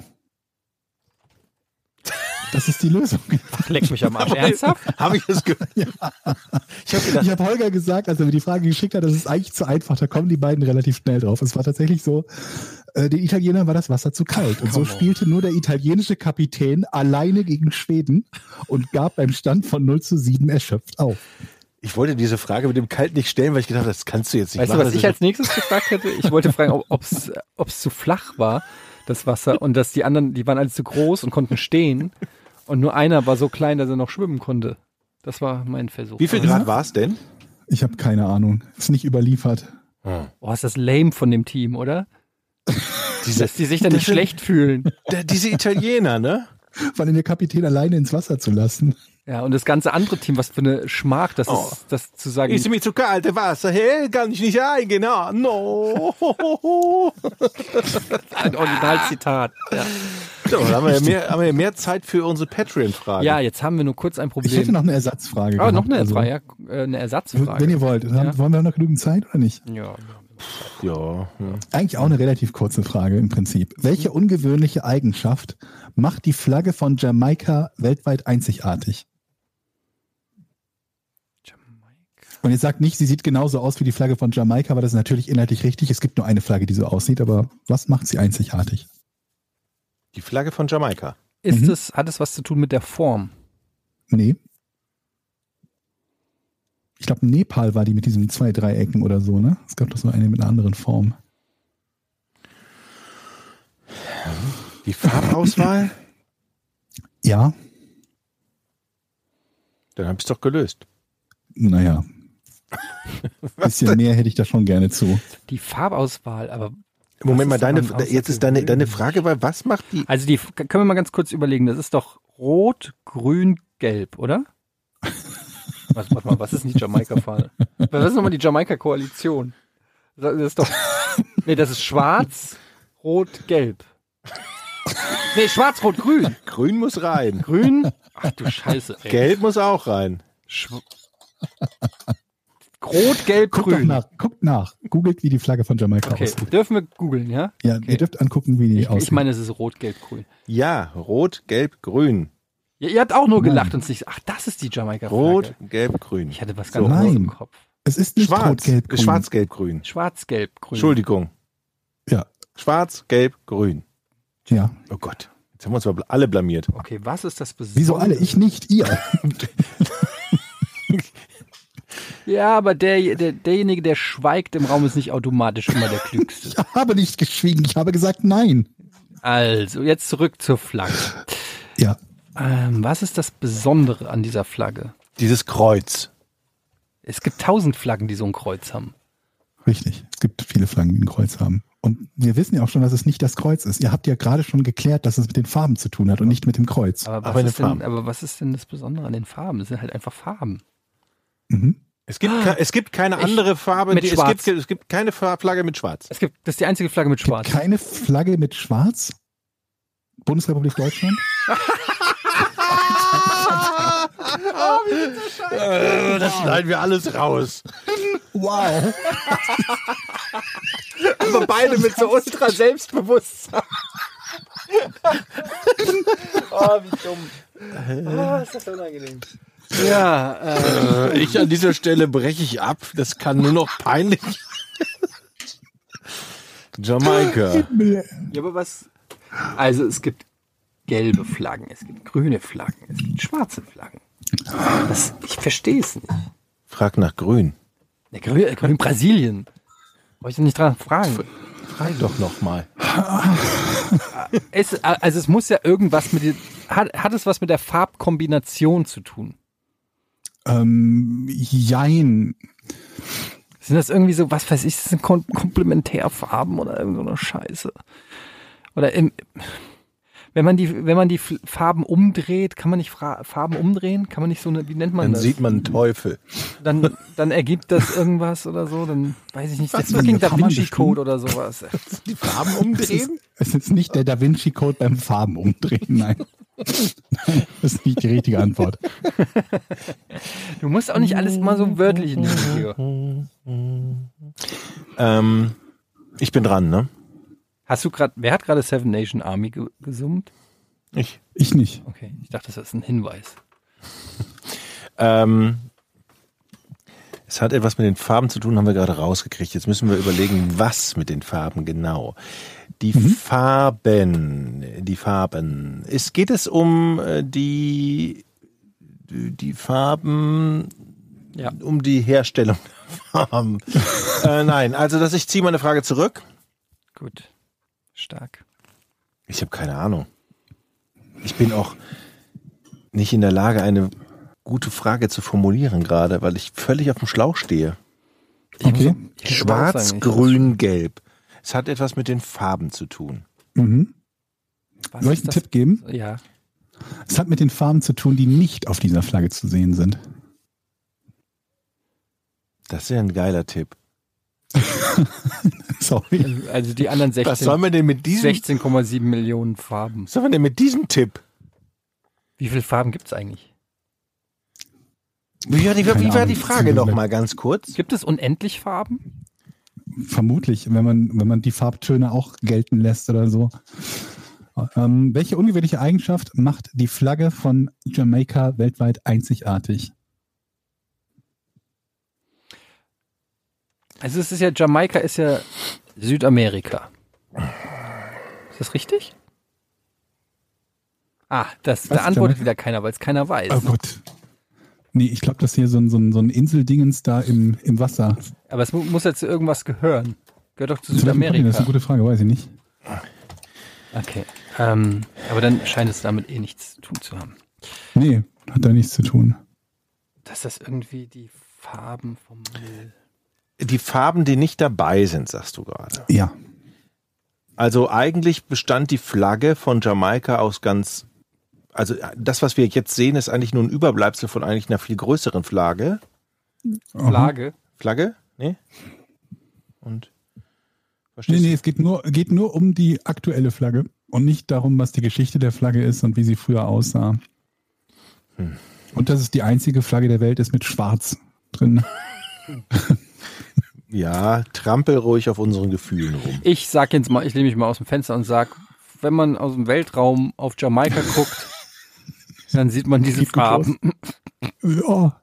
Das ist die Lösung. Leck mich am Arsch. Ernsthaft? Habe ich das gehört? Ja. Ich habe gedacht, Ich habe Holger gesagt, als er mir die Frage geschickt hat, das ist eigentlich zu einfach, da kommen die beiden relativ schnell drauf. Es war tatsächlich so, den Italienern war das Wasser zu kalt. Und so spielte nur der italienische Kapitän alleine gegen Schweden und gab beim Stand von 0:7 erschöpft auf. ich wollte diese Frage mit dem Kalt nicht stellen, weil ich gedacht habe, das kannst du jetzt nicht Weißt du, machen. was ich als nächstes gefragt hätte? Ich wollte fragen, ob es zu flach war, das Wasser, und dass die anderen, die waren alle zu groß und konnten stehen. Und nur einer war so klein, dass er noch schwimmen konnte. Das war mein Versuch. Wie viel Grad war es denn? Ich habe keine Ahnung. Ist nicht überliefert. Oh, ist das lame von dem Team, oder? Dass die sich da nicht schlecht fühlen. Diese Italiener, ne? Vor allem der Kapitän alleine ins Wasser zu lassen. Ja, und das ganze andere Team, was für eine Schmach, das ist, das zu sagen. Ist mir zu kalt, Wasser, hey, kann ich nicht reingehen, no. Ein Originalzitat. Ja. So, dann haben wir mehr Zeit für unsere Patreon-Frage. Ja, jetzt haben wir nur kurz ein Problem. Ich hätte noch eine Ersatzfrage. noch gehabt. eine, Also, eine Ersatzfrage. wenn ihr wollt. Ja. Wollen wir noch genügend Zeit oder nicht? Ja. Ja. Eigentlich auch eine relativ kurze Frage im Prinzip. Welche ungewöhnliche Eigenschaft macht die Flagge von Jamaika weltweit einzigartig? Und ihr sagt nicht, sie sieht genauso aus wie die Flagge von Jamaika, aber das ist natürlich inhaltlich richtig. Es gibt nur eine Flagge, die so aussieht, aber was macht sie einzigartig? Die Flagge von Jamaika. Hat es was zu tun mit der Form? Nee. Ich glaube, Nepal war die mit diesen 2 Dreiecken oder so, ne? Es gab doch so eine mit einer anderen Form. Die Farbauswahl? Ja, Dann habe ich es doch gelöst. naja. Bisschen mehr hätte ich da schon gerne zu. Die Farbauswahl, aber Moment mal, ist daran jetzt ist deine Frage, weil was macht die? also können wir mal ganz kurz überlegen, das ist doch rot, grün, gelb, oder? Warte mal, was ist denn die Jamaika-Farbe? Was ist nochmal die Jamaika-Koalition? Das ist doch, das ist schwarz, rot, gelb. Nee, schwarz, rot, grün. Grün muss rein. Grün, ach du Scheiße, ey. Gelb muss auch rein. Rot, gelb, grün. Guckt nach. Googelt, wie die Flagge von Jamaika Okay, aussieht. dürfen wir googeln, ja? Ja, ihr dürft angucken, wie die aussieht. Ich meine, es ist rot, gelb, grün. Ja, rot, gelb, grün. Ja, ihr habt auch nur gelacht und nicht, ach, das ist die Jamaika-Flagge. Rot, gelb, grün. Ich hatte was ganz So. anderes im Nein. Kopf. Es ist nicht rot, Schwarz, gelb, grün. schwarz, gelb, grün. Schwarz, gelb, grün. Entschuldigung. Ja, Schwarz, gelb, grün. ja. Oh Gott. Jetzt haben wir uns aber alle blamiert. Okay, was ist das Besondere? Wieso alle? Ich nicht, ihr. Ja, aber derjenige, der schweigt im Raum, ist nicht automatisch immer der Klügste. Ich habe nicht geschwiegen, ich habe gesagt nein. Also, jetzt zurück zur Flagge. Ja, Was ist das Besondere an dieser Flagge? Dieses Kreuz. Es gibt 1000 Flaggen, die so ein Kreuz haben. richtig. Es gibt viele Flaggen, die ein Kreuz haben. Und wir wissen ja auch schon, dass es nicht das Kreuz ist. Ihr habt ja gerade schon geklärt, dass es mit den Farben zu tun hat und nicht mit dem Kreuz. Aber Aber in den was, Farben. aber was ist denn das Besondere an den Farben? Es sind halt einfach Farben. Mhm. Es gibt keine andere Farbe. mit Schwarz. Es gibt keine Flagge mit Schwarz. Das ist die einzige Flagge mit Schwarz. Keine Flagge mit Schwarz? Bundesrepublik Deutschland? Das schneiden wir alles raus. Wow. Aber beide mit so ultra Selbstbewusstsein. Oh, wie dumm. Oh, ist das unangenehm. Ja, Ich an dieser Stelle breche ich ab. Das kann nur noch peinlich. Jamaika. ja, aber was? Also es gibt gelbe Flaggen, es gibt grüne Flaggen, es gibt schwarze Flaggen. Ich verstehe es nicht. Frag nach Grün. Der grün Brasilien. Wollte ich nicht dran fragen. Frag doch noch mal. Es muss ja irgendwas hat es was mit der Farbkombination zu tun? Jein. Sind das irgendwie so, was weiß ich, das sind Komplementärfarben oder irgend so eine Scheiße? Oder wenn man die Farben umdreht, kann man nicht Farben umdrehen? Kann man nicht so eine, wie nennt man Dann das? sieht man einen Teufel. Dann ergibt das irgendwas oder so, dann weiß ich nicht, der Was, fucking Da kann man Vinci Code oder sowas. Die Farben umdrehen? Es ist nicht der Da Vinci Code beim Farben umdrehen, nein. Nein, das ist nicht die richtige Antwort. Du musst auch nicht alles immer so wörtlich nehmen. Ich bin dran, ne? Wer hat gerade Seven Nation Army gesummt? Ich nicht. Okay, ich dachte, das ist ein Hinweis. Es hat etwas mit den Farben zu tun, haben wir gerade rausgekriegt. Jetzt müssen wir überlegen, was mit den Farben genau. Die Farben. Geht es um die Farben, Ja. um die Herstellung der Farben? Nein, also ich ziehe meine Frage zurück. Gut. Stark. Ich habe keine Ahnung. Ich bin auch nicht in der Lage, eine gute Frage zu formulieren gerade, weil ich völlig auf dem Schlauch stehe. Okay. Schwarz, grün, gelb. Es hat etwas mit den Farben zu tun. Mhm. Was Soll ich ist einen das? Tipp geben? Ja. Es hat mit den Farben zu tun, die nicht auf dieser Flagge zu sehen sind. Das ist ja ein geiler Tipp. Sorry. Also die anderen Was sollen wir denn mit diesem 16,7 Millionen Farben. Was sollen wir denn mit diesem Tipp? Wie viele Farben gibt es eigentlich? Wie war die Ahnung. Frage noch mal ganz kurz? Gibt es unendlich Farben? Vermutlich, wenn man die Farbtöne auch gelten lässt oder so. Welche ungewöhnliche Eigenschaft macht die Flagge von Jamaika weltweit einzigartig? Also es ist ja, Jamaika ist ja Südamerika. Ist das richtig? Da Was, antwortet Jamaika? wieder keiner, weil es keiner weiß. Oh Gott. Nee, ich glaube, das hier so ein Inseldingens da im Wasser. Aber es muss ja zu irgendwas gehören. Gehört doch zu Das ist Südamerika. eine gute Frage, weiß ich nicht. Okay. Aber dann scheint es damit nichts zu tun zu haben. Nee, hat da nichts zu tun. Dass das irgendwie die Farben vom Müll. Die Farben, die nicht dabei sind, sagst du gerade. Ja. Also eigentlich bestand die Flagge von Jamaika aus also das, was wir jetzt sehen, ist eigentlich nur ein Überbleibsel von eigentlich einer viel größeren Flagge. Flagge? Flagge? Nee? Und? Verstehst Nee, es geht nur um die aktuelle Flagge und nicht darum, was die Geschichte der Flagge ist und wie sie früher aussah. Und dass es die einzige Flagge der Welt ist mit Schwarz drin. Ja, trampel ruhig auf unseren Gefühlen rum. Ich lehne mich mal aus dem Fenster und sag, wenn man aus dem Weltraum auf Jamaika guckt, dann sieht man diese Farben. Ja.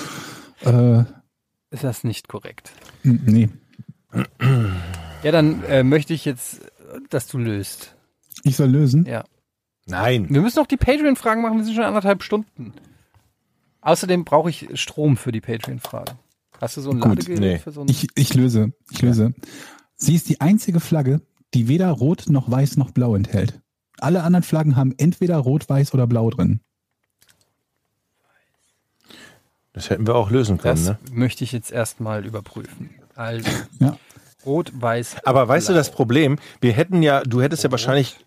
Ist das nicht korrekt? Nee. Ja, dann möchte ich jetzt, dass du löst. Ich soll lösen? Ja. Nein. Wir müssen noch die Patreon-Fragen machen, wir sind schon 1,5 Stunden. Außerdem brauche ich Strom für die Patreon-Fragen. Hast du so ein Gut, Ladegerät nee. für so ein... Ich löse. Sie ist die einzige Flagge, die weder Rot noch Weiß noch Blau enthält. Alle anderen Flaggen haben entweder Rot, Weiß oder Blau drin. Das hätten wir auch lösen können, Das ne? möchte ich jetzt erstmal überprüfen. Also, Ja. Rot, Weiß, Aber weißt du Blau. das Problem? Du hättest ja wahrscheinlich,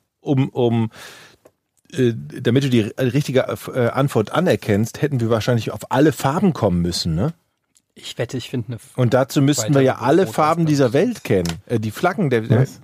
damit du die richtige Antwort anerkennst, hätten wir wahrscheinlich auf alle Farben kommen müssen, ne? Ich wette, ich finde eine... Und dazu müssten wir ja Weiter alle Rot, Farben Weiß, dieser Blau. Welt kennen. Die Flaggen der Was?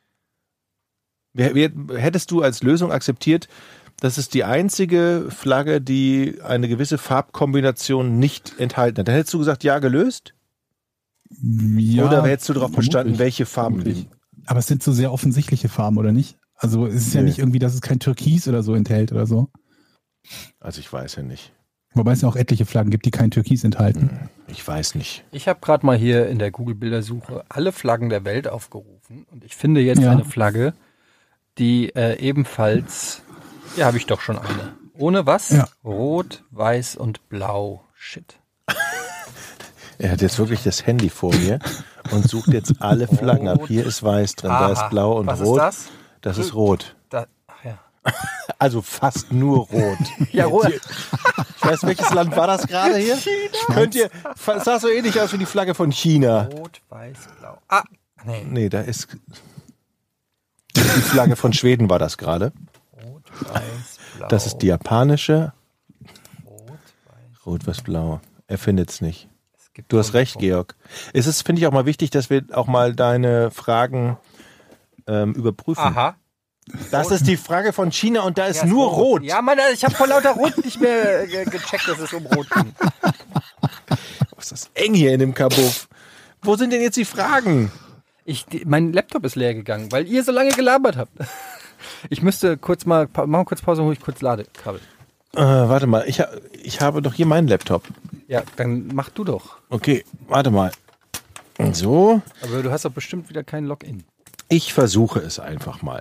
Hättest du als Lösung akzeptiert, das ist die einzige Flagge, die eine gewisse Farbkombination nicht enthalten hat. Dann hättest du gesagt, ja, gelöst? Ja, Oder hättest du darauf bestanden, vermutlich. welche Farben Vermutlich. Aber es sind so sehr offensichtliche Farben, oder nicht? Also es ist ja Nee. nicht irgendwie, dass es kein Türkis oder so enthält oder so. Also ich weiß ja nicht. Wobei es ja auch etliche Flaggen gibt, die kein Türkis enthalten. Ich weiß nicht. Ich habe gerade mal hier in der Google-Bildersuche alle Flaggen der Welt aufgerufen und ich finde jetzt Ja. eine Flagge, die ebenfalls... Ja, habe ich doch schon eine. Ohne was? Ja. Rot, Weiß und Blau. Shit. Er hat jetzt wirklich das Handy vor mir und sucht jetzt alle Flaggen ab. Hier ist Weiß drin, da ist Blau und was Rot. ist das? Das ist Rot. Ach ja. Also fast nur Rot. Ja, Rot. Ich weiß, welches Land war das gerade hier? Es sah so ähnlich aus wie die Flagge von China. Rot, Weiß, Blau. Ah, nee. Nee, da ist die Flagge von Schweden war das gerade. Rot, Weiß, Blau. Das ist die japanische. Rot, Weiß. Rot, Weiß, Blau. Er findet es nicht. Es gibt Du hast recht, Georg. Es ist, finde ich, auch mal wichtig, dass wir auch mal deine Fragen überprüfen. Aha. Das ist die Frage von China und da ist Ja, nur rot. Ja, Mann, ich habe vor lauter Rot nicht mehr gecheckt, dass es um Rot ging. Was ist das eng hier in dem Kabuff? Wo sind denn jetzt die Fragen? Mein Laptop ist leer gegangen, weil ihr so lange gelabert habt. Ich müsste kurz machen wir kurz Pause, hole ich kurz Ladekabel. Warte mal, ich habe doch hier meinen Laptop. Ja, dann mach du doch. Okay, warte mal. So, Aber du hast doch bestimmt wieder kein Login. ich versuche es einfach mal.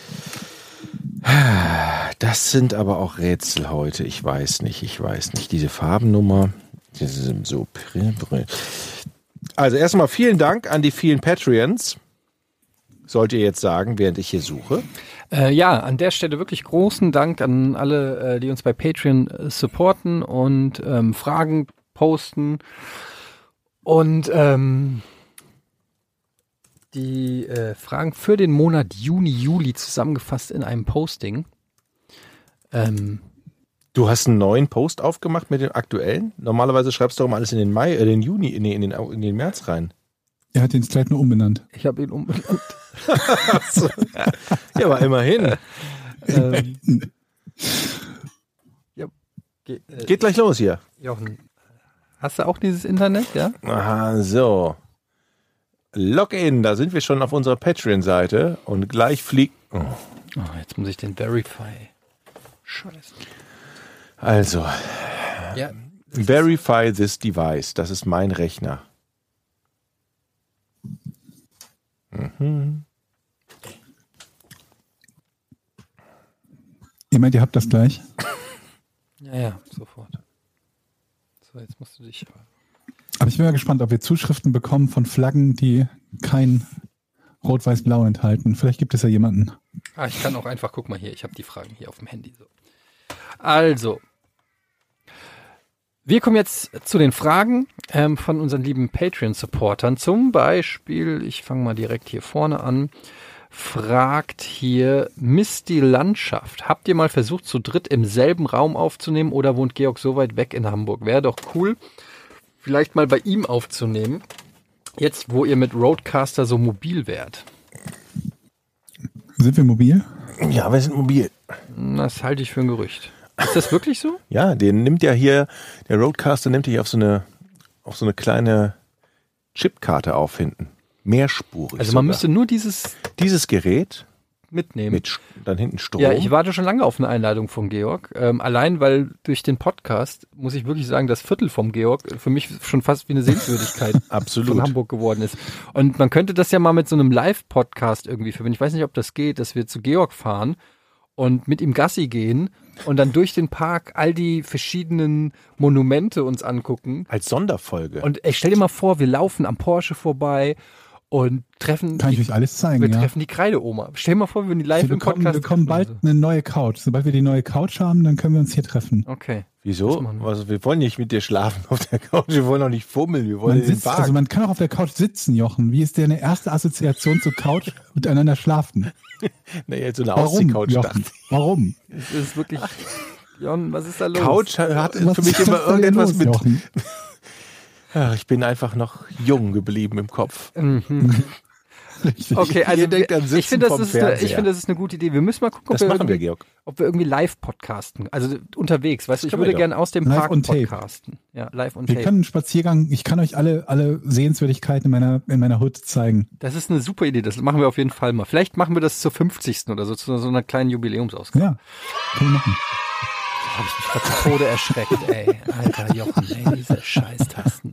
Das sind aber auch Rätsel heute. Ich weiß nicht. Diese Farbennummer. Das ist so. Also erstmal vielen Dank an die vielen Patreons. Sollt ihr jetzt sagen, während ich hier suche. Ja, an der Stelle wirklich großen Dank an alle, die uns bei Patreon supporten und Fragen posten. Und die Fragen für den Monat Juni, Juli zusammengefasst in einem Posting. Du hast einen neuen Post aufgemacht mit dem aktuellen? Normalerweise schreibst du doch mal alles in den Mai, den Juni, nee, in den März rein. Er hat den Slide nur umbenannt. Ich habe ihn umbenannt. Ja, aber immerhin. Ja, Geht gleich los hier. Jochen, hast du auch dieses Internet, ja? Aha, so. Login, da sind wir schon auf unserer Patreon-Seite und gleich fliegt. Oh. Oh, jetzt muss ich den Verify. Scheiße. Also, Ja, verify this device. Das ist mein Rechner. Ihr meint, ihr habt das gleich? ja, sofort. hast du dich. Aber ich bin mal gespannt, ob wir Zuschriften bekommen von Flaggen, die kein Rot-Weiß-Blau enthalten. Vielleicht gibt es ja jemanden. Ich kann auch einfach, guck mal hier, ich habe die Fragen hier auf dem Handy. So. Also, wir kommen jetzt zu den Fragen von unseren lieben Patreon-Supportern. Zum Beispiel, ich fange mal direkt hier vorne an, fragt hier Misty Landschaft. Habt ihr mal versucht, zu dritt im selben Raum aufzunehmen oder wohnt Georg so weit weg in Hamburg? Wäre doch cool, vielleicht mal bei ihm aufzunehmen. Jetzt, wo ihr mit Roadcaster so mobil wärt. Sind wir mobil? Ja, wir sind mobil. Das halte ich für ein Gerücht. Ist das wirklich so? Ja, der Roadcaster nimmt dich auf so eine kleine Chipkarte auf hinten. Mehrspurig. Also man müsste nur dieses Gerät mitnehmen. mit dann hinten Strom. Ja, ich warte schon lange auf eine Einladung von Georg. Allein, weil durch den Podcast, muss ich wirklich sagen, das Viertel vom Georg für mich schon fast wie eine Sehenswürdigkeit Absolut. von Hamburg geworden ist. Und man könnte das ja mal mit so einem Live-Podcast irgendwie verbinden. Ich weiß nicht, ob das geht, dass wir zu Georg fahren und mit ihm Gassi gehen und dann durch den Park all die verschiedenen Monumente uns angucken. Als Sonderfolge. Und stell dir mal vor, wir laufen am Porsche vorbei und treffen Kann ich euch alles zeigen, wir ja. treffen die Kreideoma. Stell dir mal vor, wir würden die live Wir im Podcast bekommen treffen bald oder so. eine neue Couch. Sobald wir die neue Couch haben, dann können wir uns hier treffen. Okay. Wieso? Also, wir wollen nicht mit dir schlafen auf der Couch, wir wollen auch nicht fummeln, wir wollen Man in den sitzt, Park. also man kann auch auf der Couch sitzen, Jochen. Wie ist deine erste Assoziation zur Couch miteinander schlafen? Naja, so eine Warum, Ausziehcouch. Jochen? Warum? Es ist wirklich. Jon, was ist da los? Couch hat Was für mich ist immer das denn irgendetwas los, mit. Jochen? Ach, ich bin einfach noch jung geblieben im Kopf. Richtig. Okay, also Ihr denkt an Sitzen ich finde, vom das Fernseher. ist eine gute Idee. Wir müssen mal gucken, Das machen wir, Georg. ob wir irgendwie live podcasten. Also unterwegs, weißt du, ich können wir würde doch. gerne aus dem Live Park on tape. podcasten. Ja, live on Wir tape. können einen Spaziergang, ich kann euch alle Sehenswürdigkeiten in meiner Hut zeigen. Das ist eine super Idee, das machen wir auf jeden Fall mal. Vielleicht machen wir das zur 50. oder so, zu so einer kleinen Jubiläumsausgabe. Ja, können wir machen. Habe ich mich gerade zu Tode erschreckt, ey. Alter Jochen, ey, diese Scheißtasten.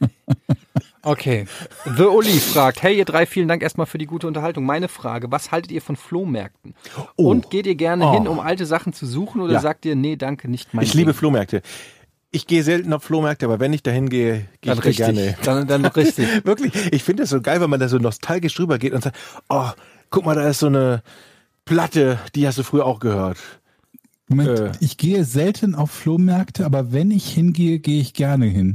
Okay. The Uli fragt, hey ihr drei, vielen Dank erstmal für die gute Unterhaltung. Meine Frage, was haltet ihr von Flohmärkten? Und geht ihr gerne hin, um alte Sachen zu suchen oder Ja. sagt ihr, nee, danke, nicht mein Ich liebe Ding? Flohmärkte. Ich gehe selten auf Flohmärkte, aber wenn ich dahin gehe, gehe Dann ich da richtig, gerne. dann richtig. Wirklich, ich finde es so geil, wenn man da so nostalgisch drüber geht und sagt, oh, guck mal, da ist so eine Platte, die hast du früher auch gehört. Moment, ich gehe selten auf Flohmärkte, aber wenn ich hingehe, gehe ich gerne hin.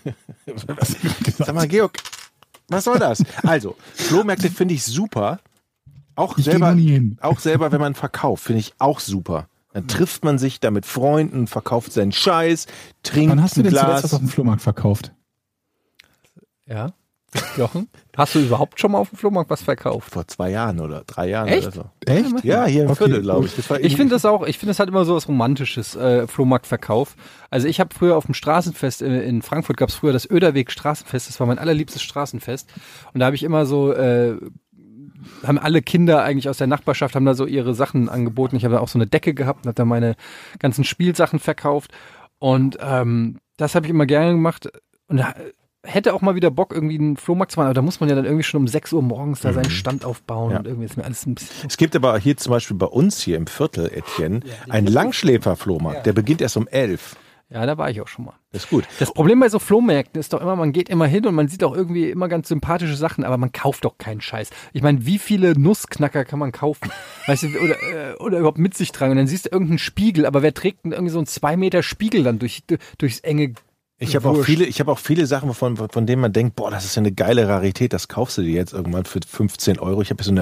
Sag mal, Georg, was soll das? Also, Flohmärkte finde ich super. Auch Ich gehe selber, noch nie hin. auch selber, wenn man verkauft, finde ich auch super. Dann trifft man sich da mit Freunden, verkauft seinen Scheiß, trinkt Wann hast du ein denn zuletzt was Glas. auf dem Flohmarkt verkauft? Ja. Jochen, hast du überhaupt schon mal auf dem Flohmarkt was verkauft? Vor 2 Jahren oder 3 Jahren Echt? oder so. Echt? Ja, hier im Okay, Viertel, glaube gut. ich. Das war Ich finde das hat immer so was Romantisches, Flohmarktverkauf. Also ich habe früher auf dem Straßenfest in Frankfurt gab es früher das Oederweg Straßenfest, das war mein allerliebstes Straßenfest. Und da habe ich immer so, haben alle Kinder eigentlich aus der Nachbarschaft, haben da so ihre Sachen angeboten. Ich habe da auch so eine Decke gehabt und habe da meine ganzen Spielsachen verkauft. Und das habe ich immer gerne gemacht. Und hätte auch mal wieder Bock, irgendwie einen Flohmarkt zu machen, aber da muss man ja dann irgendwie schon um 6 Uhr morgens da seinen Stand aufbauen Ja. und irgendwie ist mir alles ein bisschen... Es gibt aber hier zum Beispiel bei uns hier im Viertel, Etienne, einen Langschläfer-Flohmarkt. Der beginnt erst um 11. Ja, da war ich auch schon mal. Das ist gut. Das Problem bei so Flohmärkten ist doch immer, man geht immer hin und man sieht auch irgendwie immer ganz sympathische Sachen, aber man kauft doch keinen Scheiß. Ich meine, wie viele Nussknacker kann man kaufen? Weißt du, oder überhaupt mit sich tragen? Und dann siehst du irgendeinen Spiegel, aber wer trägt denn irgendwie so einen 2 Meter Spiegel dann durchs enge Ich habe auch viele Sachen, von denen man denkt, boah, das ist ja eine geile Rarität, das kaufst du dir jetzt irgendwann für 15 Euro. Ich habe so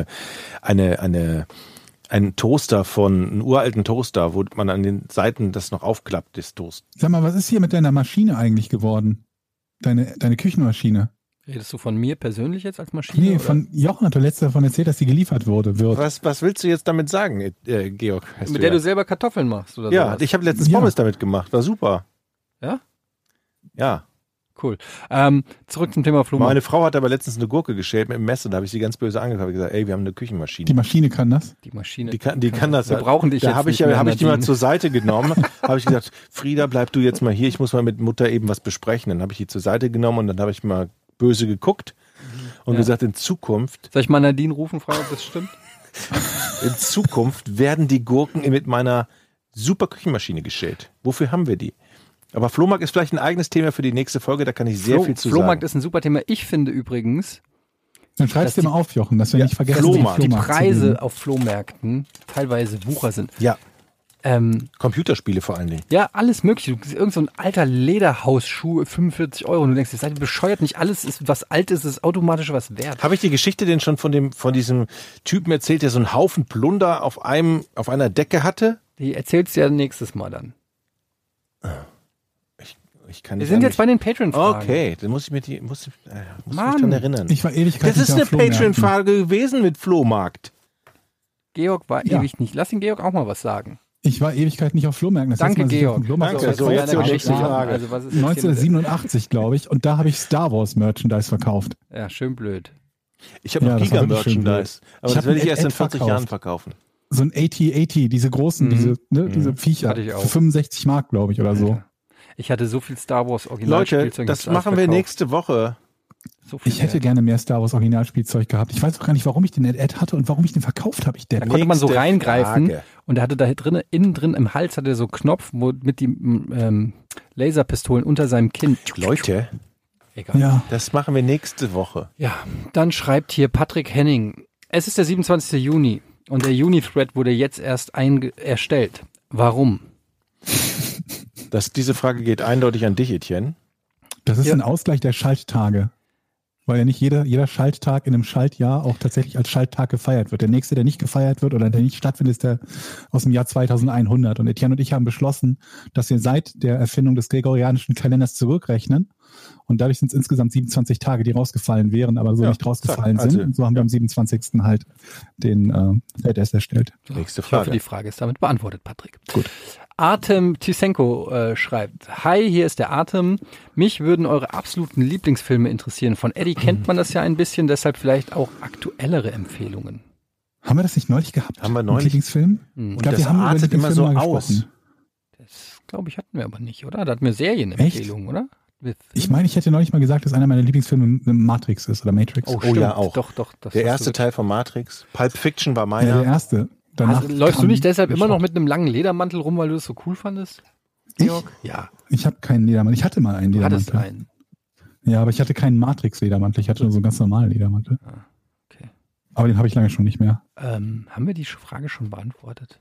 einen Toaster einen uralten Toaster, wo man an den Seiten das noch aufklappt, das Toast. Sag mal, was ist hier mit deiner Maschine eigentlich geworden? Deine Küchenmaschine? Redest du von mir persönlich jetzt als Maschine? Nee, oder? von Jochen hat du letztes davon erzählt, dass die geliefert wird. Was willst du jetzt damit sagen, Georg? Hast Mit du der ja. du selber Kartoffeln machst oder Ja, sowas? ich habe letztens Ja. Pommes damit gemacht, war super. Ja? Ja. Cool. Zurück zum Thema Flohmarkt. Meine Frau hat aber letztens eine Gurke geschält mit dem Messer, da habe ich sie ganz böse angeguckt und gesagt, ey, wir haben eine Küchenmaschine. Die Maschine kann das? Die Maschine. Die kann das. Wir brauchen dich da jetzt habe ich, nicht mehr, hab ich die mal Nadine. zur Seite genommen, habe ich gesagt, Frieda, bleib du jetzt mal hier, ich muss mal mit Mutter eben was besprechen. Dann habe ich die zur Seite genommen und dann habe ich mal böse geguckt und Ja. gesagt, in Zukunft Soll ich mal Nadine rufen, fragen, ob das stimmt? werden die Gurken mit meiner super Küchenmaschine geschält. Wofür haben wir die? Aber Flohmarkt ist vielleicht ein eigenes Thema für die nächste Folge, da kann ich sehr viel zu Flohmarkt sagen. ist ein super Thema. Ich finde übrigens, Dann schreib's dir mal auf, Jochen, dass wir nicht vergessen, Flohmarkt. die den Flohmarkt zu Preise gehen. auf Flohmärkten teilweise Wucher sind. Ja, Computerspiele vor allen Dingen. Ja, alles mögliche. Du siehst irgend so ein alter Lederhausschuh, 45 €. Und du denkst, ihr seid ihr bescheuert, nicht alles ist was Altes, ist automatisch was wert. Habe ich die Geschichte denn schon von diesem Typen erzählt, der so einen Haufen Plunder auf einer Decke hatte? Die erzählst du ja nächstes Mal dann. Ich kann Wir nicht sind an jetzt mich- bei den Patreon-Fragen. Okay, dann muss ich mich Mann. dran erinnern. Ich war Ewigkeit Das ist nicht eine auf Flohmärkten. Patreon-Frage gewesen mit Flohmarkt. Georg war Ja. ewig nicht. Lass den Georg auch mal was sagen. Ich war Ewigkeit nicht auf Flohmärkten. Das Danke, letzte Mal, als ich auf Georg. dem Flohmarkt Danke. war, So, war jetzt zur nächsten Frage. Also, was ist jetzt hier mit- 1987, glaube ich. Und da habe ich Star Wars Merchandise verkauft. Ja, schön blöd. Ich habe Ja, noch das war wirklich schön Giga-Merchandise. Aber Ich das hab werde ich ein erst in Ad 40 verkauft. Jahren verkaufen. So ein AT-AT, diese großen, diese Viecher. Hatte ich auch. Für 65 Mark, glaube ich, oder so. Ich hatte so viel Star Wars Leute, Originalspielzeug. das ich hab's alles machen wir verkauft. nächste Woche. So viel Ich hätte Geld. gerne mehr Star Wars Originalspielzeug gehabt. Ich weiß auch gar nicht, warum ich den Ad hatte und warum ich den verkauft habe. Ich Depp. Da konnte man so Nächste reingreifen Frage. und er hatte da innen drin im Hals hatte er so einen Knopf wo mit die Laserpistolen unter seinem Kinn. Leute, Egal. Ja, das machen wir nächste Woche. Ja, dann schreibt hier Patrick Henning. Es ist der 27. Juni und der Uni-Thread wurde jetzt erst erstellt. Warum? Diese Frage geht eindeutig an dich, Etienne. das ist Ja. ein Ausgleich der Schalttage. Weil ja nicht jeder Schalttag in einem Schaltjahr auch tatsächlich als Schalttag gefeiert wird. Der nächste, der nicht gefeiert wird oder der nicht stattfindet, ist der aus dem Jahr 2100. Und Etienne und ich haben beschlossen, dass wir seit der Erfindung des gregorianischen Kalenders zurückrechnen. Und dadurch sind es insgesamt 27 Tage, die rausgefallen wären, aber so Ja, nicht rausgefallen zack, sind. also, Und so haben wir am 27. halt den ZS erstellt. Nächste Ich hoffe, Frage. die Frage ist damit beantwortet, Patrick. Gut. Artem Tysenko schreibt, Hi, hier ist der Artem. Mich würden eure absoluten Lieblingsfilme interessieren. Von Eddie kennt man das ja ein bisschen, deshalb vielleicht auch aktuellere Empfehlungen. Haben wir das nicht neulich gehabt? Haben wir Im neulich. Lieblingsfilm? Hm. Ich glaube, das wir haben über artet immer Lieblingsfilme so mal aus. gesprochen. Das, glaube ich, hatten wir aber nicht, oder? Da hatten wir Serienempfehlungen, oder? Ich meine, ich hätte neulich mal gesagt, dass einer meiner Lieblingsfilme Matrix ist oder Matrix. Oh, Oh stimmt. ja, auch. Doch. Das Der hast erste du Teil von Matrix. Pulp Fiction war Ja, meiner. der erste. Danach Also, läufst du kam nicht deshalb immer noch Schrott. mit einem langen Ledermantel rum, weil du es so cool fandest? Ich? Georg? Ja, Ich habe keinen Ledermantel. Ich hatte mal einen du hattest Ledermantel. einen. Ja, aber ich hatte keinen Matrix-Ledermantel. Ich hatte nur so einen ganz normalen Ledermantel. Okay. Aber den habe ich lange schon nicht mehr. Haben wir die Frage schon beantwortet?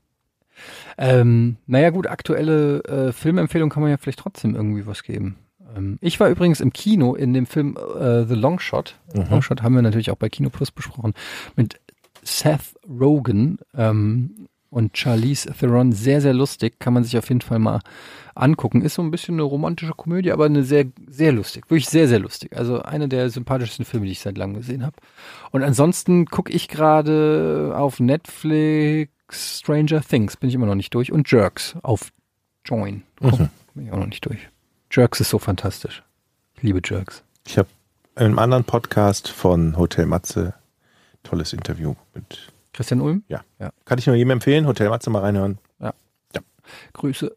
Naja gut, aktuelle Filmempfehlungen kann man ja vielleicht trotzdem irgendwie was geben. Ich war übrigens im Kino in dem Film The Long Shot. Long Shot haben wir natürlich auch bei Kino Plus besprochen. Mit Seth Rogen und Charlize Theron. Sehr, sehr lustig. Kann man sich auf jeden Fall mal angucken. Ist so ein bisschen eine romantische Komödie, aber eine sehr, sehr lustig. Wirklich sehr, sehr lustig. Also eine der sympathischsten Filme, die ich seit langem gesehen habe. Und ansonsten gucke ich gerade auf Netflix Stranger Things. Bin ich immer noch nicht durch. Und Jerks auf Join. Bin ich auch noch nicht durch. Jerks ist so fantastisch. Ich liebe Jerks. Ich habe in einem anderen Podcast von Hotel Matze tolles Interview mit. Christian Ulm? Kann ich nur jedem empfehlen, Hotel Matze mal reinhören. Grüße.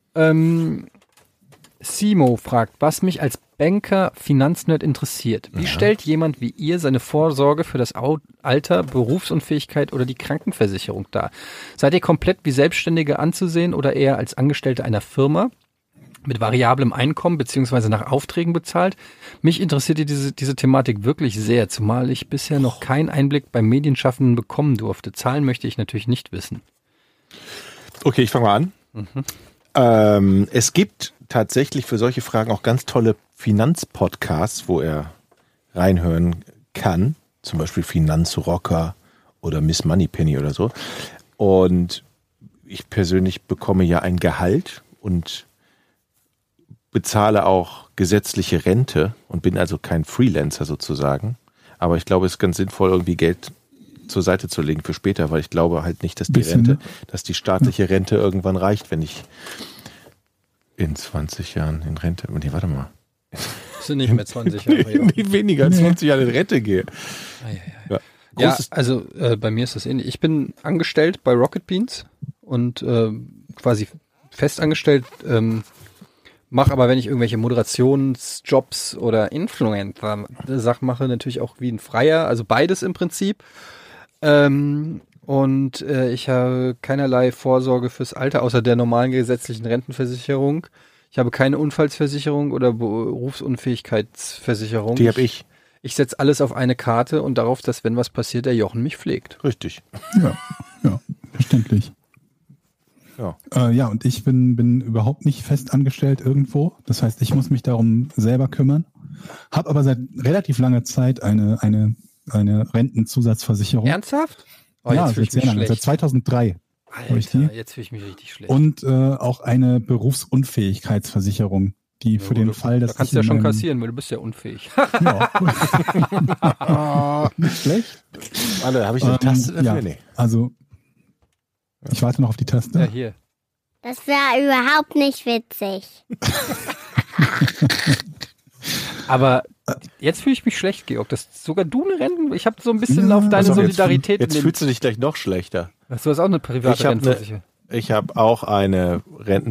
Simo fragt, was mich als Banker Finanznerd interessiert. Wie stellt jemand wie ihr seine Vorsorge für das Alter, Berufsunfähigkeit oder die Krankenversicherung dar? Seid ihr komplett wie Selbstständige anzusehen oder eher als Angestellte einer Firma mit variablem Einkommen beziehungsweise nach Aufträgen bezahlt? Mich interessiert diese Thematik wirklich sehr, zumal ich bisher noch keinen Einblick beim Medienschaffenden bekommen durfte. Zahlen möchte ich natürlich nicht wissen. Okay, ich fange mal an. Es gibt tatsächlich für solche Fragen auch ganz tolle Finanzpodcasts, wo er reinhören kann. Zum Beispiel Finanzrocker oder Miss Moneypenny oder so. Und ich persönlich bekomme ja ein Gehalt und bezahle auch gesetzliche Rente und bin also kein Freelancer sozusagen. Aber ich glaube, es ist ganz sinnvoll, irgendwie Geld zur Seite zu legen für später, weil ich glaube halt nicht, dass die staatliche Rente irgendwann reicht, wenn ich in 20 Jahren in Rente, nee, warte mal. Sind nicht mehr 20 Jahre. Nee, weniger als 20 Jahre in Rente gehe. Ja. Ja, Großes- also bei mir ist das ähnlich. Ich bin angestellt bei Rocket Beans und quasi festangestellt, mache aber, wenn ich irgendwelche Moderationsjobs oder Influencer-Sachen mache, natürlich auch wie ein Freier, also beides im Prinzip. Und ich habe keinerlei Vorsorge fürs Alter, außer der normalen gesetzlichen Rentenversicherung. Ich habe keine Unfallversicherung oder Berufsunfähigkeitsversicherung. Die habe ich. Ich setze alles auf eine Karte und darauf, dass, wenn was passiert, der Jochen mich pflegt. Richtig. Ja, verständlich. Ja. Und ich bin überhaupt nicht fest angestellt irgendwo. Das heißt, ich muss mich darum selber kümmern. Habe aber seit relativ langer Zeit eine Rentenzusatzversicherung. Ernsthaft? Oh, ja, jetzt fühle ich mich sehr lange. Seit schlecht. 2003. habe ich die. Alter, jetzt fühle ich mich richtig schlecht. Und auch eine Berufsunfähigkeitsversicherung, die für den Fall, dass da kannst du ja schon kassieren, weil du bist ja unfähig. Ja. Nicht schlecht. Warte, habe ich eine Taste dafür? Ja, Nee. also ich warte noch auf die Taste. Ja, hier. Das wäre überhaupt nicht witzig. Aber jetzt fühle ich mich schlecht, Georg. Dass sogar du eine Renten... Ich habe so ein bisschen Ja, auf deine Pass auf, Solidarität... Jetzt fühlst du dich gleich noch schlechter. Ach, du hast auch eine private Ich hab Rentenversicherung. Ich habe auch eine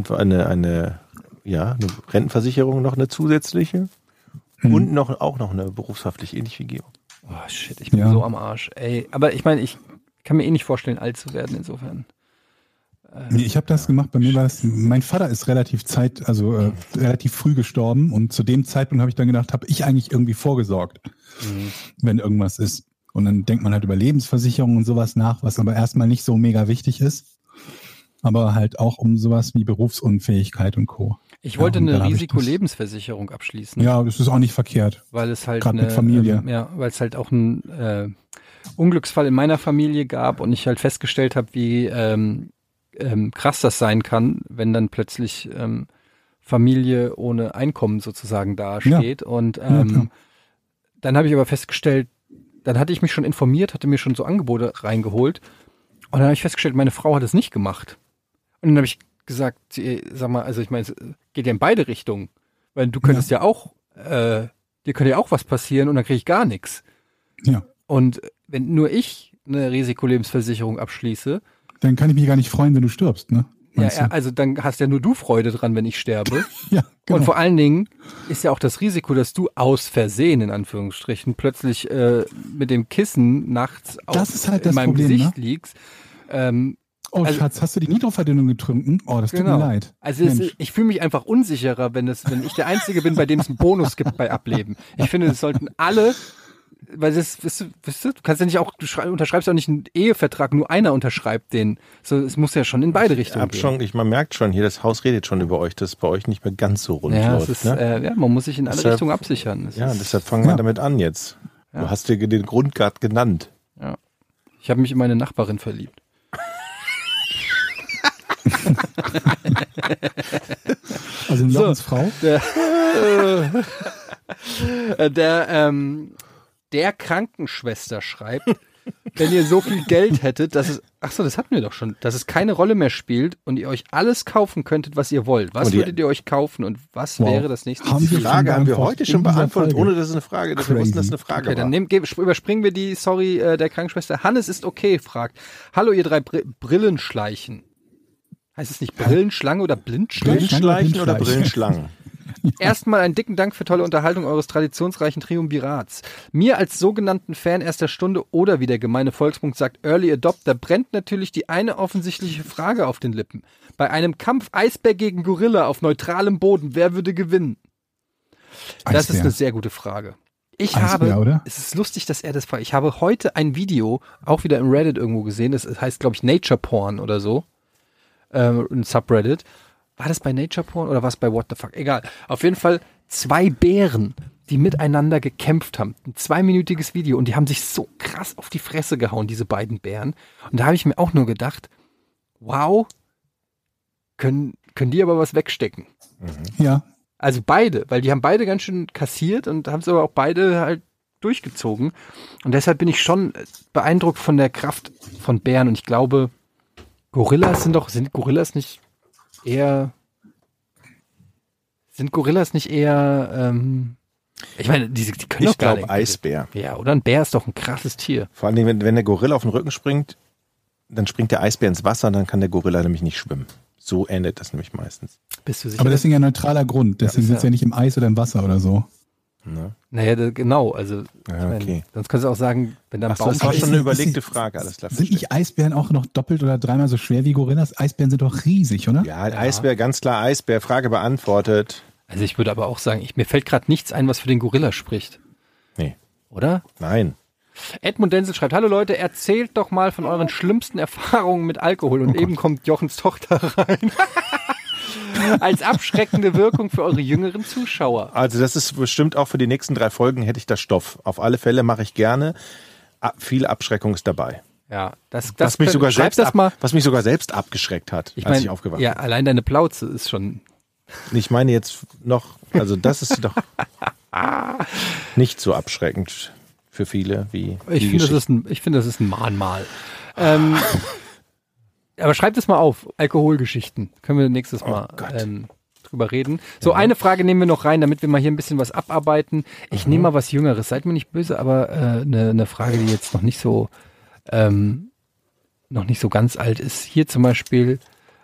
Rentenversicherung, noch eine zusätzliche. Und auch noch eine berufshaftliche, ähnlich wie Georg. Oh shit, ich bin so am Arsch. Ey, aber ich meine, ich kann mir nicht vorstellen, alt zu werden insofern. Nee, ich habe das gemacht, bei mir war es, mein Vater ist relativ früh gestorben und zu dem Zeitpunkt habe ich dann gedacht, habe ich eigentlich irgendwie vorgesorgt, wenn irgendwas ist. Und dann denkt man halt über Lebensversicherung und sowas nach, was aber erstmal nicht so mega wichtig ist, aber halt auch um sowas wie Berufsunfähigkeit und Co. Ich wollte und dann eine hab ich Risikolebensversicherung abschließen. Ja, das ist auch nicht verkehrt. Weil es halt Gerade mit Familie. weil es halt auch einen Unglücksfall in meiner Familie gab und ich halt festgestellt habe, wie krass das sein kann, wenn dann plötzlich Familie ohne Einkommen sozusagen dasteht. Ja. Und dann habe ich aber festgestellt, dann hatte ich mich schon informiert, hatte mir schon so Angebote reingeholt und dann habe ich festgestellt, meine Frau hat es nicht gemacht. Und dann habe ich gesagt, sag mal, also ich meine, es geht ja in beide Richtungen, weil du könntest ja auch, dir könnte ja auch was passieren und dann kriege ich gar nichts. Ja. Und wenn nur ich eine Risikolebensversicherung abschließe, dann kann ich mich gar nicht freuen, wenn du stirbst, ne? Ja, also dann hast ja nur du Freude dran, wenn ich sterbe. Ja, genau. Und vor allen Dingen ist ja auch das Risiko, dass du aus Versehen, in Anführungsstrichen, plötzlich mit dem Kissen nachts in meinem Gesicht liegst. Schatz, hast du die Nitroverdünnung getrunken? Oh, das tut mir leid. Also ich fühle mich einfach unsicherer, wenn ich der Einzige bin, bei dem es einen Bonus gibt bei Ableben. Ich finde, es sollten alle, weil das, weißt du kannst ja nicht auch, du unterschreibst auch nicht einen Ehevertrag, nur einer unterschreibt den. So, es muss ja schon in beide Richtungen gehen. Man merkt schon, hier das Haus redet schon über euch, dass es bei euch nicht mehr ganz so rund läuft. Man muss sich in alle Richtungen absichern. Deshalb fangen wir damit an jetzt. Ja. Du hast dir den Grund gerade genannt. Ja. Ich habe mich in meine Nachbarin verliebt. Also in Jochens Frau? Der Krankenschwester schreibt, wenn ihr so viel Geld hättet, das hatten wir doch schon, dass es keine Rolle mehr spielt und ihr euch alles kaufen könntet, was ihr wollt. Was würdet ihr euch kaufen und was wäre das nächste? Die Frage haben wir heute schon beantwortet, ohne dass es eine Frage ist. Wir wussten, dass es eine Frage war. Dann überspringen wir die Story der Krankenschwester. Hannes ist okay, fragt. Hallo ihr drei Brillenschleichen. Heißt es nicht Brillenschlange oder Blindschlange? Brillenschleichen oder Brillenschlangen? Erstmal einen dicken Dank für tolle Unterhaltung eures traditionsreichen Triumvirats. Mir als sogenannten Fan erster Stunde oder wie der gemeine Volksmund sagt, Early Adopter, brennt natürlich die eine offensichtliche Frage auf den Lippen. Bei einem Kampf Eisbär gegen Gorilla auf neutralem Boden, wer würde gewinnen? Das Eisbär. ist eine sehr gute Frage. Es ist lustig, dass er das fragt. Ich habe heute ein Video, auch wieder im Reddit irgendwo gesehen, das heißt, glaube ich, Nature Porn oder so. Ein Subreddit. War das bei Nature Porn oder war es bei What the Fuck? Egal. Auf jeden Fall 2 Bären, die miteinander gekämpft haben. Ein 2-minütiges Video und die haben sich so krass auf die Fresse gehauen, diese beiden Bären. Und da habe ich mir auch nur gedacht, wow, können die aber was wegstecken. Ja. Also beide, weil die haben beide ganz schön kassiert und haben es aber auch beide halt durchgezogen. Und deshalb bin ich schon beeindruckt von der Kraft von Bären und ich glaube, sind Gorillas nicht eher, ich meine, die können doch gar nicht. Ich glaube Eisbär. Ja, oder ein Bär ist doch ein krasses Tier. Vor allem, wenn der Gorilla auf den Rücken springt, dann springt der Eisbär ins Wasser, dann kann der Gorilla nämlich nicht schwimmen. So endet das nämlich meistens. Bist du sicher? Aber deswegen ein neutraler Grund. Deswegen sind sie ja nicht im Eis oder im Wasser oder so. Naja, genau, also Ja, okay. sonst kannst du auch sagen, wenn da ein Ach so, Baum das war Aber schon eine ist- überlegte Frage, alles klar. Sind nicht Eisbären auch noch doppelt oder dreimal so schwer wie Gorillas? Eisbären sind doch riesig, oder? Ja, Eisbär, ganz klar Eisbär, Frage beantwortet. Also ich würde aber auch sagen, mir fällt gerade nichts ein, was für den Gorilla spricht. Nee, Oder? nein. Edmund Denzel schreibt, hallo Leute, erzählt doch mal von euren schlimmsten Erfahrungen mit Alkohol. Und eben kommt Jochens Tochter rein. Als abschreckende Wirkung für eure jüngeren Zuschauer. Also das ist bestimmt auch für die nächsten 3 Folgen hätte ich da Stoff. Auf alle Fälle mache ich gerne. Viel Abschreckung ist dabei. Ja, das Was mich sogar schreib selbst das mal. was mich sogar selbst abgeschreckt hat, als ich aufgewacht ja, allein deine Plauze ist schon. bin. Ich meine jetzt noch, also das ist doch nicht so abschreckend für viele wie Ich die finde, Geschichte. das ist ein Mahnmal. Aber schreibt es mal auf. Alkoholgeschichten. Können wir nächstes Mal Gott. drüber reden. So, eine Frage nehmen wir noch rein, damit wir mal hier ein bisschen was abarbeiten. Ich nehme mal was Jüngeres. Seid mir nicht böse, aber eine Frage, die jetzt noch nicht so ganz alt ist. Hier zum Beispiel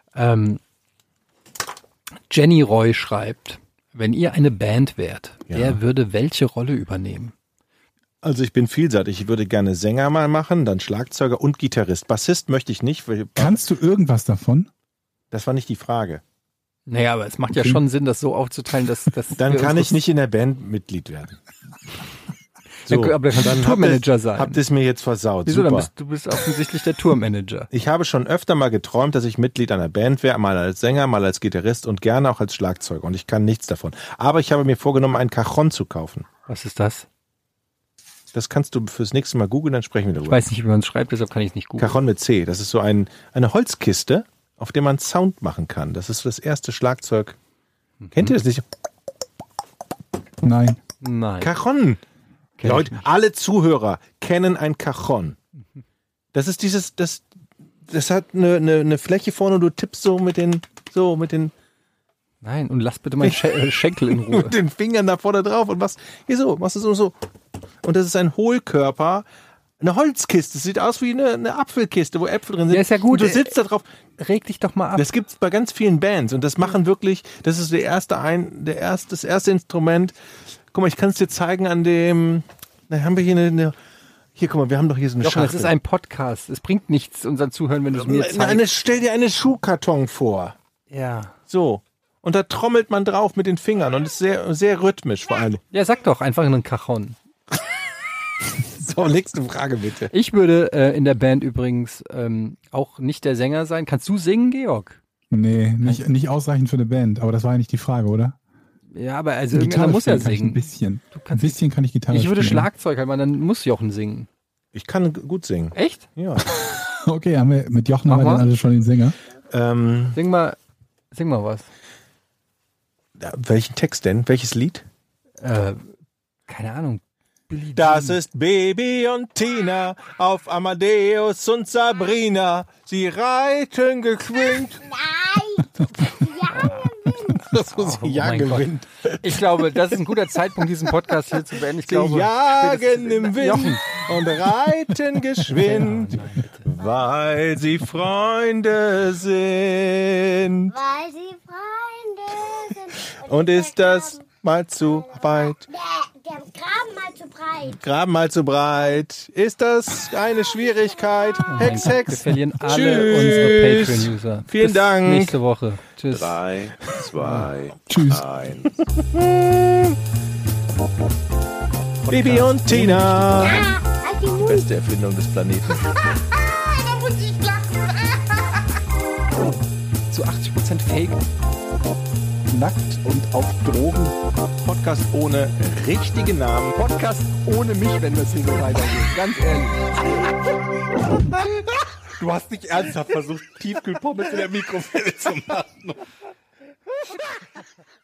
Jenny Roy schreibt, wenn ihr eine Band wärt, wer würde welche Rolle übernehmen? Also ich bin vielseitig. Ich würde gerne Sänger mal machen, dann Schlagzeuger und Gitarrist. Bassist möchte ich nicht, weil Kannst du irgendwas davon? das war nicht die Frage. Naja, aber es macht ja schon Sinn, das so aufzuteilen, dass Dann wir kann uns- ich nicht in der Band Mitglied werden. Aber dann kannst du Tourmanager sein. Habt ihr es mir jetzt versaut. Wieso? Super. Du bist offensichtlich der Tourmanager. Ich habe schon öfter mal geträumt, dass ich Mitglied einer Band wäre, mal als Sänger, mal als Gitarrist und gerne auch als Schlagzeuger. Und ich kann nichts davon. Aber ich habe mir vorgenommen, einen Cajon zu kaufen. Was ist das? Das kannst du fürs nächste Mal googeln, dann sprechen wir Ich darüber. weiß nicht, wie man es schreibt, deshalb kann ich es nicht googeln. Cajon mit C. Das ist so eine Holzkiste, auf der man Sound machen kann. Das ist das erste Schlagzeug. Kennt ihr das nicht? Nein. Nein. Cajon. Kenn ich Leute, alle Zuhörer kennen ein Cajon. Das ist das hat eine Fläche vorne und du tippst so mit den Nein, und lass bitte meinen Schenkel in Ruhe. mit den Fingern da vorne drauf und machst du so. Und das ist ein Hohlkörper, eine Holzkiste. Das sieht aus wie eine Apfelkiste, wo Äpfel drin sind. Ja, ist ja gut. Und du sitzt da drauf. Reg dich doch mal ab. Das gibt's bei ganz vielen Bands und das machen wirklich, das ist das erste Instrument. Guck mal, ich kann es dir zeigen an dem, da haben wir hier, guck mal, wir haben doch hier so eine Jochen, das Schachtel. ist ein Podcast. Es bringt nichts, unseren Zuhören, wenn du es mir zeigst. Stell dir eine Schuhkarton vor. Ja. So. Und da trommelt man drauf mit den Fingern und ist sehr, sehr rhythmisch vor allem. Ja, sag doch einfach einen Cajon. So, nächste Frage bitte. Ich würde in der Band übrigens auch nicht der Sänger sein. Kannst du singen, Georg? Nee, nicht ausreichend für eine Band. Aber das war ja nicht die Frage, oder? Ja, aber also irgendeiner muss ja spielen kann ich ein singen. bisschen. Ein bisschen kann ich Gitarre Ich würde spielen. Schlagzeug halt, dann muss Jochen singen. Ich kann gut singen. Echt? Ja. Okay, haben wir mit Jochen Mach haben wir mal. dann also schon den Sänger. Sing mal was. Welchen Text denn? Welches Lied? Keine Ahnung. Billie Das Jean. ist Baby und Tina auf Amadeus und Sabrina. Sie reiten geschwind. Das muss Oh ich ja mein Gott. gewinnt. Ich glaube, das ist ein guter Zeitpunkt, diesen Podcast hier zu beenden. Ich Sie glaube, jagen im Wind Jochen. und reiten geschwind, Nein, bitte. weil sie Freunde sind. Weil sie Freunde sind. Und ist das mal zu weit, Der Graben mal zu breit. Graben mal zu breit, ist das eine Schwierigkeit? Hex, Wir Hex. verlieren alle Tschüss. unsere Patreon-User. Vielen Bis Dank. nächste Woche. Tschüss. 3, 2, Tschüss. 1. Baby und Tina. Halt die Mund. Beste Erfindung des Planeten. Da muss ich lachen. Zu 80% Fake. Nackt und auf Drogen. Podcast ohne richtigen Namen. Podcast ohne mich, wenn das hier so weitergeht. Ganz ehrlich. Du hast nicht ernsthaft versucht, Tiefkühlpommes in der Mikrowelle zu machen.